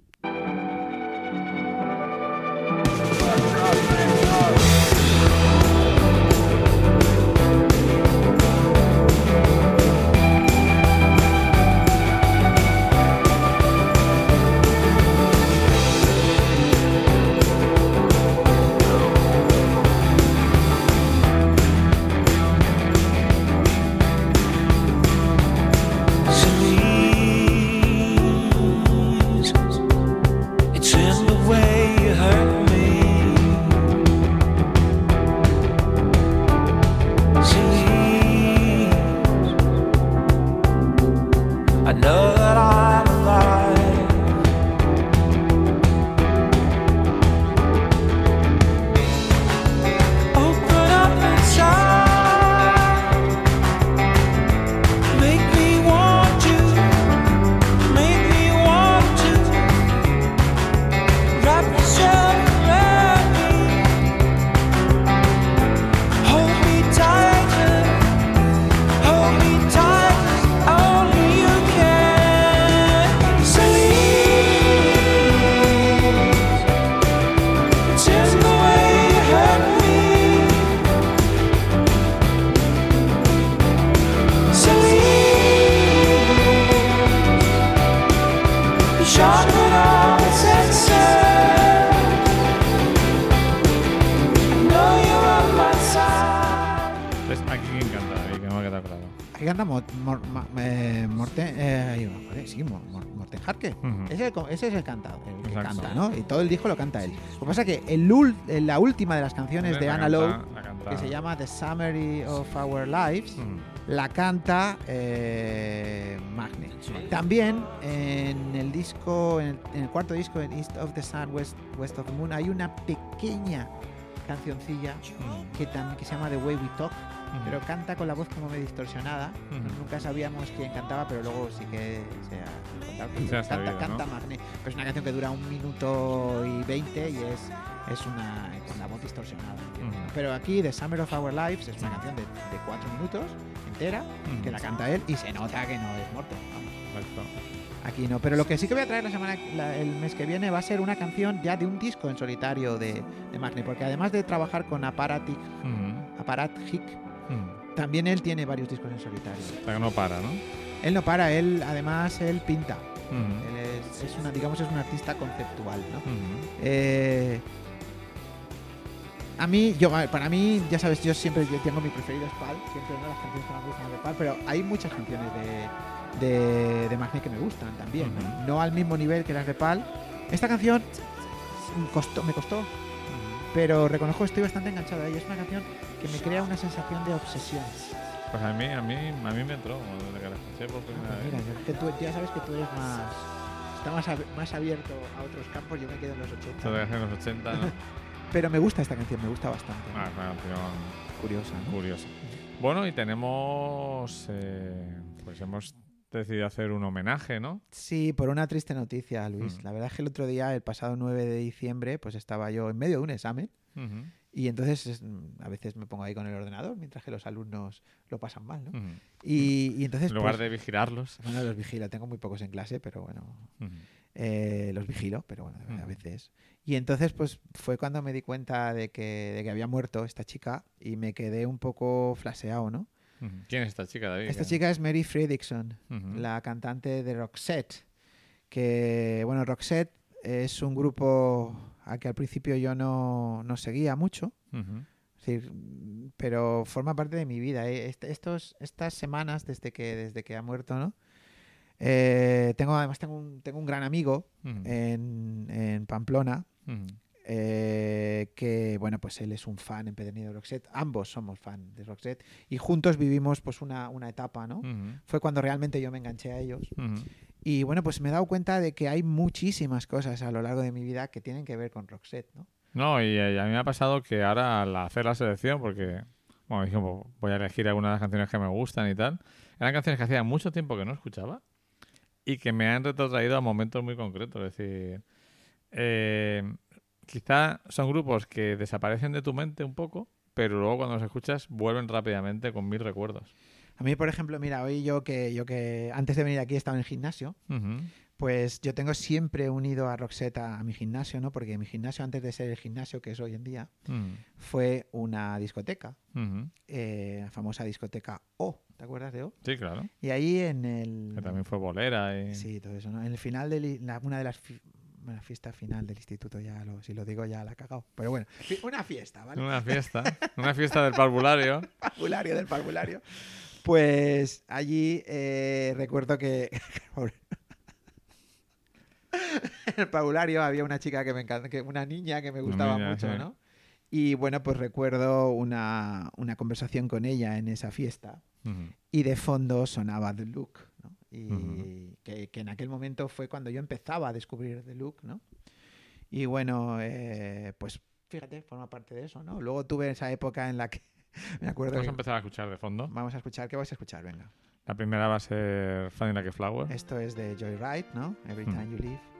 Celise, it's in the way you hurt me. Celise, I know that I'm alive. Open up inside, make me want you, make me want to wrap yourself around me, hold me tighter, hold me tight as only you can. Celise, it's in the way you hurt me. Celise, sharpen all the senses. I know you're on my side. Es aquí quien canta, que no me ha quedado claro. Aquí canta Morten Harke. Ujú. Ese es el cantado, el que Exacto. canta, ¿no? Y todo el disco lo canta él. Lo que pasa es que la última de las canciones de La Analog, canta- la canta- que se llama The Summary of Our Lives, Ujú. la canta Magne. También en el disco, en el cuarto disco, en East of the Sun, West of the Moon, hay una pequeña cancioncilla que se llama The Way We Talk, pero canta con la voz como medio distorsionada. Nunca sabíamos quién cantaba, pero luego sí que se ha contado que Se ha sabido, ¿no? canta Magné. Pero es una canción que dura 1 minuto y 20 y es una con la voz distorsionada. ¿Entiendes? Pero aquí, The Summer of Our Lives, es una canción de 4 minutos entera, que la canta él y se nota que no es Morten. Vamos. Exacto. Aquí no, pero lo que sí que voy a traer el mes que viene va a ser una canción ya de un disco en solitario de Magné, porque además de trabajar con Aparatic, también él tiene varios discos en solitario. O sea que no para, ¿no? Él no para, él pinta. Él es un artista conceptual, ¿no? Para mí, ya sabes, yo tengo mi preferido es Pal, siempre las canciones que me gustan de Pal, pero hay muchas canciones de Magné que me gustan también, no al mismo nivel que las de Pal. Esta canción me costó, pero reconozco que estoy bastante enganchado a ella. Es una canción que me crea una sensación de obsesión. Pues a mí me entró desde que la escuché por primera vez. Mira, que tú, ya sabes que tú eres más abierto a otros campos, yo me quedo en los 80. Esto de hace los 80, ¿no? Pero me gusta esta canción, me gusta bastante. Es una canción Curiosa, ¿no? curiosa. Bueno, y tenemos... pues hemos decidido hacer un homenaje, ¿no? Sí, por una triste noticia, Luis. La verdad es que el otro día, el pasado 9 de diciembre, pues estaba yo en medio de un examen. Y entonces a veces me pongo ahí con el ordenador mientras que los alumnos lo pasan mal, ¿no? Y entonces... En lugar pues, de vigilarlos. Bueno, los vigilo. Tengo muy pocos en clase, pero bueno... los vigilo, pero bueno, a veces. Y entonces pues fue cuando me di cuenta de que había muerto esta chica y me quedé un poco flaseado, ¿no? ¿Quién es esta chica, David? Esta chica es Mary Fredriksson, la cantante de Roxette. Que, bueno, Roxette es un grupo a que al principio yo no seguía mucho. Es decir, pero forma parte de mi vida. Estas semanas desde que ha muerto, ¿no? Tengo un gran amigo en Pamplona, que bueno, pues él es un fan empedernido de Roxette. Ambos somos fan de Roxette y juntos vivimos pues una etapa, ¿no? Fue cuando realmente yo me enganché a ellos. Y bueno, pues me he dado cuenta de que hay muchísimas cosas a lo largo de mi vida que tienen que ver con Roxette, ¿no? No, y a mí me ha pasado que ahora al hacer la selección, porque bueno, dije, pues, voy a elegir algunas de las canciones que me gustan y tal, eran canciones que hacía mucho tiempo que no escuchaba y que me han retrotraído a momentos muy concretos. Es decir, quizá son grupos que desaparecen de tu mente un poco, pero luego cuando los escuchas vuelven rápidamente con 1000 recuerdos. A mí, por ejemplo, mira, hoy yo que antes de venir aquí estaba en el gimnasio, pues yo tengo siempre unido a Roxette a mi gimnasio, ¿no? Porque mi gimnasio, antes de ser el gimnasio que es hoy en día, fue una discoteca, la famosa discoteca O. ¿Te acuerdas de O? Sí, claro. Y ahí en el... Que también fue bolera. Sí, todo eso, ¿no? En el final de una de las fiesta final del instituto, si lo digo ya la he cagado. Pero bueno, una fiesta, ¿vale? Una fiesta del parvulario. Del parvulario. Pues allí recuerdo que en el parvulario había una chica que me encanta, una niña que me gustaba mucho, ¿no? Y bueno, pues recuerdo una conversación con ella en esa fiesta y de fondo sonaba The Look, ¿no? Y que en aquel momento fue cuando yo empezaba a descubrir The Look, ¿no? Y bueno, pues fíjate, forma parte de eso, ¿no? Luego tuve esa época en la que me acuerdo. Vamos a empezar a escuchar de fondo. Vamos a escuchar, ¿qué vais a escuchar? Venga. La primera va a ser Funny Like a Flower. Esto es de Joyride, ¿no? Every Time You Leave.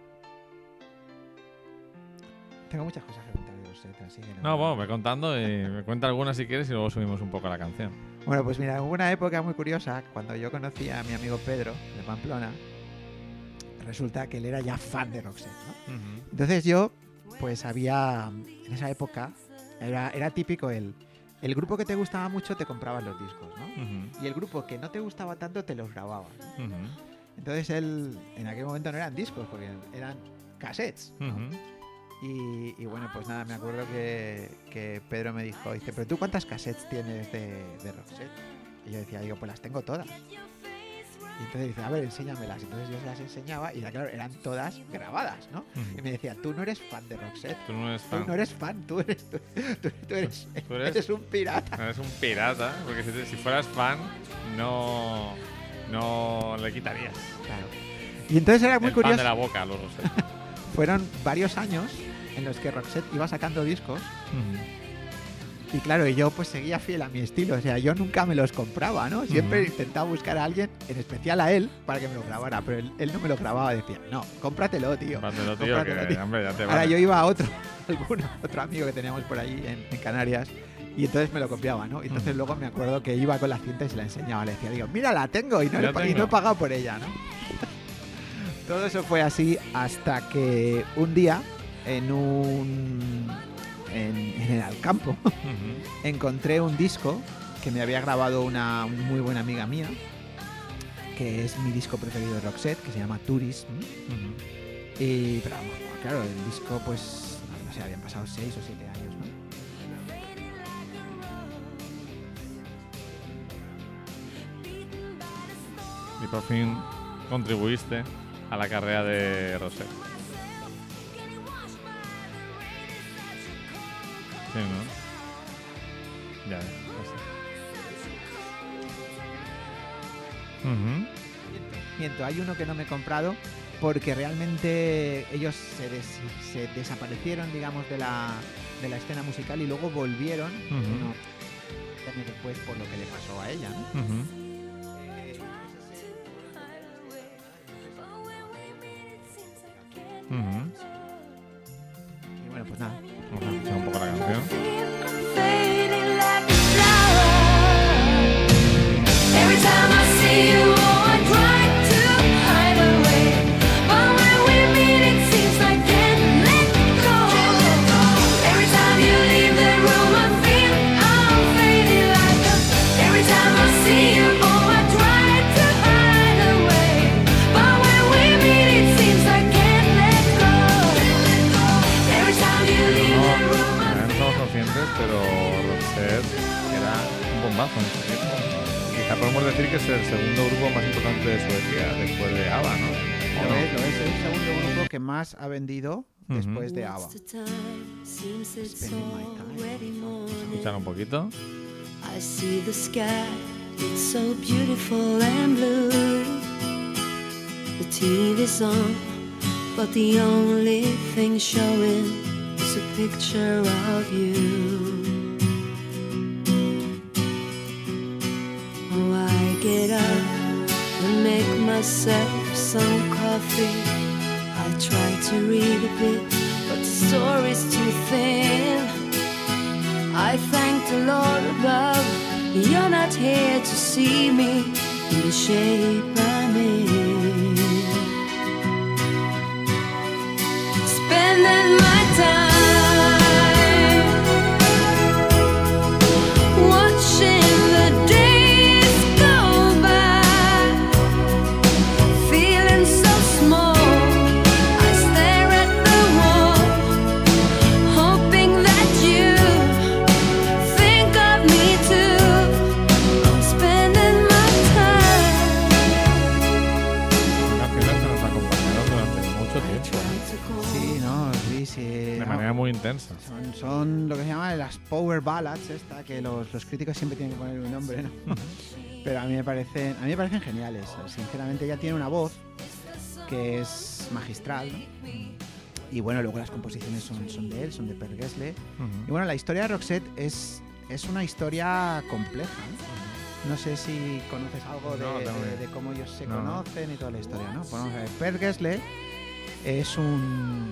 Tengo muchas cosas que contar de Roxette, así que no, bueno, me contando y me cuenta algunas si quieres y luego subimos un poco a la canción. Bueno, pues mira, hubo una época muy curiosa cuando yo conocí a mi amigo Pedro de Pamplona. Resulta que él era ya fan de Roxette, ¿no? Entonces yo, pues había, en esa época, era típico el grupo que te gustaba mucho te comprabas los discos, ¿no? Y el grupo que no te gustaba tanto te los grababa, ¿no? Entonces él, en aquel momento no eran discos, porque eran cassettes, ¿no? Y bueno, pues nada, me acuerdo que Pedro me dijo, dice, ¿pero tú cuántas cassettes tienes de Roxette? Y yo decía, pues las tengo todas. Y entonces dice, a ver, enséñamelas. Entonces yo se las enseñaba y claro, eran todas grabadas, ¿no? Y me decía, tú no eres fan de Roxette. Tú no eres fan. Tú no eres fan, tú eres un pirata. Eres un pirata, porque si fueras fan, no le quitarías. Claro. Y entonces era muy curioso. Pan de la boca a los Roxette. Fueron varios años en los que Roxette iba sacando discos Y claro, y yo pues seguía fiel a mi estilo, o sea, yo nunca me los compraba, ¿no? Siempre Ujú. intentaba buscar a alguien, en especial a él, para que me lo grabara, pero él no me lo grababa, decía, no, cómpratelo, tío. Cómpratelo, tío, cómpratelo, que tío". hombre, ya te Ahora vale. yo iba a otro amigo que teníamos por ahahí en Canarias, y entonces me lo copiaba, ¿no? Y entonces luego me acuerdo que iba con la cinta y se la enseñaba, le decía, digo, mira, la tengo y no, Ya y no he tengo. pagado por ella, ¿no? Todo eso fue así hasta que un día en el Alcampo Ujú. encontré un disco que me había grabado una muy buena amiga mía, que es mi disco preferido de Roxette, que se llama Tourism. Ujú. Y, pero vamos, claro, el disco, pues, no sé, habían pasado 6 o 7 años, ¿no? Y por fin contribuiste a la carrera de Rosé. Sí, ¿no? Ya, Ujú. Miento, hay uno que no me he comprado porque realmente ellos se desaparecieron, digamos, de la escena musical y luego volvieron Ujú. unos años después por lo que le pasó a ella, ¿no? Ujú. Ujú. Y bueno, pues nada. Vamos a escuchar un poco la canción. Fading like a flower. Every time I see you, oh, I try to hide away. But when we meet, it seems I can't let go. Every time you leave the room, I feel I'm fading like a. Every time I see you, oh, I try to hide away. But when we meet, it seems I can't let go. Every time you leave the room, I No somos conscientes, pero Roxette era un bombazo en ese tiempo. Quizá podemos decir que es el segundo grupo más importante de Suecia después de ABBA, ¿no? ¿O no? Lo es el segundo grupo que más ha vendido Ujú. después de ABBA. What's the time? Seems it's Spending my time. already morning. Escuchar un poquito. I see the sky, it's so beautiful and blue. The TV's on, but the only thing showing is a picture of you. Oh, I get up and make myself some coffee. I try to read a bit, but the story's too thin. I thank the Lord above, you're not here to see me in the shape I'm in. Spending my time watching the days go by, feeling so small. I stare at the wall, hoping that you think of me too. I'm spending my time. Canciones que nos acompañaron durante mucho tiempo. Sí, no, sí, sí. De no. manera muy intensa. Son lo que se llama las power ballads, esta, que los críticos siempre tienen que poner un nombre, ¿no? Pero a mí me parecen geniales. Sinceramente, ella tiene una voz que es magistral, ¿no? Y bueno, luego las composiciones son de él, son de Per Gessle. Y bueno, la historia de Roxette es una historia compleja, ¿no? No sé si conoces algo No, tengo ni idea. de cómo ellos se No. conocen y toda la historia, ¿no? Bueno, Per Gessle es un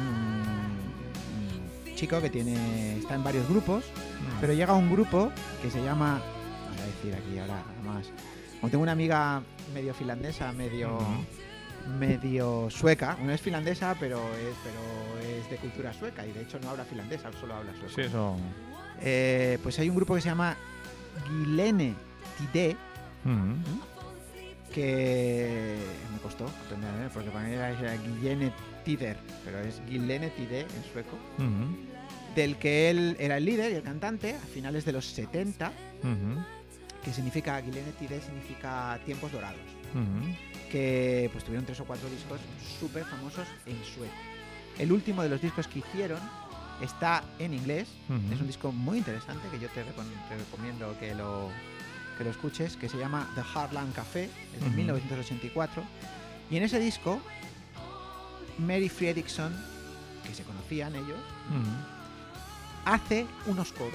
chico que está en varios grupos, pero llega a un grupo que se llama, voy a decir aquí ahora más, como tengo una amiga medio finlandesa, medio sueca, no es finlandesa, pero es de cultura sueca y de hecho no habla finlandesa, solo habla sueco. Sí, eso. Pues hay un grupo que se llama Gilene Tide, Ujú. que me costó aprender, porque para mí era Gilene Tider, pero es Gilene Tide en sueco, Ujú. del que él era el líder y el cantante a finales de los 70, Ujú. que significa, Gilene Tide significa tiempos dorados, Ujú. que pues tuvieron 3 o 4 discos súper famosos en sueco. El último de los discos que hicieron está en inglés, Ujú. es un disco muy interesante que yo te recomiendo que lo escuches, que se llama The Heartland Café, es de Ujú. 1984, y en ese disco Mary Fredriksson, que se conocían ellos, Ujú. hace unos coros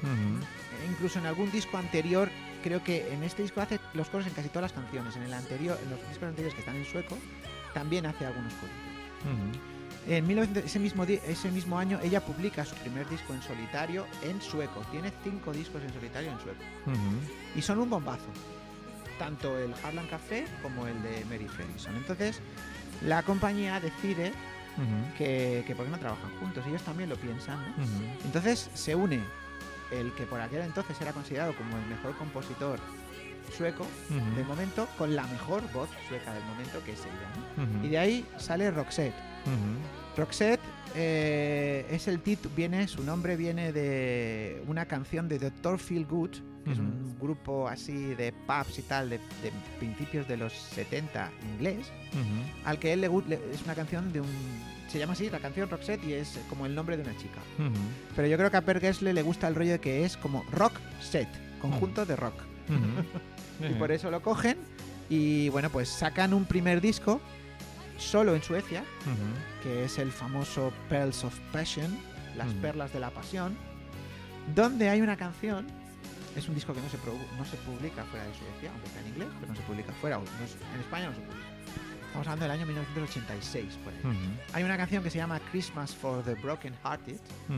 Incluso en algún disco anterior, creo que en este disco hace los coros en casi todas las canciones. En los discos anteriores que están en sueco, también hace algunos coros. En ese mismo año ella publica su primer disco en solitario en sueco. Tiene 5 discos en solitario en sueco. Y son un bombazo. Tanto el Harlan Café como el de Mary Fredriksson. Entonces, la compañía decide que por qué no trabajan juntos. Ellos también lo piensan, ¿no? Entonces se une el que por aquel entonces era considerado como el mejor compositor sueco del momento con la mejor voz sueca del momento, que es ella, ¿no? Y de ahí sale Roxette. Roxette es el título, su nombre viene de una canción de Dr. Feelgood, que es un grupo así de pubs y tal de principios de los 70 inglés, al que él es una canción de se llama así la canción Roxette y es como el nombre de una chica. Pero yo creo que a Per Gessle le gusta el rollo de que es como rock set, conjunto de rock. Y por eso lo cogen y bueno, pues sacan un primer disco solo en Suecia, que es el famoso Pearls of Passion, las perlas de la pasión, donde hay una canción. Es un disco que no se publica fuera de Suecia, aunque está en inglés, pero no se publica fuera, en España no se publica. Estamos hablando del año 1986, por ahí. Hay una canción que se llama Christmas for the Broken Hearted,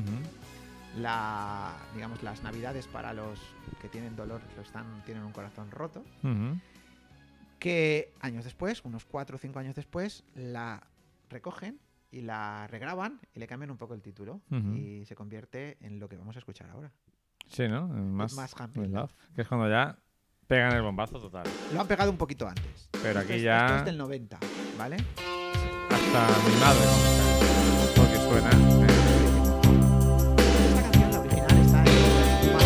digamos, las navidades para los que tienen dolor, tienen un corazón roto, que años después, unos 4 o 5 años después, la recogen y la regraban y le cambian un poco el título y se convierte en lo que vamos a escuchar ahora. Sí, ¿no? Más Happy Love. Que es cuando ya pegan el bombazo total. Lo han pegado un poquito antes. Pero aquí ya... Esto es del 90, ¿vale? Hasta mi madre, porque suena... Esta canción, la original, está en...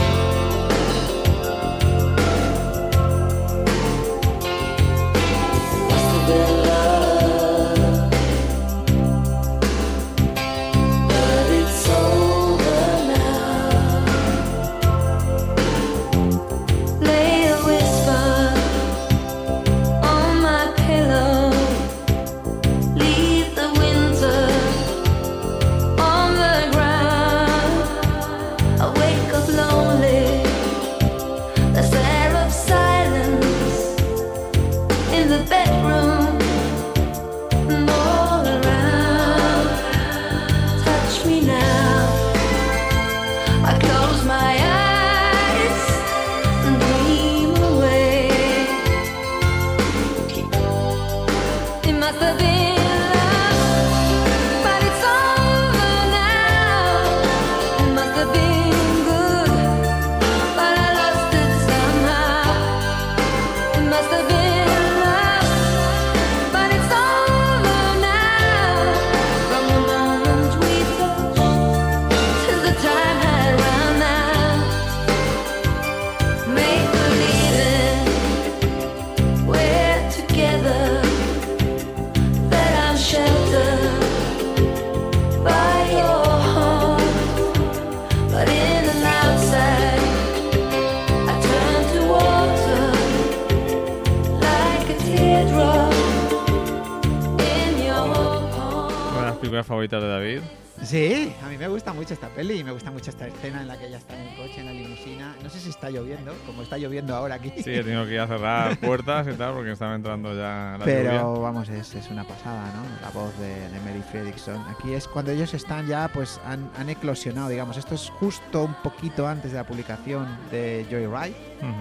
Favoritas de David. Sí, a mí me gusta mucho esta peli y me gusta mucho esta escena en la que ella está en el coche, en la limusina. No sé si está lloviendo, como está lloviendo ahora aquí. Sí, he tenido que ir a cerrar puertas y tal porque estaba entrando ya la Pero lluvia. Vamos, es una pasada, ¿no? La voz de Mary Fredriksson. Aquí es cuando ellos están ya, pues han eclosionado, digamos. Esto es justo un poquito antes de la publicación de Joyride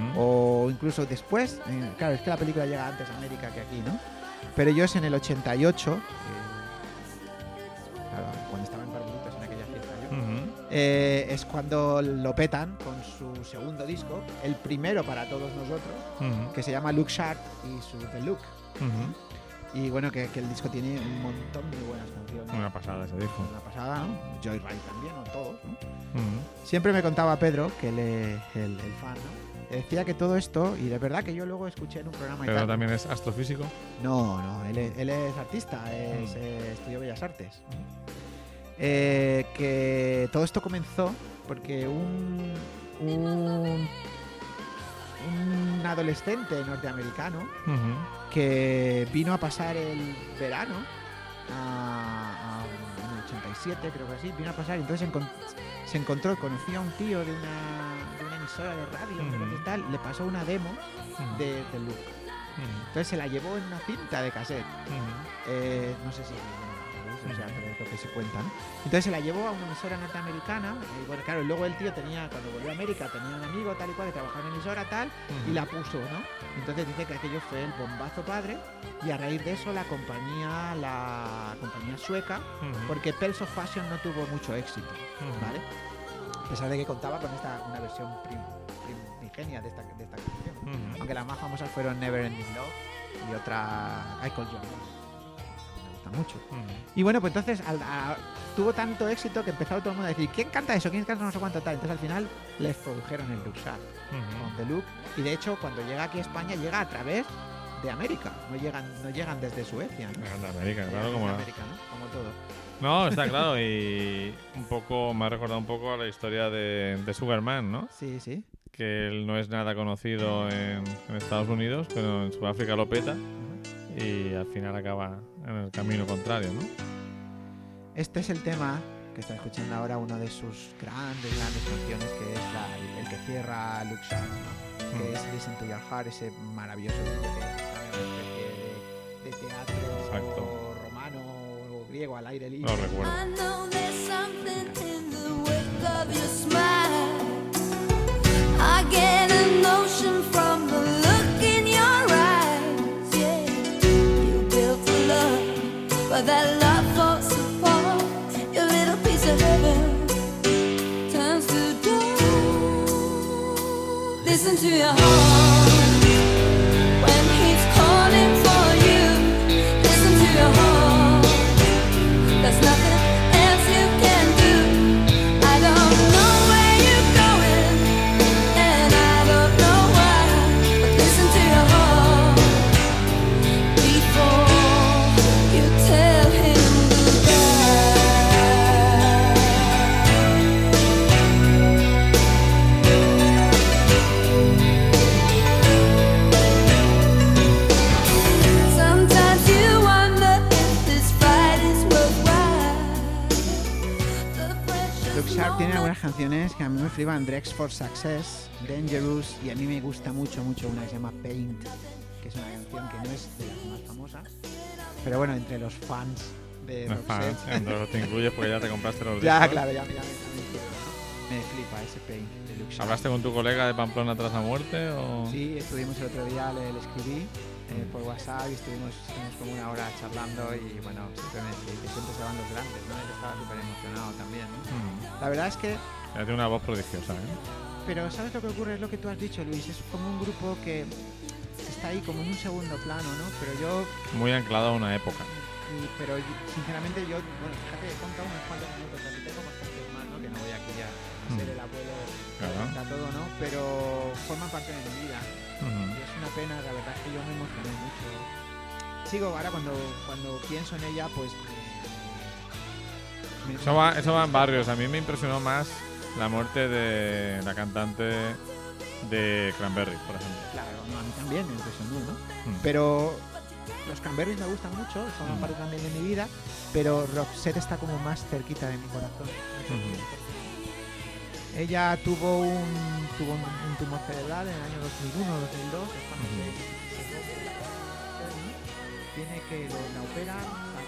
o incluso después. Claro, es que la película llega antes a América que aquí, ¿no? Pero ellos en el 88... cuando estaba en Barbuditos en aquella fiesta es cuando lo petan con su segundo disco, el primero para todos nosotros, que se llama Look Sharp y su The Look. Y bueno, que el disco tiene un montón de buenas canciones. Una pasada ese disco. Una pasada, ¿no? Joyride también, ¿no? Todos, ¿no? Siempre me contaba Pedro, que el fan, ¿no? Decía que todo esto, y de verdad que yo luego escuché en un programa... ¿Pero también es astrofísico? No, él es artista, estudió Bellas Artes. Que todo esto comenzó porque un adolescente norteamericano que vino a pasar el verano en el 87, creo que así, vino a pasar y entonces se encontró, conocía a un tío de una emisora de radio, creo que tal, le pasó una demo de Look. Entonces se la llevó en una cinta de cassette. No sé si... o sea, pero es lo que se cuenta, ¿no? Entonces se la llevó a una emisora norteamericana y bueno, claro, luego el tío cuando volvió a América tenía un amigo tal y cual que trabajaba en emisora tal y la puso, ¿no? Entonces dice que aquello fue el bombazo padre y a raíz de eso la compañía sueca, porque Pearls of Passion no tuvo mucho éxito, ¿vale? A pesar de que contaba con una versión primigenia de esta canción, aunque las más famosas fueron Never Ending Love y otra I Call Your Name. Mucho. Y bueno, pues entonces tuvo tanto éxito que empezó todo el mundo a decir ¿quién canta eso? ¿Quién canta no sé cuánto tal? Entonces al final les produjeron el Luxar con The Look y de hecho cuando llega aquí a España llega a través de América, no llegan desde Suecia, ¿no? De América, claro, como América, ¿no? Como todo. No, está claro y un poco me ha recordado un poco a la historia de Sugarman, ¿no? Sí, sí. Que él no es nada conocido en Estados Unidos, pero en Sudáfrica lo peta y al final acaba en el camino contrario, ¿no? Este es el tema que está escuchando ahora, una de sus grandes canciones, que es el que cierra Luxar, ¿no? Que es Listen to Your Heart, ese maravilloso vídeo que es una especie de teatro romano o griego al aire libre. Lo recuerdo. I know there's something in the wake of your smile. I get a notion from the look in your eyes. Yeah, you built a love, but that love falls apart. Your little piece of heaven turns to dust. Listen to your heart when he's calling for you. Listen to your heart. There's nothing else you can do. I don't know where you're going, and I don't know why. But listen to your heart before you tell him goodbye. Sometimes you wonder if this fight is worthwhile. The pressure Luxar tiene algunas canciones que a mí me flipan: Drex for Success, Dangerous, y a mí me gusta mucho una que se llama Paint, que es una canción que no es de las más famosas, pero bueno, entre los fans de No es fan, Roxette, entonces te incluyes porque ya te compraste los ya, discos. claro, ya me flipa ese Paint de Luxar. ¿Hablaste con tu colega de Pamplona tras la muerte o...? Sí, estuvimos el otro día, le escribí por WhatsApp y estuvimos como una hora charlando y bueno, siempre me dice que siempre se van los grandes, ¿no? Él estaba súper emocionado también, ¿no? La verdad es que, Ya tiene una voz prodigiosa, ¿eh? pero ¿sabes lo que ocurre? Es lo que tú has dicho, Luis, es como un grupo que está ahí como en un segundo plano, ¿no? Pero yo, Muy anclado a una época. pero sinceramente yo, bueno, fíjate, he contado unos cuantos minutos, aquí tengo bastantes más, ¿no? Que no voy aquí ya a ser el abuelo, Claro. está todo, ¿no? Pero forman parte de mi vida. Ujú. Y es una pena, la verdad es que yo me emocioné mucho. Sigo ahora cuando pienso en ella, pues... Eso va en barrios. A mí me impresionó más la muerte de la cantante de Cranberries, por ejemplo. Claro, no, a mí también me impresionó, ¿no? Mm. Pero los Cranberries me gustan mucho, forman parte también de mi vida, pero Roxette está como más cerquita de mi corazón. Ella tuvo un tumor cerebral en el año 2001 o 2002, es cuando tiene que la operan.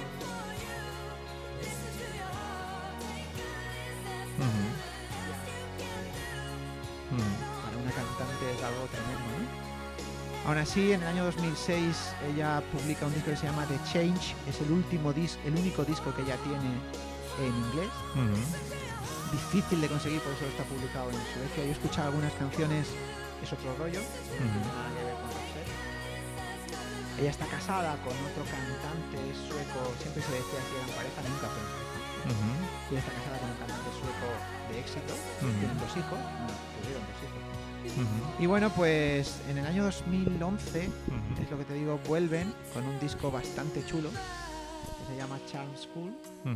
Para una cantante es algo tremendo, ¿no? Aún así, en el año 2006 ella publica un disco que se llama The Change, es el único disco que ella tiene en inglés. Difícil de conseguir, por eso está publicado en Suecia. Yo he escuchado algunas canciones, es otro rollo, nada que ver con Roxette. Ella está casada con otro cantante sueco, siempre se decía que eran pareja, nunca fue pareja. Ella está casada con un cantante sueco de éxito, tienen 2 hijos, tuvieron 2 hijos. Y bueno, pues en el año 2011, es lo que te digo, vuelven con un disco bastante chulo, que se llama Charm School.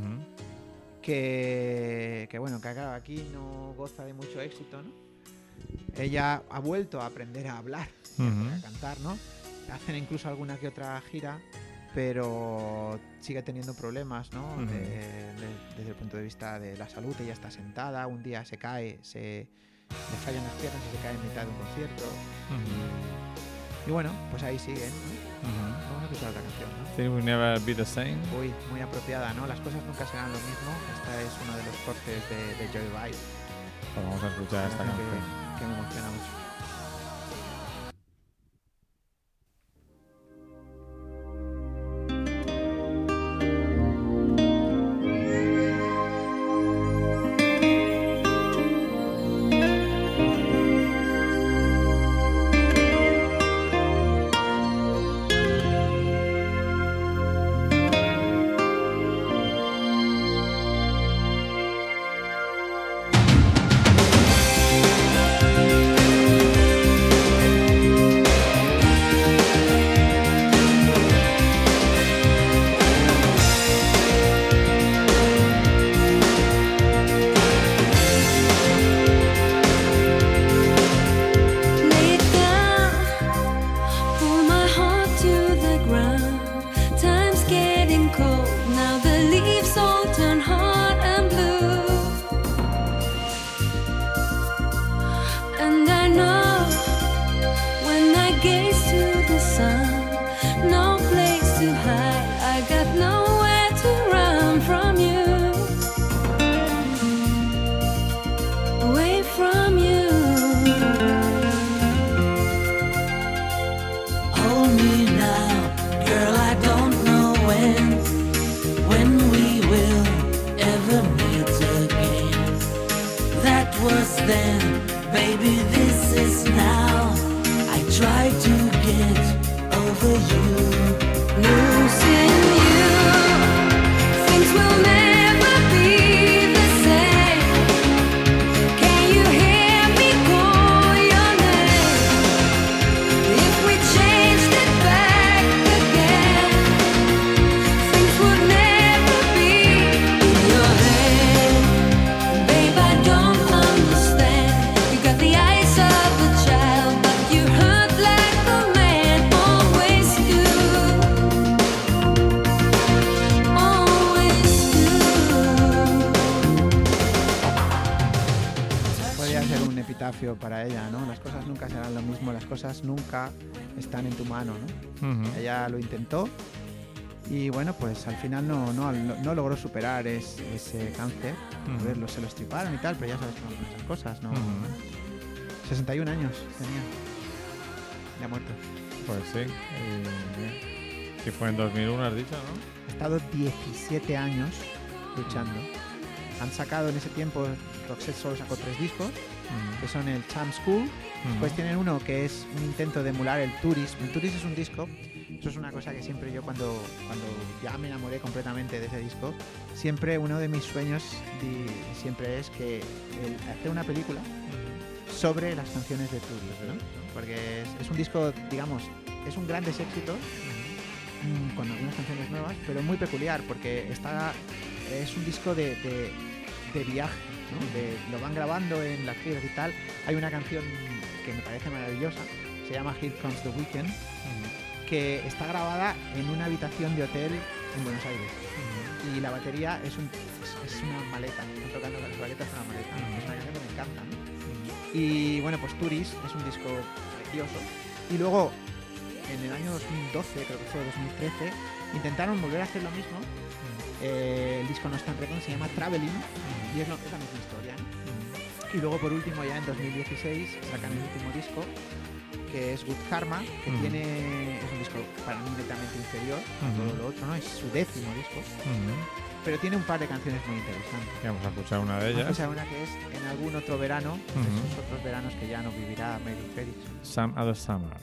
Que bueno, que claro, aquí no goza de mucho éxito, ¿no? Ella ha vuelto a aprender a hablar, a cantar, ¿no? Hacen incluso alguna que otra gira, pero sigue teniendo problemas, ¿no? Desde el punto de vista de la salud. Ella está sentada, un día se cae, le fallan las piernas y se cae en mitad de un concierto. Y bueno, pues ahí siguen, ¿no? Vamos a escuchar otra canción, ¿no? Things Will Never Be the Same. Uy, muy apropiada, ¿no? Las cosas nunca serán lo mismo. Esta es uno de los cortes de Joyride. Pues vamos a escuchar esta canción. Que me emociona mucho. Para ella, ¿no? Las cosas nunca serán lo mismo, las cosas nunca están en tu mano, ¿no? Ella lo intentó y bueno, pues al final no logró superar ese cáncer. A ver, se lo estriparon y tal, pero ya sabes cómo son esas cosas, ¿no? 61 años tenía. Ya muerto. Pues sí. Que fue en 2001, has dicho, ¿no? Ha estado 17 años luchando. Han sacado en ese tiempo, Roxette solo sacó 3 discos, que son el Champ School. Después tienen uno que es un intento de emular el Tourist. El Tourist es un disco, eso es una cosa que siempre yo cuando ya me enamoré completamente de ese disco, siempre uno de mis sueños siempre es que hacer una película sobre las canciones de Tourist, ¿no? Porque es un disco, digamos, es un grandes éxitos, con algunas canciones nuevas, pero muy peculiar porque es un disco de viaje, ¿no? Lo van grabando en las giras y tal. Hay una canción que me parece maravillosa, se llama Here Comes the Weekend, que está grabada en una habitación de hotel en Buenos Aires. Y la batería es una maleta, están tocando las baquetas en una maleta. Es una canción que me encanta, ¿no? Y bueno, pues Tourist es un disco precioso. Y luego, en el año 2012, creo que fue 2013, intentaron volver a hacer lo mismo. El disco no está en récord, se llama Traveling, y es la misma historia, ¿no? Y luego por último, ya en 2016 sacan el último disco, que es Good Karma, que es un disco para mí netamente inferior a todo lo otro, ¿no? Es su 10º disco, pero tiene un par de canciones muy interesantes. Vamos a escuchar una de ellas. Vamos a escuchar una que es En algún otro verano, de esos otros veranos que ya no vivirá Mary Felix. Some Other Summer.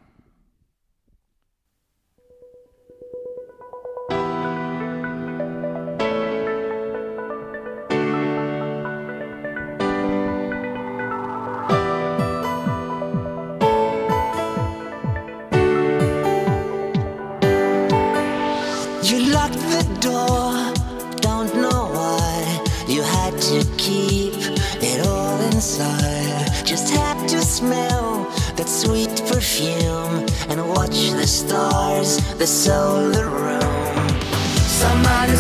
Keep it all inside. Just had to smell that sweet perfume and watch the stars, the solar room. Some other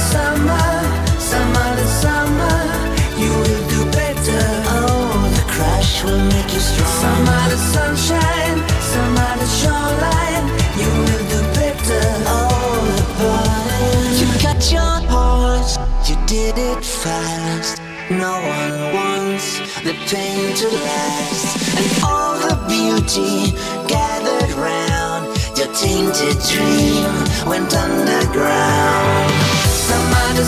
summer, you will do better. Oh, the crash will make you strong. Some other sunshine, some other shoreline, you will do better. Oh, the burn. You cut your horse, you did it fast. No one wants the pain to last. And all the beauty gathered round your tainted dream went underground. Some other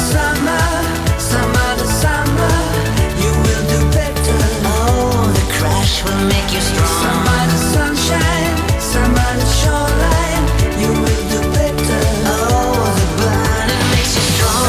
summer, you will do better. Oh, the crash will make you strong. Some other sunshine, some other shoreline, you will do better. Oh, the burning makes you strong.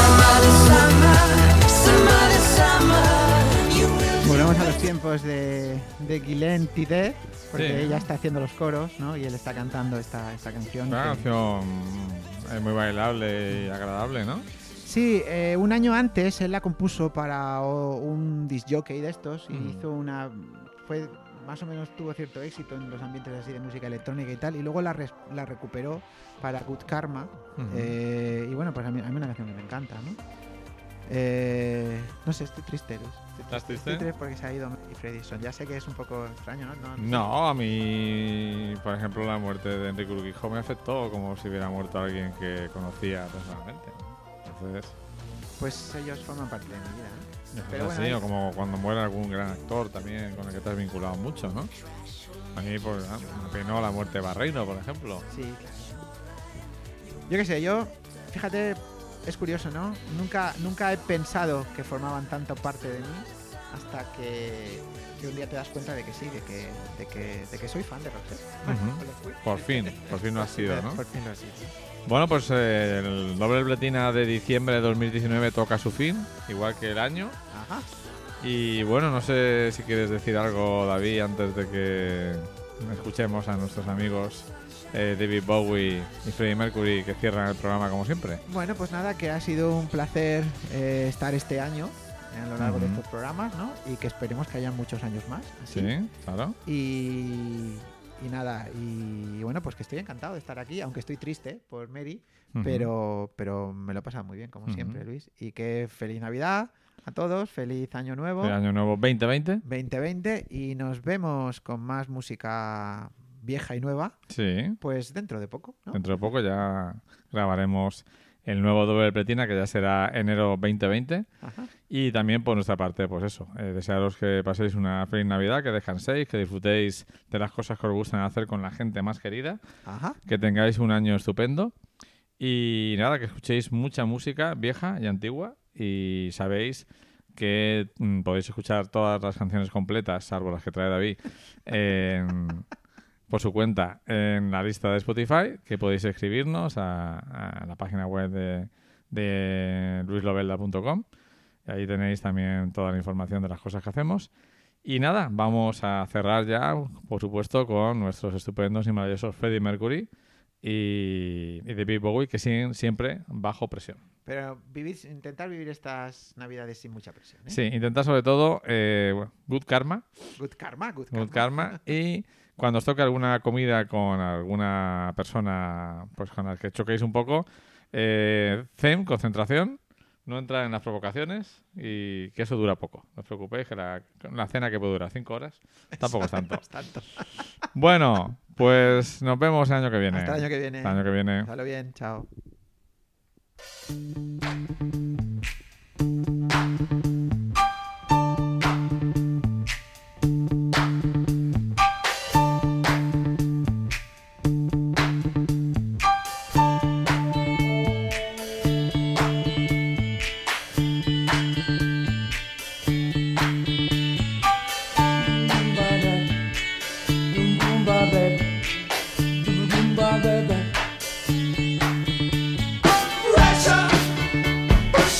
Some other summer, you will. Volvemos a los tiempos de Guylaine Tidet, porque Sí. ella está haciendo los coros, ¿no? Y él está cantando esta canción. Una que- canción es muy bailable y agradable, ¿no? Sí, un año antes él la compuso para un disc jockey de estos y hizo una... Fue, más o menos tuvo cierto éxito en los ambientes así de música electrónica y tal, y luego la recuperó para Good Karma. Ujú. Y bueno, pues a mí una canción que me encanta, ¿no? No sé, estoy triste, Luis. ¿Estás triste? Estoy triste porque se ha ido Mary Fredrickson. Ya sé que es un poco extraño, ¿no? No, a mí, por ejemplo, la muerte de Enrique Urquijo me afectó como si hubiera muerto alguien que conocía personalmente. Entonces, Pues ellos forman parte de mi vida, ¿no? es Pero así, bueno, o como cuando muere algún gran actor también con el que te has vinculado mucho, ¿no? A mí, pues, me penó la muerte de Barreiro, por ejemplo. Sí, claro. Yo qué sé, fíjate, es curioso, ¿no? Nunca he pensado que formaban tanto parte de mí hasta que un día te das cuenta de que sí, de que soy fan de Roxette. Ujú. Lo fui. Por fin lo has sido, ¿no? Por fin lo he sido. Bueno, pues el doble platina de diciembre de 2019 toca su fin, igual que el año. Ajá. Y bueno, no sé si quieres decir algo, David, antes de que escuchemos a nuestros amigos David Bowie y Freddie Mercury, que cierran el programa como siempre. Bueno, pues nada, que ha sido un placer estar este año a lo largo de Ujú. estos programas, ¿no? Y que esperemos que haya muchos años más. Así. Sí, claro. Y nada, y bueno, pues que estoy encantado de estar aquí, aunque estoy triste por Mary, Ujú. pero me lo he pasado muy bien, como Ujú. siempre, Luis. Y que feliz Navidad a todos, feliz Año Nuevo El año nuevo 2020. 2020 y nos vemos con más música vieja y nueva, Sí, pues dentro de poco, ¿no? dentro de poco ya grabaremos el nuevo doble platina, que ya será enero 2020. Ajá. Y también por nuestra parte, pues eso, desearos que paséis una feliz Navidad, que descanséis, que disfrutéis de las cosas que os gustan hacer con la gente más querida, Ajá. que tengáis un año estupendo y nada, que escuchéis mucha música vieja y antigua y sabéis que podéis escuchar todas las canciones completas, salvo las que trae David, por su cuenta en la lista de Spotify, que podéis escribirnos a la página web de luislobelda.com. Y ahí tenéis también toda la información de las cosas que hacemos. Y nada, vamos a cerrar ya, por supuesto, con nuestros estupendos y maravillosos Freddie Mercury y David Bowie, que siguen siempre bajo presión. Pero intentar vivir estas Navidades sin mucha presión, ¿eh? Sí, intentad sobre todo good karma, Good karma, good karma, y cuando os toque alguna comida con alguna persona pues con la que choquéis un poco, zen, concentración, no entrar en las provocaciones y que eso dura poco. No os preocupéis, que la cena que puede durar 5 horas tampoco es tanto. Tanto. Bueno, pues nos vemos el año que viene. Hasta el año que viene. Hasta el año que viene. Pásalo bien, chao. Russia,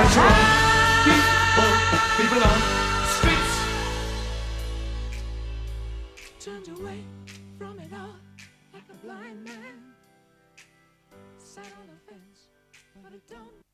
People on the streets turned away from it all like a blind man sat on the fence, but it don't